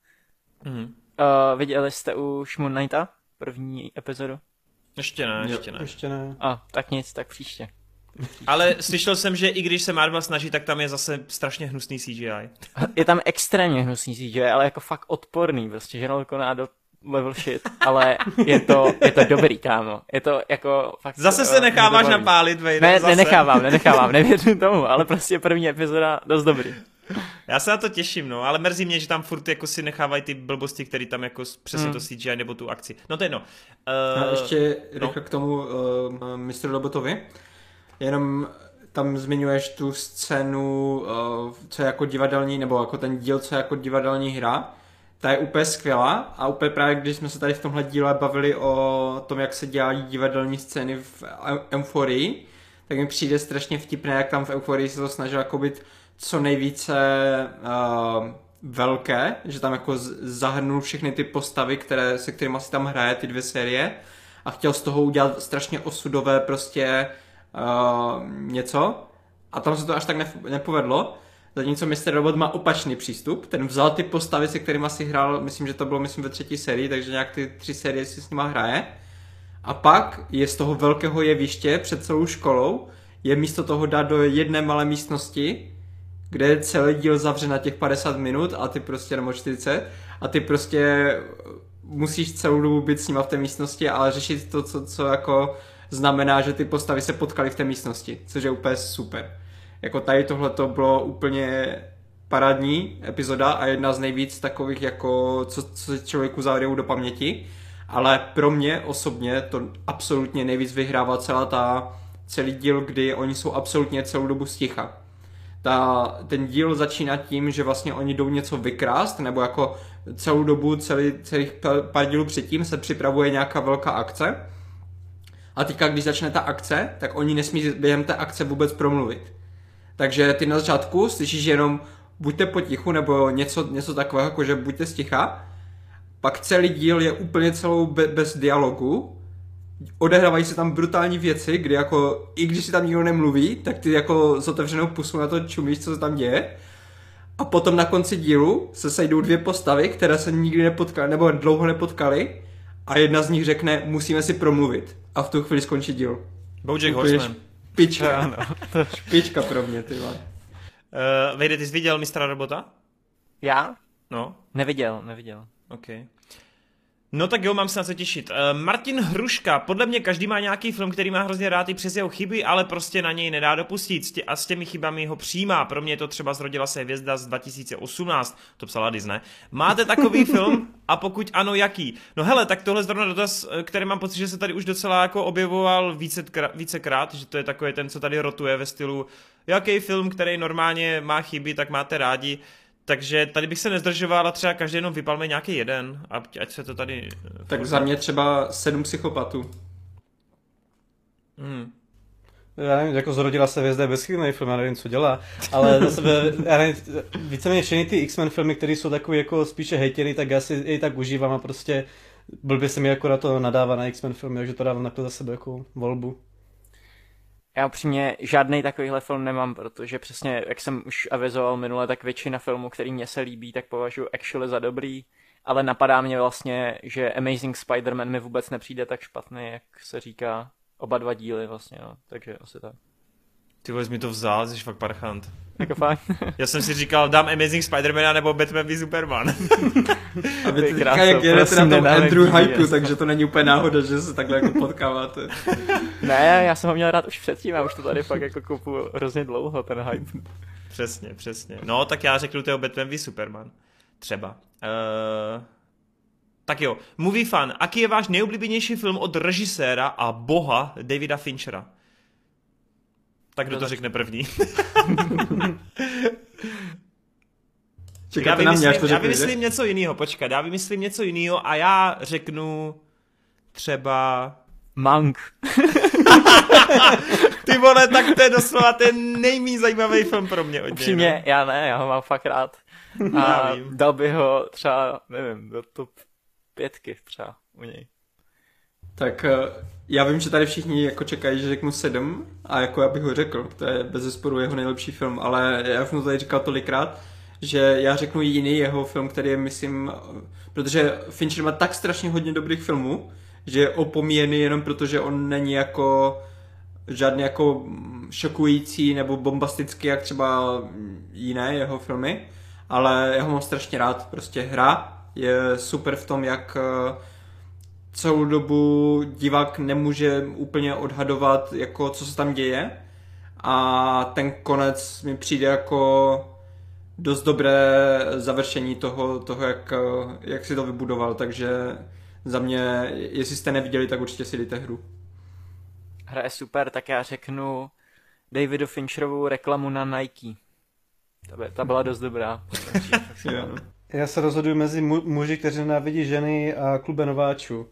[SPEAKER 1] No.
[SPEAKER 3] Viděli jste už Moon Knighta? První epizodu?
[SPEAKER 1] Ještě ne.
[SPEAKER 3] Tak nic, tak příště.
[SPEAKER 1] Ale slyšel jsem, že i když se Marvel snaží, tak tam je zase strašně hnusný CGI.
[SPEAKER 3] Je tam extrémně hnusný CGI, ale jako fakt odporný, prostě, že koná do level shit, ale je to dobrý, kámo. Je to jako fakt...
[SPEAKER 1] Zase se necháváš napálit, Vejde.
[SPEAKER 3] Ne, nenechávám, nevěřím tomu, ale prostě první epizoda dost dobrý.
[SPEAKER 1] Já se na to těším, no, ale mrzí mě, že tam furt jako si nechávají ty blbosti, který tam jako přesně to CGI nebo tu akci. No to je jedno.
[SPEAKER 4] A ještě rychle k tomu Mr. Robotovi. Jenom tam zmiňuješ tu scénu, co je jako divadelní, nebo jako ten díl, co je jako divadelní hra. Ta je úplně skvělá a úplně právě, když jsme se tady v tomhle díle bavili o tom, jak se dělají divadelní scény v Euforii, tak mi přijde strašně vtipné, jak tam v Euforii se to snažilo jako být co nejvíce velké, že tam jako zahrnul všechny ty postavy, se kterými si tam hraje, ty 2 série a chtěl z toho udělat strašně osudové prostě něco a tam se to až tak nepovedlo, zatímco Mr. Robot má opačný přístup, ten vzal ty postavy, se kterými si hrál, myslím, že to bylo ve 3. sérii, takže nějak ty 3 série si s nima hraje a pak je z toho velkého jeviště před celou školou, je místo toho dát do jedné malé místnosti, kde je celý díl zavřen na těch 50 minut a ty prostě, nebo 40 a ty prostě musíš celou dobu být s nima v té místnosti, ale řešit to, co jako znamená, že ty postavy se potkaly v té místnosti, což je úplně super. Jako tady tohle to bylo úplně parádní epizoda a jedna z nejvíc takových jako, co se člověku zavědou do paměti, ale pro mě osobně to absolutně nejvíc vyhrává celý díl, kdy oni jsou absolutně celou dobu sticha. Ten díl začíná tím, že vlastně oni jdou něco vykrást, nebo jako celou dobu, celých pár dílů předtím se připravuje nějaká velká akce. A teďka, když začne ta akce, tak oni nesmí během té akce vůbec promluvit. Takže ty na začátku slyšíš jenom buďte potichu, nebo něco takového, jako že buďte sticha. Pak celý díl je úplně celou bez dialogu. Odehrávají se tam brutální věci, kdy jako, i když si tam nikdo nemluví, tak ty jako s otevřenou pusou na to čumíš, co se tam děje. A potom na konci dílu se sejdou 2 postavy, které se nikdy nepotkaly, nebo dlouho nepotkaly. A jedna z nich řekne, musíme si promluvit. a v tu chvíli skončí díl.
[SPEAKER 1] BoJack Horseman.
[SPEAKER 4] Špička. Špička pro mě, ty vole.
[SPEAKER 1] Vejde, ty jsi viděl Mistra Robota?
[SPEAKER 3] Já?
[SPEAKER 1] No.
[SPEAKER 3] Neviděl.
[SPEAKER 1] OK. No tak jo, mám se na co těšit. Martin Hruška, podle mě každý má nějaký film, který má hrozně rád i přes jeho chyby, ale prostě na něj nedá dopustit a s těmi chybami ho přijímá. Pro mě je to třeba Zrodila se hvězda z 2018, to psala Disney. Máte takový film a pokud ano, jaký? No hele, tak tohle zrovna dotaz, který mám pocit, že se tady už docela jako objevoval vícekrát, že to je takový ten, co tady rotuje ve stylu, jaký film, který normálně má chyby, tak máte rádi. Takže tady bych se nezdržoval a třeba každý jenom vypalme nějaký jeden, ať se to tady...
[SPEAKER 4] Tak za mě třeba 7 psychopatů.
[SPEAKER 2] Já nevím, jako Zrodila se hvězda je bezchybný film, já nevím, co dělá, ale za sebe, já nevím, víceméně všechny ty X-Men filmy, které jsou takový jako spíše hejtěný, tak já si jej tak užívám a prostě blbě se mi jako na to nadává na X-Men filmy, takže to dávám na to za sebe jako volbu.
[SPEAKER 3] Já upřímně žádný takovýhle film nemám, protože přesně, jak jsem už avizoval minule, tak většina filmů, který mně se líbí, tak považuji actually za dobrý, ale napadá mě vlastně, že Amazing Spider-Man mi vůbec nepřijde tak špatný, jak se říká, oba dva díly vlastně, no. Takže asi tak.
[SPEAKER 1] Ty vole, jsi mi to vzal, jsi fakt parchant.
[SPEAKER 3] Jako fajn.
[SPEAKER 1] Já jsem si říkal, dám Amazing Spider-Man nebo Batman v Superman.
[SPEAKER 4] A vy to říká, jak jedete na tom Andrew hypeu, takže to není úplně náhoda, že se takhle jako potkáváte.
[SPEAKER 3] Ne, já jsem ho měl rád už předtím a už to tady fakt jako kupuju hrozně dlouho, ten hype.
[SPEAKER 1] Přesně. No, tak já řeknu toho Batman v Superman. Třeba. Tak jo, Movie Fan. Aký je váš nejoblíbenější film od režiséra a boha Davida Finchera? Tak kdo to řekne první? Já vymyslím něco jiného, počkat, já vymyslím něco jiného a já řeknu třeba...
[SPEAKER 3] Monk.
[SPEAKER 1] Ty vole, tak to je doslova ten nejméně zajímavý film pro mě od něj.
[SPEAKER 3] Upřímně, já ho mám fakt rád. A dal bych ho třeba, nevím, do top 5 třeba u něj.
[SPEAKER 4] Tak já vím, že tady všichni jako čekají, že řeknu 7 a jako já bych ho řekl, to je bezesporu jeho nejlepší film, ale já jsem to tady říkal tolikrát, že já řeknu jiný jeho film, který je, myslím, protože Fincher má tak strašně hodně dobrých filmů, že je opomíjený jenom proto, že on není jako žádný jako šokující nebo bombastický, jak třeba jiné jeho filmy, ale já ho mám strašně rád, prostě hra je super v tom, jak celou dobu divák nemůže úplně odhadovat, jako co se tam děje a ten konec mi přijde jako dost dobré završení toho jak si to vybudoval, takže za mě, jestli jste neviděli, tak určitě si dejte hru.
[SPEAKER 3] Hra je super, tak já řeknu Davidu Fincherovou reklamu na Nike. Ta byla dost dobrá.
[SPEAKER 2] Já se rozhoduji mezi muži, kteří nenávidí ženy a Klube nováčů.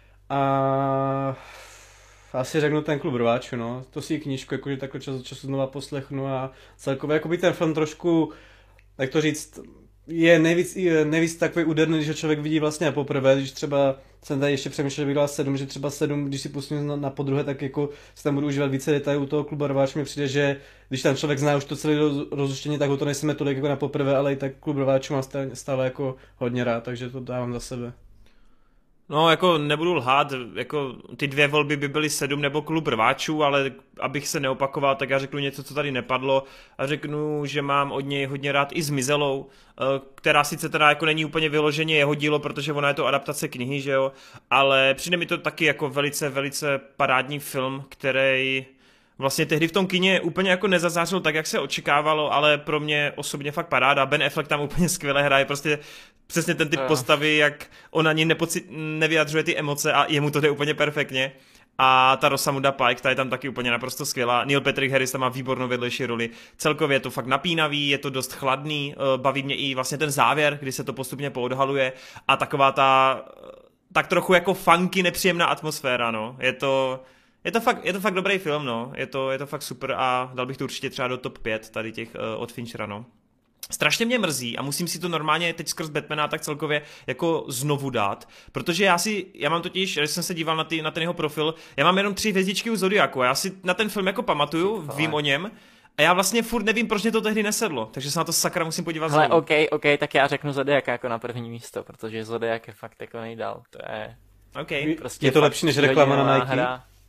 [SPEAKER 2] A asi řeknu ten Klub rváčů, no. To si knížku jakože takhle čas od času znova poslechnu a celkově jakoby ten film trošku, jak to říct, je nejvíc takový úderný, když ho člověk vidí vlastně poprvé, když třeba jsem tady ještě přemýšlel, že bych dal 7, že třeba 7, když si pustím na podruhé, tak jako se tam budu užívat více detailů u toho Kluba rváčů. Mi přijde, že když ten člověk zná už to celé rozluštění, tak ho to nejsme tolik jako na poprvé, ale i tak Klub rváčů mám stále jako hodně rád, takže to dávám za sebe.
[SPEAKER 1] No, jako nebudu lhát, jako ty dvě volby by byly 7 nebo Klub rváčů, ale abych se neopakoval, tak já řeknu něco, co tady nepadlo a řeknu, že mám od něj hodně rád i Zmizelou, která sice teda jako není úplně vyloženě jeho dílo, protože ona je to adaptace knihy, že jo, ale přijde mi to taky jako velice parádní film, který vlastně tehdy v tom kině úplně jako nezazářil tak, jak se očekávalo, ale pro mě osobně fakt paráda. Ben Affleck tam úplně skvěle hraje, prostě přesně ten typ postavy, jak on ani nevyjadřuje ty emoce a jemu to jde úplně perfektně. A ta Rosamunda Pike, ta je tam taky úplně naprosto skvělá. Neil Patrick Harris tam má výbornou vedlejší roli. Celkově je to fakt napínavý, je to dost chladný, baví mě i vlastně ten závěr, kdy se to postupně poodhaluje a taková ta tak trochu jako funky nepříjemná atmosféra, no. Je to fakt dobrý film, no. Je to fakt super a dal bych to určitě třeba do top 5 tady těch od Finchera, no. Strašně mě mrzí a musím si to normálně teď skrz Batmana tak celkově jako znovu dát, protože já mám totiž, když jsem se díval na ten jeho profil, já mám jenom 3 hvězdičky u Zodiaku a já si na ten film jako pamatuju, vím o něm a já vlastně furt nevím, proč mě to tehdy nesedlo, takže se na to sakra musím podívat znovu.
[SPEAKER 3] Ale OK, tak já řeknu Zodiaka jako na první místo, protože Zodiak je fakt jako nejdál, to je...
[SPEAKER 1] Okay.
[SPEAKER 2] Prostě je to lepší než reklama na Nike?
[SPEAKER 3] Hra.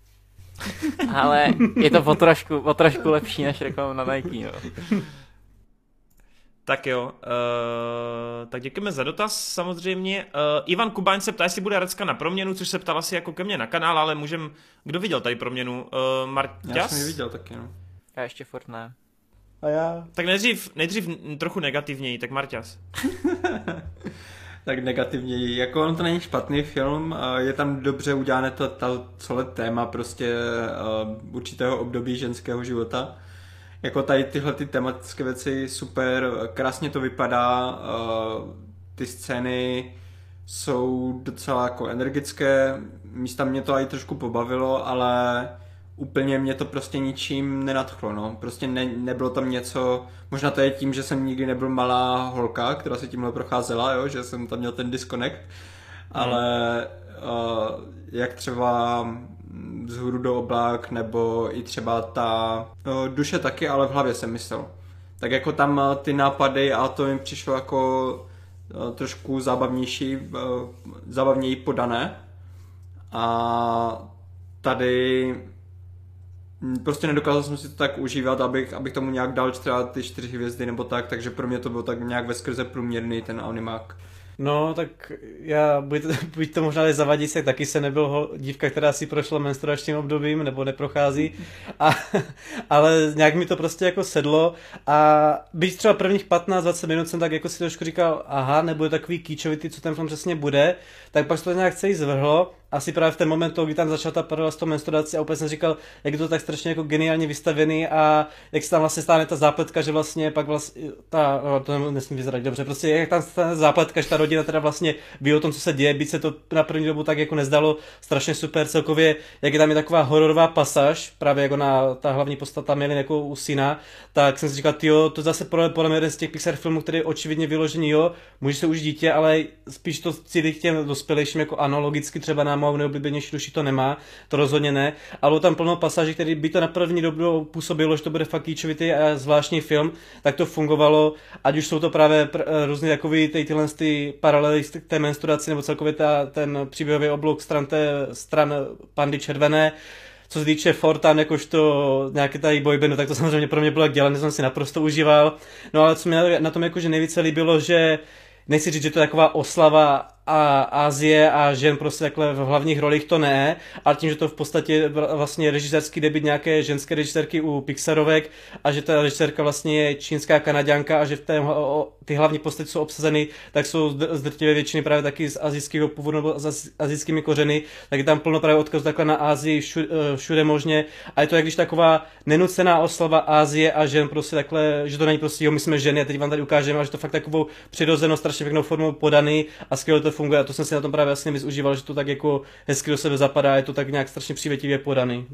[SPEAKER 3] Ale je to o trošku lepší než reklama na Nike, no.
[SPEAKER 1] Tak jo, tak děkujeme za dotaz samozřejmě. Ivan Kubáň se ptá, jestli bude Recka na proměnu, což se ptal asi jako ke mně na kanál, ale kdo viděl tady proměnu? Marťas?
[SPEAKER 4] Já jsem ji viděl taky, no.
[SPEAKER 3] Já ještě furt ne.
[SPEAKER 2] A já?
[SPEAKER 1] Tak nejdřív trochu negativněji, tak Marťas.
[SPEAKER 4] Tak negativněji, jako on to není špatný film, je tam dobře udělané to celé téma prostě určitého období ženského života. Jako tady tyhle ty tematické věci super, krásně to vypadá, ty scény jsou docela jako energické, místa mě to i trošku pobavilo, ale úplně mě to prostě ničím nenadchlo, no. Prostě nebylo tam něco, možná to je tím, že jsem nikdy nebyl malá holka, která se tímhle procházela, jo, že jsem tam měl ten disconnect, ale jak třeba Vzhůru do oblak, nebo i třeba ta Duše taky, ale v hlavě jsem myslel. Tak jako tam ty nápady a to mi přišlo jako trošku zábavněji podané. A tady prostě nedokázal jsem si to tak užívat, abych tomu nějak dal třeba ty 4 hvězdy nebo tak, takže pro mě to bylo tak nějak veskrze průměrný ten animák.
[SPEAKER 2] No, tak já, buď to možná zavadí se, taky se nebyl dívka, která si prošla menstruačním obdobím, nebo neprochází, ale nějak mi to prostě jako sedlo a byť třeba prvních 15-20 minut jsem tak jako si trošku říkal, aha, nebude takový kýčovitý, co ten film přesně bude, tak pak to nějak celý zvrhlo, asi právě v ten moment, kdy tam začala ta paralela s tou menstruací a úplně jsem říkal, jak je to tak strašně jako geniálně vystavený a jak se tam vlastně stane ta zápletka, že vlastně pak vlastně to nesmím vyzerať dobře, prostě jak tam stane zápletka, že ta rodina teda vlastně ví o tom, co se děje, byť se to na první dobu tak jako nezdalo, strašně super celkově, jak je tam je taková hororová pasáž, právě jako ta hlavní postava měli jako u syna, tak jsem si říkal, tyjo, to zase podle mě jeden z těch Pixar filmů, který je očividně vyložený, jo, může se už dítě, ale spíš to cílí k těm dospělejším, jako analogicky třeba na mou nejoblíbenější duši to nemá, to rozhodně ne, ale bylo tam plno pasáží, který by to na první dobu působilo, že to bude fakt kýčovitý a zvláštní film, tak to fungovalo, ať už jsou to právě různý takový tyhle paralely k té menstruaci, nebo celkově ten příběhový oblouk stran Pandy červené. Co se týče Fortan, jakožto nějaké tady boybandu, tak to samozřejmě pro mě bylo jak dělané, jsem si naprosto užíval. No ale co mě na tom jakože nejvíce líbilo, že nechci říct, že to je taková oslava a Asie a žen prostě takhle v hlavních rolích, to ne, ale tím, že to v podstatě vlastně režisérský debut nějaké ženské režisérky u Pixarovek a že ta režisérka vlastně je čínská Kanaďanka a že ty hlavní postavy jsou obsazeny, tak jsou z drtivé většiny právě taky z asijského původu nebo s asijskými kořeny, tak je tam plno právě odkaz takhle na Asii všude možně a je to jak když taková nenucená oslava Asie a žen prostě takhle, že to není prostě jo, my jsme ženy a teď vám tady ukážeme, a že to fakt takovou přirozenou, strašně pěknou formou podaný a skvěle to funguje a to jsem si na tom právě vlastně užíval, že to tak jako hezky do sebe zapadá, je to tak nějak strašně přívětivě podaný.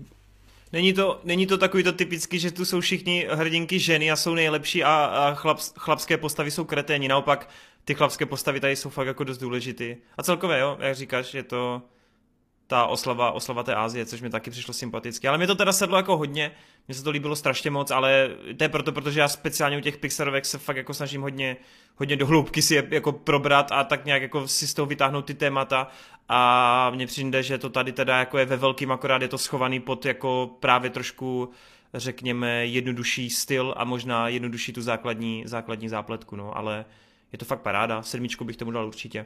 [SPEAKER 1] Není to takový to typický, že tu jsou všichni hrdinky ženy a jsou nejlepší a chlapské postavy jsou kreténi, naopak ty chlapské postavy tady jsou fakt jako dost důležitý. A celkově jo, jak říkáš, je to ta oslava té Asie, což mi taky přišlo sympaticky. Ale mě to teda sedlo jako hodně, mně se to líbilo strašně moc, ale to je protože já speciálně u těch Pixarovek se fakt jako snažím hodně do hloubky si je jako probrat a tak nějak jako si z toho vytáhnout ty témata a mně přijde, že to tady teda jako je ve velkým, akorát je to schovaný pod jako právě trošku řekněme jednodušší styl a možná jednodušší tu základní zápletku, no, ale je to fakt paráda, 7 bych tomu dal určitě.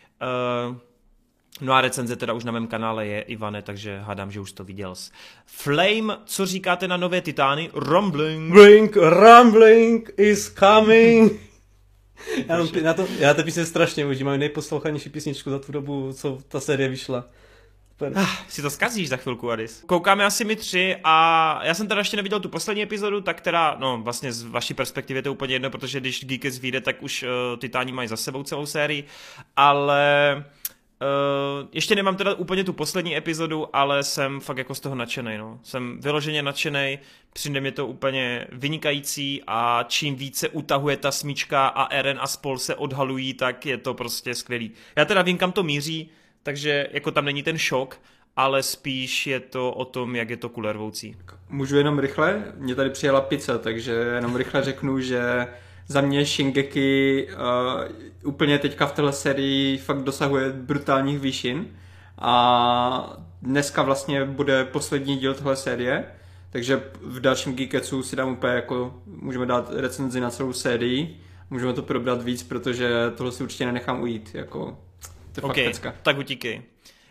[SPEAKER 1] No a recenze teda už na mém kanále je, Ivane, takže hádám, že už to viděl jsi. Flame, co říkáte na nové Titány? Rumbling is coming.
[SPEAKER 2] Já to písně strašně užívám, nejposlouchanější písničku za tu dobu, co ta série vyšla.
[SPEAKER 1] Si to zkazíš za chvilku, Adis. Koukáme asi my 3 a já jsem teda ještě neviděl tu poslední epizodu, tak teda, no vlastně z vaší perspektivy je to úplně jedno, protože když Geekets vyjde, tak už Titáni mají za sebou celou sérii, ale ještě nemám teda úplně tu poslední epizodu, ale jsem fakt jako z toho nadšenej, no. Jsem vyloženě nadšenej, přijde mě to úplně vynikající a čím více utahuje ta smyčka a Eren a spol se odhalují, tak je to prostě skvělý. Já teda vím, kam to míří, takže jako tam není ten šok, ale spíš je to o tom, jak je to kulervoucí.
[SPEAKER 4] Můžu jenom rychle? Mně tady přijela pizza, takže jenom rychle řeknu, že za mě Shingeki úplně teďka v téhle sérii fakt dosahuje brutálních výšin a dneska vlastně bude poslední díl tohle série, takže v dalším Geeketsu si dám úplně jako, můžeme dát recenzi na celou sérii, můžeme to probrat víc, protože tohle si určitě nenechám ujít, jako to je fakt pecka.
[SPEAKER 1] Tak utíkej.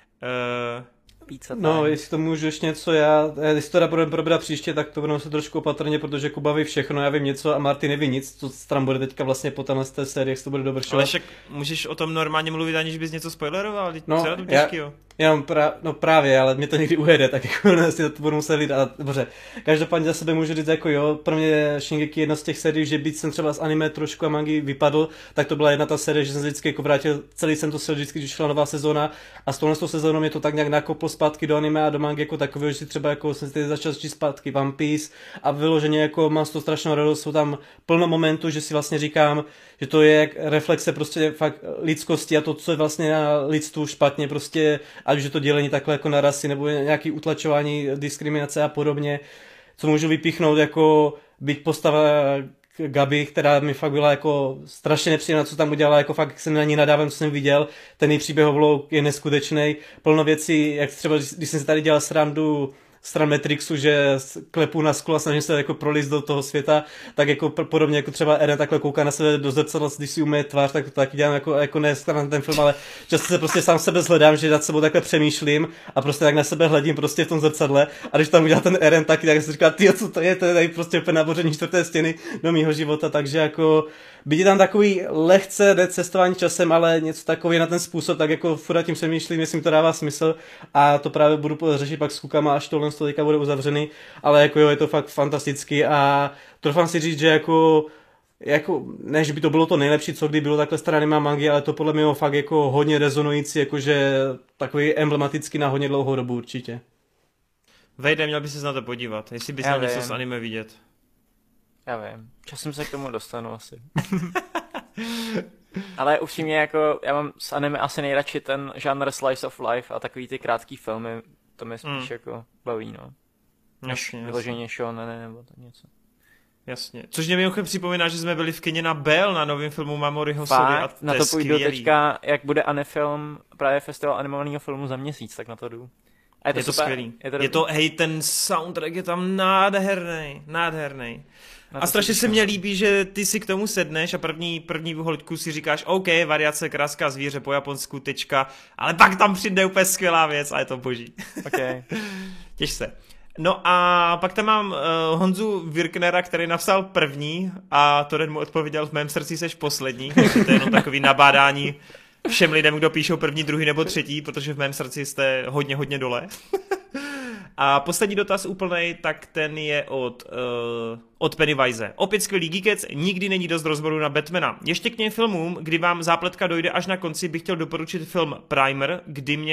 [SPEAKER 2] No, jestli to můžu ještě něco, jestli to budeme probrat příště, tak to budeme se trošku opatrně, protože Kuba ví všechno, já vím něco a Martin neví nic, co tam bude teďka vlastně po téhle té sérii, jak to bude dovršovat.
[SPEAKER 1] Ale však můžeš o tom normálně mluvit, aniž bys něco spoileroval,
[SPEAKER 2] no,
[SPEAKER 1] co je to těžkýho?
[SPEAKER 2] No právě, ale mě to někdy ujede, tak jako si to budu muset hlídat. Dobře, každopádně za sebe můžu říct jako jo, pro mě Shingeki je jedna z těch sérií, že byť jsem třeba z anime trošku a mangy vypadl, tak to byla jedna ta série, že jsem se vždycky jako vrátil, celý jsem to sel vždycky, když šla nová sezóna a s touhle sezónou mě to tak nějak nakoplo zpátky do anime a do mangy jako takového, že si třeba jako jsem si začal číst zpátky One Piece a vyloženě jako mám z toho strašnou radost, jsou tam plno momentů, že si vlastně říkám, že to je jak reflexe prostě fakt lidskosti a to, co je vlastně na lidstvu špatně prostě, ať už je to dělení takhle jako na rasy nebo nějaký utlačování, diskriminace a podobně, co můžu vypíchnout jako být postava Gabi, která mi fakt byla jako strašně nepříjemná, co tam udělala, jako fakt jsem na ní nadávám, co jsem viděl, ten její příběhovlouk je neskutečný, plno věcí, jak třeba, když jsem si tady dělal srandu stran Matrixu, že klepu na sklo a snažím se jako prolízt do toho světa, tak jako podobně jako třeba Eren takhle kouká na sebe do zrcadla, když si umyje tvář, tak to taky dělám jako ne na ten film, ale často se prostě sám sebe zhledám, že nad sebou takhle přemýšlím a prostě tak na sebe hledím prostě v tom zrcadle a když tam udělá ten Eren taky, tak si říká, tyjo, co to je tady prostě úplně naboření čtvrté stěny do mýho života, takže jako byť tam takový lehce cestování časem, ale něco takový na ten způsob, tak jako furt tím přemýšlím, jestli mi to dává smysl a to právě budu řešit pak s klukama, až tohle teďka bude uzavřený, ale jako jo, je to fakt fantastický a troufám si říct, že jako ne, že by to bylo to nejlepší, co kdy bylo takhle stará anime mangy, ale to podle mě fakt jako hodně rezonující, jakože takový emblematický na hodně dlouhou dobu určitě.
[SPEAKER 1] Vejde, měl by se na to podívat, jestli bys měl něco z anime vidět.
[SPEAKER 3] Já vím, časem se k tomu dostanu asi. Ale upřímně jako, já mám s anime asi nejradši ten žánr slice of life a takový ty krátký filmy, to mě spíš jako baví, no.
[SPEAKER 1] Jasně.
[SPEAKER 3] Vyloženě shonen nebo to něco.
[SPEAKER 1] Jasně. Což mě mimochodem připomíná, že jsme byli v kině na Bell na novém filmu Mamoryho Sody a to
[SPEAKER 3] na to půjdu teďka, jak bude Anifilm, právě festival animovaného filmu za měsíc, tak na to jdu. A je to
[SPEAKER 1] skvělý. Hej, ten soundtrack je tam nádherný. A strašně se mně líbí, že ty si k tomu sedneš a první hoďku si říkáš, OK, variace kráska zvíře po japonsku, tečka, ale pak tam přijde úplně skvělá věc a je to boží.
[SPEAKER 3] Okay.
[SPEAKER 1] Těž se. No a pak tam mám Honzu Virknera, který napsal první a Toren mu odpověděl, v mém srdci seš poslední, takže to je jenom takový nabádání všem lidem, kdo píšou první, druhý nebo třetí, protože v mém srdci jste hodně dole. A poslední dotaz úplnej, tak ten je od Pennywise. Opět skvělý Geekec, nikdy není dost rozboru na Batmana. Ještě k těm filmům, kdy vám zápletka dojde až na konci, bych chtěl doporučit film Primer,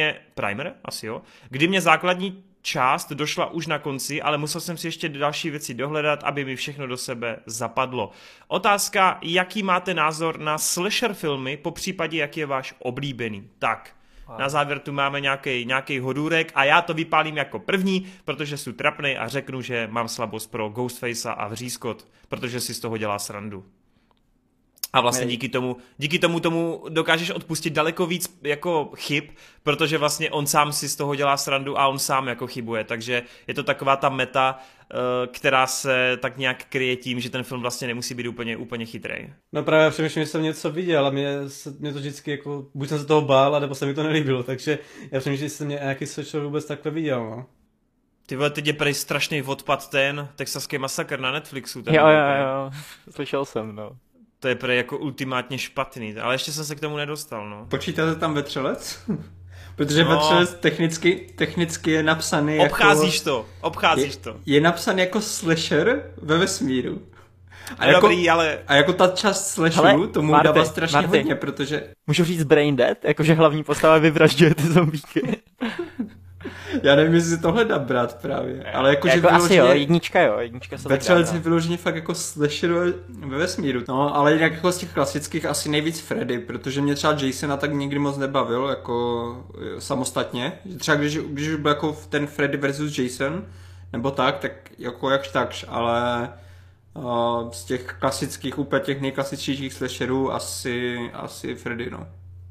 [SPEAKER 1] kdy mě základní část došla už na konci, ale musel jsem si ještě další věci dohledat, aby mi všechno do sebe zapadlo. Otázka, jaký máte názor na slasher filmy, popřípadě jaký je váš oblíbený? Tak, na závěr tu máme nějaký hodůrek a já to vypálím jako první, protože jsem trapnej a řeknu, že mám slabost pro Ghostface a Vřízkot, protože si z toho dělá srandu. A vlastně díky tomu dokážeš odpustit daleko víc jako chyb, protože vlastně on sám si z toho dělá srandu a on sám jako chybuje, takže je to taková ta meta, která se tak nějak kryje tím, že ten film vlastně nemusí být úplně chytrej.
[SPEAKER 2] No právě přemýšlím, že jsem něco viděl a mě to vždycky jako, buď jsem se toho bál, nebo se mi to nelíbilo, takže já přemýšlím, že jsem nějaký slasher vůbec takhle viděl, no.
[SPEAKER 1] Ty vole, teď je prej strašný odpad ten Texaský masakr na Netflixu.
[SPEAKER 3] Jo, slyšel jsem, no.
[SPEAKER 1] To je prej jako ultimátně špatný, ale ještě jsem se k tomu nedostal, no.
[SPEAKER 4] Počítáte tam Vetřelec? Protože Vetřelec technicky je napsaný
[SPEAKER 1] obcházíš to.
[SPEAKER 4] Je napsaný jako slasher ve vesmíru. A jako ta část slasheru tomu dává strašně hodně, protože...
[SPEAKER 3] Můžu říct Brain Dead? Jakože hlavní postava vyvražďuje ty zombíky.
[SPEAKER 4] Já nevím, jestli tohle dá brát právě, ale
[SPEAKER 3] jako asi jo, jednička se
[SPEAKER 4] Vetřelec je vyloženě fakt jako slasher ve vesmíru, no, ale jinak jako z těch klasických asi nejvíc Freddy, protože mě třeba Jasona tak nikdy moc nebavil, jako samostatně, třeba když byl jako ten Freddy versus Jason, nebo tak jako jakž takž, ale z těch klasických, úplně těch nejklasičtějších slasherů asi Freddy, no.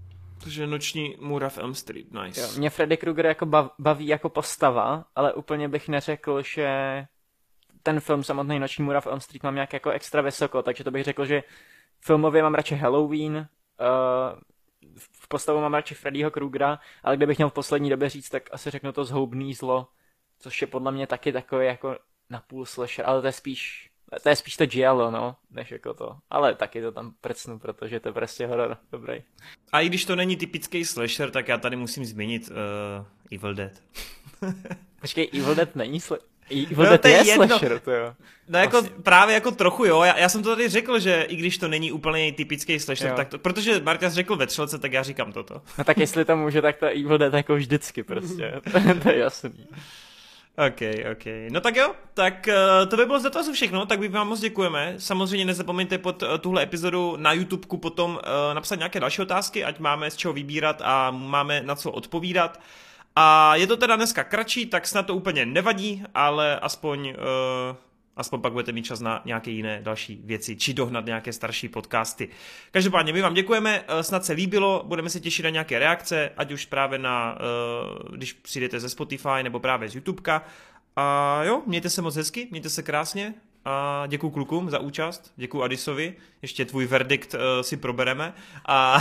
[SPEAKER 1] Takže Noční můra v Elm Street, nice.
[SPEAKER 3] Jo, mě Freddy Krueger jako baví jako postava, ale úplně bych neřekl, že ten film samotný Noční můra v Elm Street mám nějak jako extra vysoko, takže to bych řekl, že filmově mám radši Halloween, v postavu mám radši Freddyho Krugera, ale kdybych měl v poslední době říct, tak asi řeknu to Zhoubný zlo, což je podle mě taky takový jako napůl slasher, ale to je spíš to giallo, no, než jako to. Ale taky to tam prcnu, protože to je prostě horor, dobrý.
[SPEAKER 1] A i když to není typický slasher, tak já tady musím zmínit Evil Dead.
[SPEAKER 3] Počkej, Evil Dead není Evil Dead je slasher, to jo.
[SPEAKER 1] No jako právě jako trochu jo, já jsem to tady řekl, že i když to není úplně typický slasher, tak to, protože Marťas řekl vetřelce, tak já říkám toto.
[SPEAKER 3] No tak jestli to může, tak to Evil Dead jako vždycky prostě, to je jasný.
[SPEAKER 1] OK. No tak jo, tak to by bylo z dotazu všechno, tak vám moc děkujeme. Samozřejmě nezapomeňte pod tuhle epizodu na YouTubeku potom napsat nějaké další otázky, ať máme z čeho vybírat a máme na co odpovídat. A je to teda dneska kratší, tak snad to úplně nevadí, ale aspoň pak budete mít čas na nějaké jiné další věci, či dohnat nějaké starší podcasty. Každopádně my vám děkujeme, snad se líbilo, budeme se těšit na nějaké reakce, ať už právě když přijdete ze Spotify, nebo právě z YouTubeka. A jo, mějte se moc hezky, mějte se krásně a děkuju klukům za účast, děkuju Adisovi, ještě tvůj verdikt si probereme a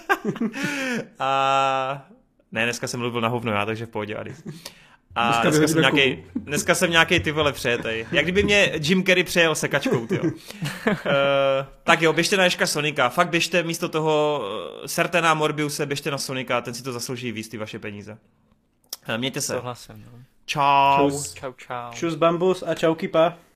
[SPEAKER 1] ne, dneska jsem mluvil na hovno já, takže v pohodě, Adis. A dneska jsem nějaký ty vole přejetej. Jak kdyby mě Jim Carrey přejel sekačkou, tyjo. Tak jo, běžte na Ježka Sonika. Fakt běžte místo toho Sertena Morbiuse, běžte na Sonika, ten si to zaslouží víc, ty vaše peníze. Mějte se.
[SPEAKER 3] Souhlasím, no.
[SPEAKER 1] Čau.
[SPEAKER 3] Čau.
[SPEAKER 2] Čus bambus a čau kipa.